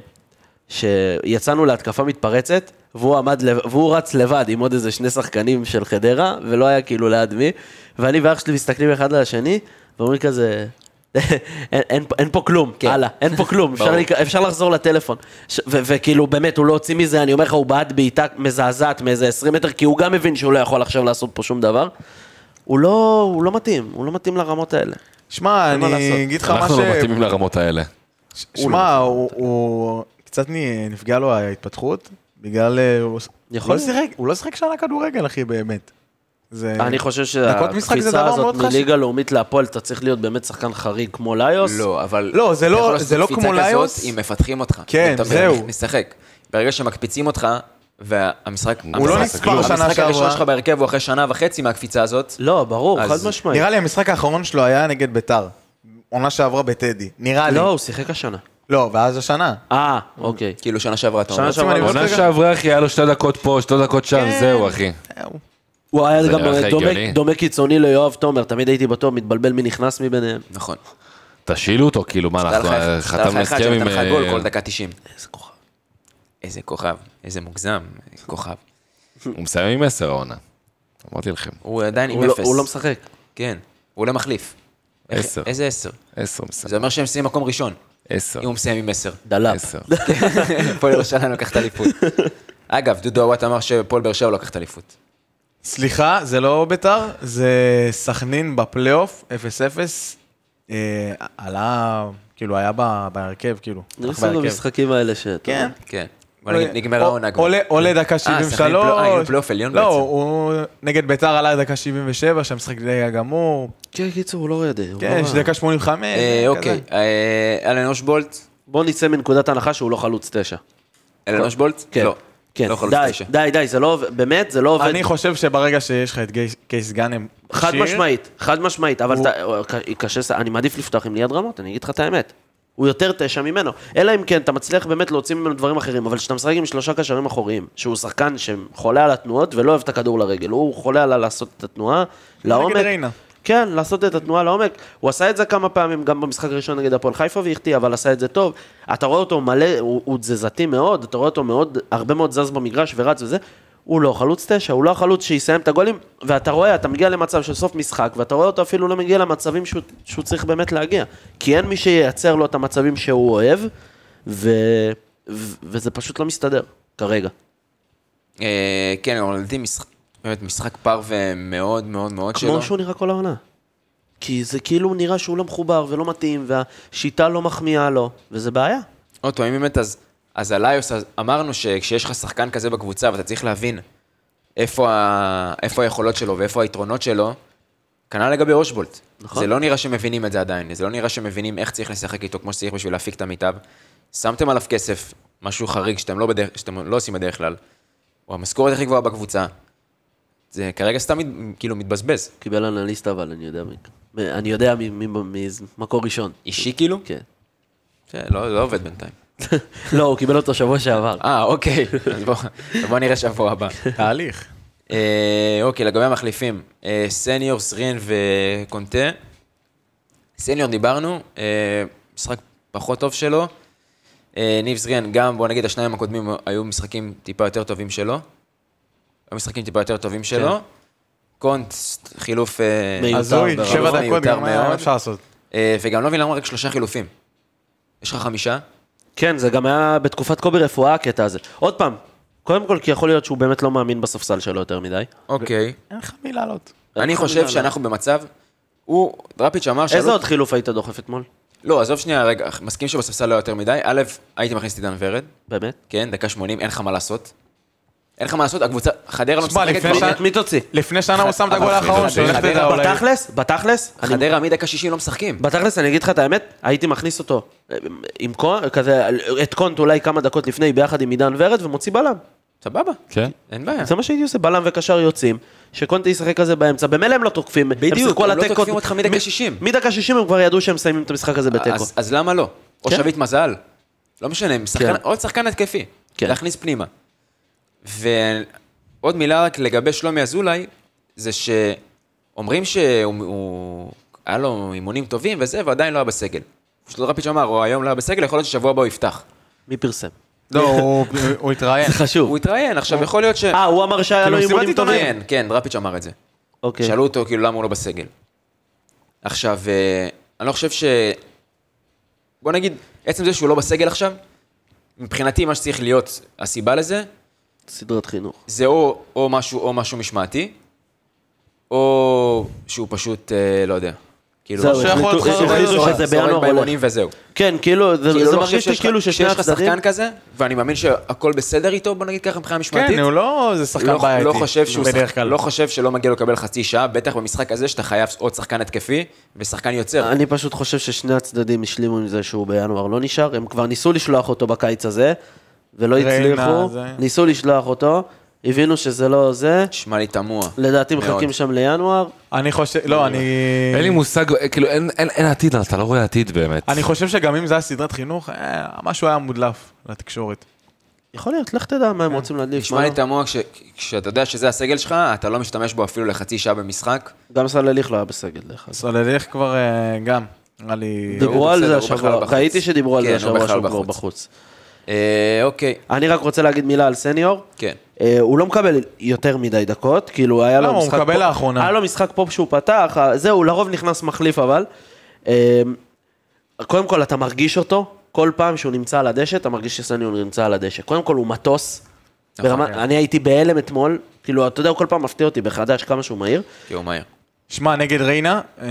S5: שיצאנו להתקפה מתפרצת, והוא עמד, לב... והוא רץ לבד עם עוד איזה שני שחקנים של חדרה, ולא היה כאילו ליד מי, ואני ואח שלי מסתכלים אחד על השני, ואומרים כזה, אין, אין, אין פה כלום, הלאה, אין פה כלום, אפשר, לי, אפשר לחזור לטלפון. ש... ו... וכאילו באמת, הוא לא הוציא מזה, אני אומר לך, הוא בעט בעיטה מזעזעת מאיזה עשרים מטר, כי הוא גם מבין שהוא לא יכול עכשיו לעשות פה שום דבר. הוא לא, הוא לא מתאים, הוא לא מתאים לרמות האלה.
S6: שמע,
S5: אין מה לעשות.
S6: אני אגיד לך מה ש...
S4: אנחנו לא מתאימים לרמות האלה.
S6: שמע, הוא- הוא קצת נ- נפגע לו ההתפתחות, בגלל... אה, הוא-
S5: יכול
S6: הוא לא שיחק- הוא לא שיחק שנה כדורגל, אחי, באמת. זה...
S5: אני חושב
S6: דקות משחק זה
S5: שהקפיצה
S6: דבר
S5: הזאת
S6: מאוד חשוב.
S5: מליגה לאומית להפועל, אתה צריך להיות באמת שחקן חריג כמו ליוס.
S1: לא, אבל...
S6: לא, זה לא-
S1: אתה יכול לעשות
S6: זה לא
S1: קפיצה
S6: כמו
S1: כזאת
S6: ליוס.
S1: אם מפתחים אותך.
S6: כן,
S1: ואתה
S6: זהו.
S1: משחק. ברגע שמקפיצים אותך, והמשחק...
S6: הוא לא
S1: המשחק-
S6: נספר שנה
S1: המשחק הראשון
S6: שעברה.
S1: שלך בהרכב הוא אחרי שנה וחצי מהקפיצה הזאת.
S5: לא, ברור,
S1: אז
S5: חד משמעית.
S6: נראה לי המשחק האחרון שלו היה נגד ביתר. עונה שעברה בטדי. נראה לי.
S5: לא, הוא שיחק השנה.
S6: לא, ואז השנה.
S5: אה, אוקיי.
S1: כאילו שנה שעברה, אתה
S5: שנה
S1: אומר.
S5: שעברה,
S6: אני
S5: לא.
S6: לא-
S4: עונה
S6: רגע.
S4: שעברה, אחי, היה לו שתי דקות פה, שתי דקות שם, זהו, אחי.
S5: הוא היה
S4: זה
S5: גם
S4: נראה לך
S5: דומה-
S4: הגיוני?
S5: דומה קיצוני ליואב תומר, תמיד הייתי בטוח, מתבלבל מי נכנס מביניהם.
S1: נכון.
S4: תשאילו אותו, כאילו, מה,
S1: תדע
S4: אנחנו
S1: לך- תדע לך
S4: חתמנו
S1: אחד
S4: הסכם עם...
S1: שנתן לך גול
S4: אה,
S1: כל דקה תשעים.
S5: איזה כוכב.
S1: איזה כוכב, איזה מוגזם, כוכב.
S4: הוא מסיים עם עשר העונה. אמרתי לכם.
S1: הוא עדיין עם
S5: הוא לא-
S1: אפס.
S5: הוא לא משחק.
S1: כן, הוא לא מחליף. איך-
S4: עשר.
S1: איזה עשר?
S4: עשר מסיים.
S1: זה אומר שהם מסיים מקום ראשון.
S4: עשר.
S1: אם הוא מסיים עם עשר.
S5: דלאפ.
S4: עשר.
S1: הפועל ירושלים לקח את האליפות. אגב, דודו אוואט אמר שפועל באר שבע לקח את האליפות.
S6: סליחה, זה לא ביתר, זה סכנין בפלייאוף, אפס אפס. אה, עלה, כאילו, היה ב- בהרכב, כאילו.
S5: זה
S6: הלך
S5: מסוג
S6: בהרכב.
S5: המשחקים האלה ש...
S6: כן.
S1: כן. בוא נגיד, נגמרה העונה כבר.
S6: עולה- עולה דקה
S1: אה,
S6: שבעים
S1: סכנין פלו- אה,
S6: ושלוש.
S1: עם פלייאוף עליון
S6: לא,
S1: בעצם.
S6: הוא נגד ביתר עלה דקה שבעים ושבע, שהמשחק די היה גמור.
S5: כן, קיצור, הוא לא ידע. הוא
S6: כן,
S5: לא
S6: יש
S5: רע.
S6: דקה שמונים וחמש.
S1: אה,
S6: כזה.
S1: אוקיי, אה, אלן אושבולט.
S5: בוא נצא מנקודת הנחה שהוא לא חלוץ תשע.
S1: אלן אושבולט?
S5: כן.
S1: לא.
S5: כן,
S1: לא חלוץ
S5: די,
S1: תשע.
S5: די, די, זה לא עובד, באמת, זה לא עובד.
S6: אני חושב שברגע שיש לך את גייס- קייס גאנם
S5: חד
S6: כשיר,
S5: משמעית, חד משמעית, אבל
S6: הוא-
S5: אתה- קשה, אני מעדיף לפתוח עם ליד רמות, אני אגיד לך את האמת. הוא יותר תשע ממנו. אלא אם כן, אתה מצליח באמת להוציא ממנו דברים אחרים, אבל כשאתה משחק עם שלושה קשרים אחוריים, שהוא שחקן שחולה על התנועות ולא אוהב את הכדור לרגל, הוא חולה על לעשות את התנועה לעומק.
S6: נגד ריינה.
S5: כן, לעשות את התנועה לעומק. הוא עשה את זה כמה פעמים, גם במשחק הראשון נגד הפועל חיפה והחטיא, אבל עשה את זה טוב. אתה רואה אותו מלא, הוא, הוא תזזתי מאוד, אתה רואה אותו מאוד, הרבה מאוד זז במגרש ורץ וזה. הוא לא חלוץ תשע, הוא לא החלוץ שיסיים את הגולים, ואתה רואה, אתה מגיע למצב של סוף משחק, ואתה רואה אותו אפילו לא מגיע למצבים שהוא, שהוא צריך באמת להגיע. כי אין מי שייצר לו את המצבים שהוא אוהב, ו, ו, וזה פשוט לא מסתדר, כרגע.
S1: אה, כן, אבל לדעתי משחק, באמת משחק פר ומאוד מאוד מאוד שלו.
S5: כמו שהוא נראה כל העונה. כי זה כאילו נראה שהוא לא מחובר ולא מתאים, והשיטה לא מחמיאה לו, וזה בעיה.
S1: אוטו, אם באמת, אז, אז הליוס, אז אמרנו שכשיש לך שחקן כזה בקבוצה, ואתה צריך להבין איפה, ה, איפה היכולות שלו ואיפה היתרונות שלו, כנ"ל לגבי אושבולט.
S5: נכון.
S1: זה לא נראה שמבינים את זה עדיין, זה לא נראה שמבינים איך צריך לשחק איתו כמו שצריך בשביל להפיק את המיטב. שמתם עליו כסף, משהו חריג שאתם לא, בדרך, שאתם לא עושים בדרך כלל. הוא המשכורת הכי גבוהה בקבוצה. זה כרגע סתם מת- כאילו מתבזבז.
S5: קיבל אנליסט אבל, אני יודע מי. אני יודע ממקור ראשון.
S1: אישי כאילו?
S5: כן.
S1: לא, לא עובד בינתיים.
S5: לא, הוא קיבל אותו שבוע שעבר.
S1: אה, אוקיי. אז בוא, בוא נראה שבוע הבא.
S6: תהליך.
S1: אה, אוקיי, לגבי המחליפים. אה, סניור, סרין וקונטה. סניור דיברנו, אה, משחק פחות טוב שלו. אה, ניב זריאן, גם בוא נגיד השניים הקודמים היו משחקים טיפה יותר טובים שלו. היו משחקים טיפה יותר טובים שלו. קונט, חילוף... אה,
S5: מיותר
S6: הזוי,
S5: ברמה.
S6: שבע דקות,
S1: מיותר
S6: גם מה
S1: מאוד.
S6: אפשר לעשות?
S1: אה, וגם לא מבין למה רק שלושה חילופים. יש לך חמישה?
S5: כן, זה גם היה בתקופת קובי רפואה הקטע הזה. עוד פעם, קודם כל, כי יכול להיות שהוא באמת לא מאמין בספסל שלו יותר מדי.
S1: אוקיי.
S6: אין לך מי לעלות.
S1: אני חושב שאנחנו במצב... הוא, דראפיץ' אמר
S5: איזה עוד חילוף היית דוחף אתמול?
S1: לא, עזוב שנייה, רגע, מסכים שבספסל לא יותר מדי. א', הייתי מכניס את עידן ורד,
S5: באמת?
S1: כן, דקה שמונים, אין לך מה לעשות. אין לך מה לעשות, הקבוצה, חדרה לא
S6: תשמע,
S1: משחקת
S6: לפני
S1: כבר-
S6: שנה-
S5: את מי תוציא?
S6: לפני שנה הוא שם את הגול
S1: אבל
S6: האחרון,
S1: חדרה-
S6: שהולך
S1: חדרה-
S6: לדע אולי...
S5: בתכלס, בתכלס, אני-
S1: חדרה מדקה שישים לא משחקים.
S5: בתכלס, אני אגיד לך את האמת, הייתי מכניס אותו עם קונט, כזה, את קונט אולי כמה דקות לפני, ביחד עם עידן ורד, ומוציא בלם.
S1: סבבה,
S4: כן?
S1: אין בעיה.
S5: זה מה שהייתי עושה, בלם וקשר יוצאים, שקונט ישחק כזה באמצע, במילא הם לא תוקפים. הם
S1: בדיוק,
S5: שיחקו על
S1: הם לא
S5: התיקו-
S1: תוקפים אותך מדקה
S5: מ-
S1: שישים.
S5: מדקה שישים הם כבר ידעו שהם מסיימים את המשחק הזה בתיקו.
S1: אז, אז למה לא? או
S5: כן.
S1: שביט מזל, לא משנה, שחקן,
S5: כן.
S1: עוד שחקן התקפי,
S5: כן.
S1: להכניס פנימה. ועוד מילה רק לגבי שלומי אזולאי, זה שאומרים שהוא הוא, היה לו אימונים טובים וזה, ועדיין לא היה בסגל. פשוט דראפיץ' אמר, הוא היום לא היה בסגל, יכול להיות ששבוע הבא הוא יפתח.
S5: מי פרסם?
S6: לא, הוא- הוא התראיין.
S5: זה חשוב.
S1: הוא התראיין, עכשיו יכול להיות ש...
S5: אה, הוא אמר שהיה
S6: כאילו,
S5: לו
S6: מסיבת
S5: אימונים טובים?
S1: כן, כן, דראפיץ' אמר את זה.
S5: אוקיי.
S1: שאלו אותו כאילו למה הוא לא בסגל. עכשיו, אה, אני לא חושב ש... בוא נגיד, עצם זה שהוא לא בסגל עכשיו, מבחינתי מה שצריך להיות הסיבה לזה,
S5: סדרת חינוך.
S1: זה או, או, משהו, או משהו משמעתי, או שהוא פשוט, אה, לא יודע. כאילו,
S5: זהו,
S6: שיכול להיות
S5: החליטו-
S6: חרדה
S5: החליטו
S6: יותר.
S5: שזה
S1: שורד
S5: בינואר הולך.
S1: באימונים וזהו.
S5: כן, כאילו, זה
S1: כאילו,
S5: זה
S1: לא
S5: מרגיש
S1: חושב
S5: לי
S1: שיש
S5: כאילו
S1: לך-
S5: ששני
S1: שיש לך
S5: הצדדים...
S1: שחקן כזה, ואני מאמין שהכל בסדר איתו, בוא נגיד ככה מבחינה משמעתית.
S6: כן, הוא לא איזה שחקן
S1: לא,
S6: בעייתי.
S1: לא חושב שהוא
S6: בדרך
S1: שחק...
S6: כלל.
S1: לא חושב שלא מגיע לו לקבל חצי שעה, בטח במשחק הזה שאתה חייב עוד שחקן התקפי ושחקן יוצר.
S5: אני פשוט חושב ששני הצדדים השלימו עם זה שהוא בינואר לא נשאר, הם כבר ניסו לשלוח אותו בקיץ הזה, ולא
S6: ריינה,
S5: הצליחו,
S6: זה-
S5: ניסו לשלוח אותו, הבינו שזה לא זה,
S1: נשמע לי תמוה.
S5: לדעתי
S1: מאוד.
S5: מחכים שם לינואר,
S6: אני חושב, לא, אני...
S4: אין לי מושג, כאילו, אין- אין אין עתיד, אתה לא רואה עתיד באמת.
S6: אני חושב שגם אם זה היה סדרת חינוך, אה, משהו היה מודלף לתקשורת.
S5: יכול להיות, לך תדע מה הם רוצים להדליף,
S1: נשמע
S5: מה-
S1: לי תמוה כש- כשאתה יודע שזה הסגל שלך, אתה לא משתמש בו אפילו לחצי שעה במשחק.
S5: גם סלליך לא היה בסגל, דרך אגב.
S6: סולליך כבר אה, גם, נראה לי...
S5: דיברו על
S1: בסדר,
S5: זה
S1: הוא בכלל
S5: השבוע,
S1: בחוץ.
S5: ראיתי שדיברו על
S1: כן,
S5: זה
S1: הוא
S5: השבוע
S1: בכלל
S5: שהוא כבר
S1: בחוץ.
S5: בחוץ.
S1: אה, אוקיי,
S5: אני רק רוצה להגיד מילה על סניור,
S1: כן.
S5: אה, הוא לא מקבל יותר מדי דקות, כאילו היה לו
S6: למה? הוא
S5: משחק
S6: מקבל
S5: פה-
S6: לאחרונה.
S5: היה לו משחק פה שהוא פתח, אה, זהו, לרוב נכנס מחליף אבל. אה, קודם כל אתה מרגיש אותו, כל פעם שהוא נמצא על הדשא, אתה מרגיש שסניור נמצא על הדשא. קודם כל הוא מטוס,
S1: נכון,
S5: ברמה-
S1: כן.
S5: אני הייתי בהלם אתמול, כאילו אתה יודע, הוא כל פעם מפתיע אותי בחדש כמה שהוא מהיר.
S1: כי הוא מהר.
S6: שמע, נגד ריינה, אה,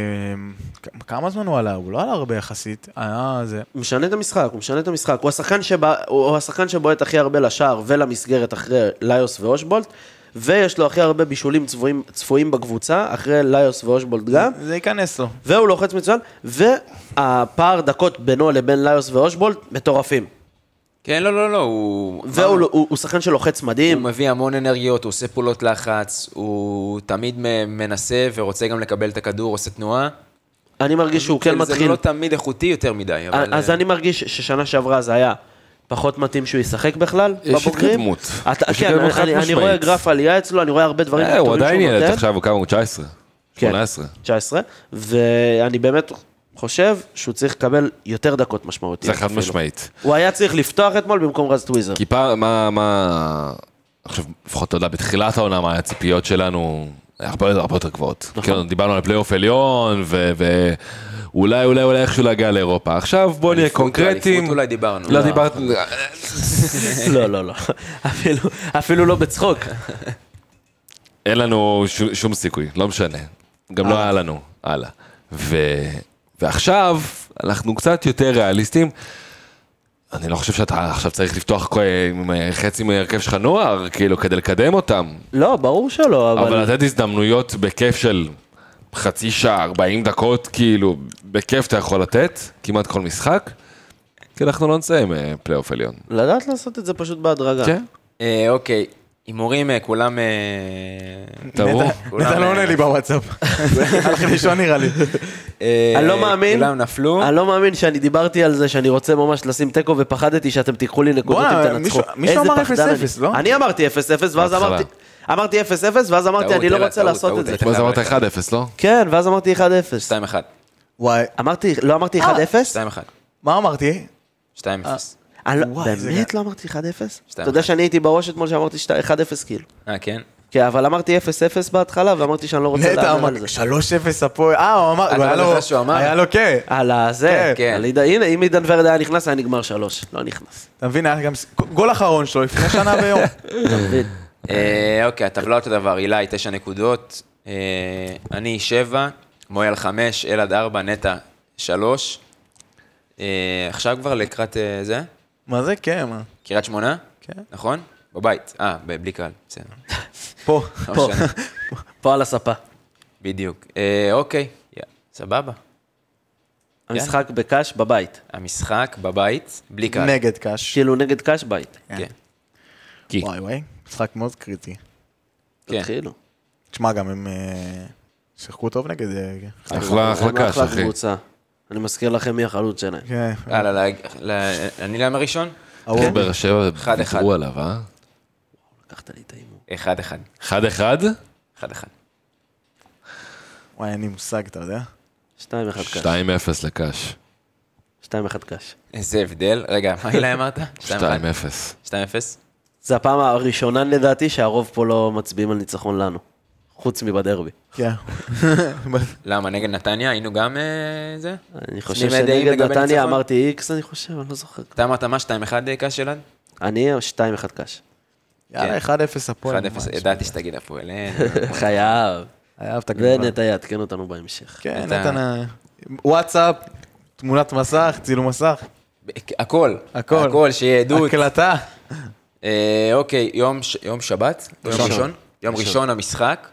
S6: כ- כמה זמן הוא עלה? הוא לא עלה הרבה יחסית. היה זה...
S5: הוא משנה את המשחק, הוא משנה את המשחק. הוא השחקן, שבא, הוא השחקן שבועט הכי הרבה לשער ולמסגרת אחרי ליוס ואושבולט, ויש לו הכי הרבה בישולים צפויים, צפויים בקבוצה, אחרי ליוס ואושבולט גם,
S6: זה ייכנס לו.
S5: והוא לוחץ מצוין, והפער דקות בינו לבין ליוס ואושבולט מטורפים.
S1: כן, לא, לא, לא, הוא...
S5: והוא הוא, הוא שחקן שלוחץ
S1: הוא
S5: מדהים.
S1: מביא המון אנרגיות, הוא עושה פעולות לחץ, הוא תמיד מ- מנסה ורוצה גם לקבל את הכדור, עושה תנועה.
S5: אני מרגיש שהוא כן
S1: זה
S5: מתחיל.
S1: לא תמיד איכותי יותר מדי, אבל...
S5: אז אני מרגיש ששנה שעברה זה היה פחות מתאים שהוא ישחק בכלל,
S4: יש
S5: בבוגרים.
S4: התקדמות.
S5: אתה-
S4: יש
S5: כן,
S4: התקדמות חד
S5: אני- אני רואה
S4: משמעית.
S5: גרף עלייה אצלו, אני רואה הרבה דברים
S4: אה, הוא
S5: טובים
S4: עדיין
S5: שהוא
S4: ילד
S5: נותן.
S4: עכשיו, כמה הוא? תשע עשרה?
S5: כן.
S4: שמונה עשרה?
S5: תשע עשרה, ואני באמת חושב שהוא צריך לקבל יותר דקות משמעותיות.
S4: זה חד
S5: אפילו.
S4: משמעית.
S5: הוא היה צריך לפתוח אתמול במקום רז טוויזר.
S4: כי פעם, מה, מה... עכשיו, לפחות אתה יודע, בתחילת העונה, מה הציפיות שלנו הרבה יותר, הרבה יותר גבוהות.
S5: נכון.
S4: כן, דיברנו על פלייאוף עליון, ו... ו... אולי, אולי, אולי איכשהו להגיע לאירופה. עכשיו בוא נהיה
S1: אליפות-
S4: קונקרטיים.
S1: אליפות אולי דיברנו.
S4: לא
S1: לא.
S4: דיברת...
S5: לא, לא, לא. אפילו- אפילו לא בצחוק.
S4: אין לנו ש... שום סיכוי, לא משנה. גם לא היה לנו, הלאה. ו... ועכשיו, אנחנו קצת יותר ריאליסטים. אני לא חושב שאתה עכשיו צריך לפתוח עם חצי מהרכב שלך נוער, כאילו, כדי לקדם אותם.
S5: לא, ברור שלא,
S4: אבל
S5: אבל...
S4: לתת הזדמנויות בכיף של חצי שעה, ארבעים דקות, כאילו, בכיף אתה יכול לתת, כמעט כל משחק, כי אנחנו לא נסיים אה, פלייאוף עליון.
S5: לדעת לעשות את זה פשוט בהדרגה.
S4: כן.
S1: אה, אוקיי, הימורים כולם...
S4: תראו.
S6: נטע לא עונה לי בוואטסאפ. הלך לישון נראה לי.
S5: אני לא מאמין.
S1: כולם נפלו.
S5: אני לא מאמין שאני דיברתי על זה שאני רוצה ממש לשים טקו ופחדתי שאתם תיקחו לי נקודות אם תנצחו.
S6: מישהו אמר אפס אפס, לא?
S5: אני אמרתי אפס אפס ואז אמרתי... אמרתי אפס אפס ואז אמרתי אני לא רוצה לעשות את זה.
S4: ואז אמרת אחד אפס, לא?
S5: כן, ואז אמרתי אחד אפס.
S1: שתיים אחת.
S6: וואי.
S5: אמרתי, לא אמרתי אחד אפס?
S1: שתיים אחת.
S6: מה אמרתי?
S1: שתיים אפס.
S5: באמת לא אמרתי אחד אפס? אתה יודע שאני הייתי בראש אתמול שאמרתי אחד אפס כאילו.
S1: אה, כן?
S5: כן, אבל אמרתי אפס אפס בהתחלה ואמרתי שאני לא רוצה להעביר על זה.
S6: שלוש אפס הפועל, אה, הוא אמר, היה לו כן.
S5: על הזה, הנה, אם עידן ורד היה נכנס, היה נגמר שלוש, לא נכנס.
S6: אתה מבין, היה גם גול אחרון שלו לפני שנה ביום.
S5: אתה מבין.
S1: אוקיי, הטבלה אותו דבר, אילי תשע נקודות, אני שבע, מויאל חמש, אלעד ארבע, נטע שלוש. עכשיו כבר לקראת זה?
S6: מה זה? כן, מה?
S1: קריית שמונה?
S6: כן.
S1: נכון? בבית. אה, בלי קהל, בסדר.
S6: פה.
S5: פה. פה על הספה.
S1: בדיוק. אוקיי, סבבה.
S5: המשחק בקש בבית.
S1: המשחק בבית, בלי קהל.
S6: נגד קש.
S5: כאילו נגד קש בית.
S1: כן.
S6: וואי וואי, משחק מאוד קריטי.
S5: תתחילו.
S6: תשמע, גם הם שיחקו טוב נגד...
S4: אחלה, אחלה קש, אחי.
S5: אני מזכיר לכם מי החלוץ שלהם.
S6: כן.
S1: יאללה, אני להם הראשון?
S4: כן, באר שבע,
S1: אחד אחד.
S4: דיברו עליו, אה?
S5: לקחת לי את האימור.
S1: אחד אחד.
S4: אחד אחד?
S1: אחד אחד.
S6: וואי, אין לי מושג, אתה יודע?
S5: שתיים אחד קש.
S4: שתיים אפס לקש.
S5: שתיים אחד קש.
S1: איזה הבדל. רגע, מה אילה אמרת?
S4: שתיים אפס.
S1: שתיים אפס?
S5: זה הפעם הראשונה לדעתי שהרוב פה לא מצביעים על ניצחון לנו. חוץ מבדרבי.
S6: כן.
S1: למה, נגד נתניה? היינו גם זה?
S5: אני חושב שנגד נתניה אמרתי איקס, אני חושב, אני לא זוכר.
S1: אתה אמרת מה? שתיים אחד קש שלנו?
S5: אני שתיים אחד קש.
S6: יאללה, אחד אפס הפועל.
S1: אחד אפס, ידעתי שתגיד הפועל.
S5: חייב.
S6: חייב, תגיד.
S5: ונטע יעדכן אותנו בהמשך.
S6: כן, נתן... וואטסאפ, תמונת מסך, צילום מסך.
S1: הכל.
S6: הכל.
S1: הכל, שיהיה עדות.
S6: הקלטה.
S1: אוקיי, יום שבת? יום ראשון. יום ראשון המשחק.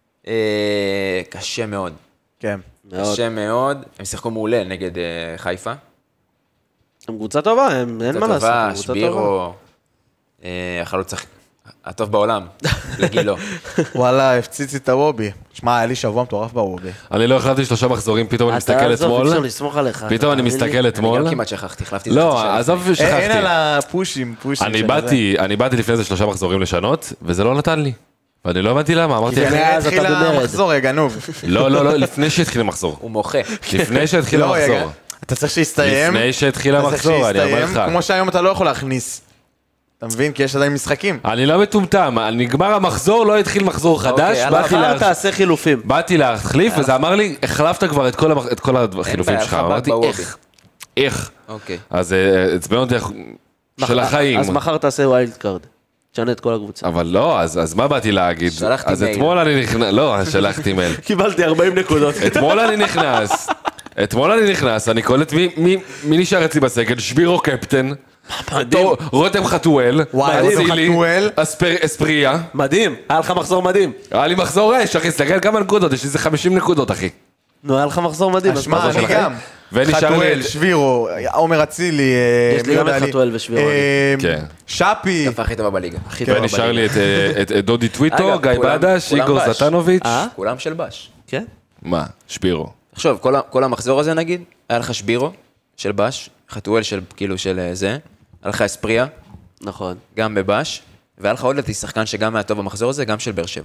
S1: קשה מאוד.
S6: כן.
S1: קשה מאוד. הם שיחקו מעולה נגד חיפה.
S5: הם קבוצה טובה, אין מה לעשות.
S1: טובה, שבירו, החלוץ הטוב בעולם, לגילו.
S6: וואלה, הפציץ את הוובי. שמע, היה לי שבוע מטורף בוובי.
S4: אני לא החלטתי שלושה מחזורים, פתאום אני מסתכל אתמול.
S5: אפשר לסמוך עליך.
S4: פתאום אני מסתכל אתמול.
S1: אני גם כמעט שכחתי, החלפתי את זה.
S4: לא, עזוב שכחתי.
S6: אין על הפושים, פושים.
S4: אני באתי, אני באתי לפני זה שלושה מחזורים לשנות, וזה לא נתן לי. ואני לא הבנתי למה, אמרתי...
S6: כי התחיל המחזור, גנוב.
S4: לא, לא, לא, לפני שהתחיל המחזור.
S1: הוא מוחה.
S4: לפני שהתחיל המחזור.
S6: אתה צריך שיסתיים.
S4: לפני שהתחיל המחזור, אני אומר לך.
S6: כמו שהיום אתה לא יכול להכניס. אתה מבין? כי יש עדיין משחקים.
S4: אני לא מטומטם, נגמר המחזור, לא התחיל מחזור חדש, באתי
S5: לה... תעשה חילופים.
S4: באתי להחליף, וזה אמר לי, החלפת כבר את כל החילופים שלך. אמרתי, איך? איך?
S1: אוקיי.
S4: אז עצבן אותי של החיים.
S5: אז מחר תעשה ווילד קארד. תשנה את כל הקבוצה.
S4: אבל לא, אז מה באתי להגיד?
S1: שלחתי מייל.
S4: אז אתמול אני נכנס, לא, שלחתי מייל.
S5: קיבלתי ארבעים נקודות.
S4: אתמול אני נכנס, אתמול אני נכנס, אני קולט מי נשאר אצלי בסגל, שבירו קפטן, רותם חתואל,
S6: חתואל,
S4: אספריה.
S5: מדהים, היה לך מחזור מדהים.
S4: היה לי מחזור רש, אחי, סתכל כמה נקודות, יש לי איזה חמישים נקודות, אחי.
S5: נו, היה לך מחזור מדהים.
S6: אשמע, אני גם. חתואל, שבירו, עומר אצילי,
S5: יש לי גם את חתואל ושבירו.
S6: שפי.
S1: איפה הכי טובה בליגה?
S4: ונשאר לי את דודי טוויטו, גיא בדש, איגור זטנוביץ'.
S1: כולם של בש.
S5: כן?
S4: מה? שבירו.
S1: עכשיו, כל המחזור הזה נגיד, היה לך שבירו של בש, חתואל של כאילו של זה, היה לך אספריה.
S5: נכון.
S1: גם בבש, והיה לך עוד לדעתי שחקן שגם היה טוב במחזור הזה, גם של באר שבע.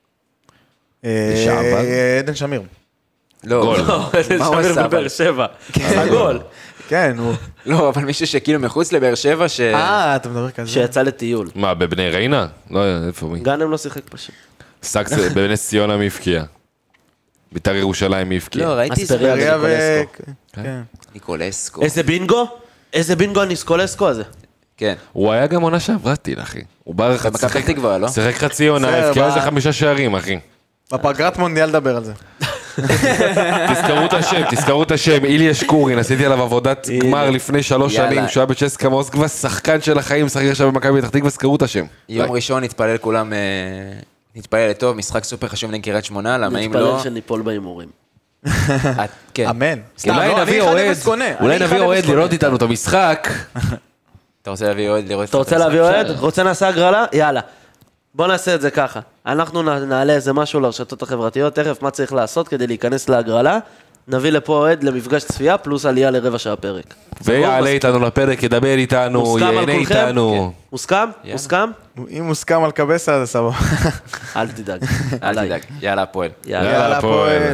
S6: עדן שמיר.
S1: לא,
S4: גול.
S1: מה הוא עשה?
S5: בבאר שבע. גול.
S6: כן, הוא...
S1: לא, אבל מישהו שכאילו מחוץ לבאר שבע, ש...
S6: אה, אתה מדבר כזה.
S5: שיצא לטיול.
S4: מה, בבני ריינה? לא, איפה מי?
S5: גאנם לא שיחק פשוט.
S4: סקס בנס ציונה מי הפקיע. בית"ר ירושלים מי הפקיע.
S1: לא, ראיתי
S5: אספריה
S1: ניקולסקו. ניקולסקו.
S5: איזה בינגו? איזה בינגו הניסקולסקו הזה?
S1: כן.
S4: הוא היה גם עונה שעברה טיל, אחי. הוא בא לך...
S1: במכבי פתח תקווה, לא?
S4: שיחק חצי עונה, הפקיע איזה חמישה שערים, אחי.
S6: בפגרת מונדיאל לדבר על זה.
S4: תזכרו את השם, תזכרו את השם, איליה שקורין, עשיתי עליו עבודת גמר לפני שלוש שנים, שהוא היה בצ'סקה מוסקבה, שחקן של החיים, משחק עכשיו במכבי פתח תקווה, תזכרו את השם.
S1: יום ראשון נתפלל כולם, נתפלל לטוב, משחק סופר חשוב נגד קריית שמונה, למה אם לא...
S5: נתפלל שניפול בהימורים.
S6: אמן.
S4: אולי נביא אוהד, אולי נביא אוהד לראות איתנו את המשחק.
S1: אתה רוצה להביא אוהד לראות...
S5: אתה רוצה להביא אוהד? רוצה נעשה הגרלה? יאללה. בוא נעשה את זה ככה. אנחנו נעלה איזה משהו לרשתות החברתיות, תכף מה צריך לעשות כדי להיכנס להגרלה, נביא לפה אוהד למפגש צפייה, פלוס עלייה לרבע שעה פרק.
S4: ויעלה איתנו לפרק, ידבר איתנו, ייהנה איתנו.
S5: מוסכם? מוסכם?
S6: אם מוסכם על קבסה, אז סבבה.
S5: אל תדאג.
S1: אל תדאג, יאללה הפועל.
S6: יאללה, הפועל.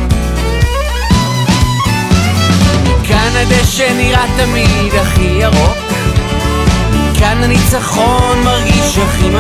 S2: כאן הדשא נראה תמיד הכי ירוק, כאן הניצחון מרגיש הכי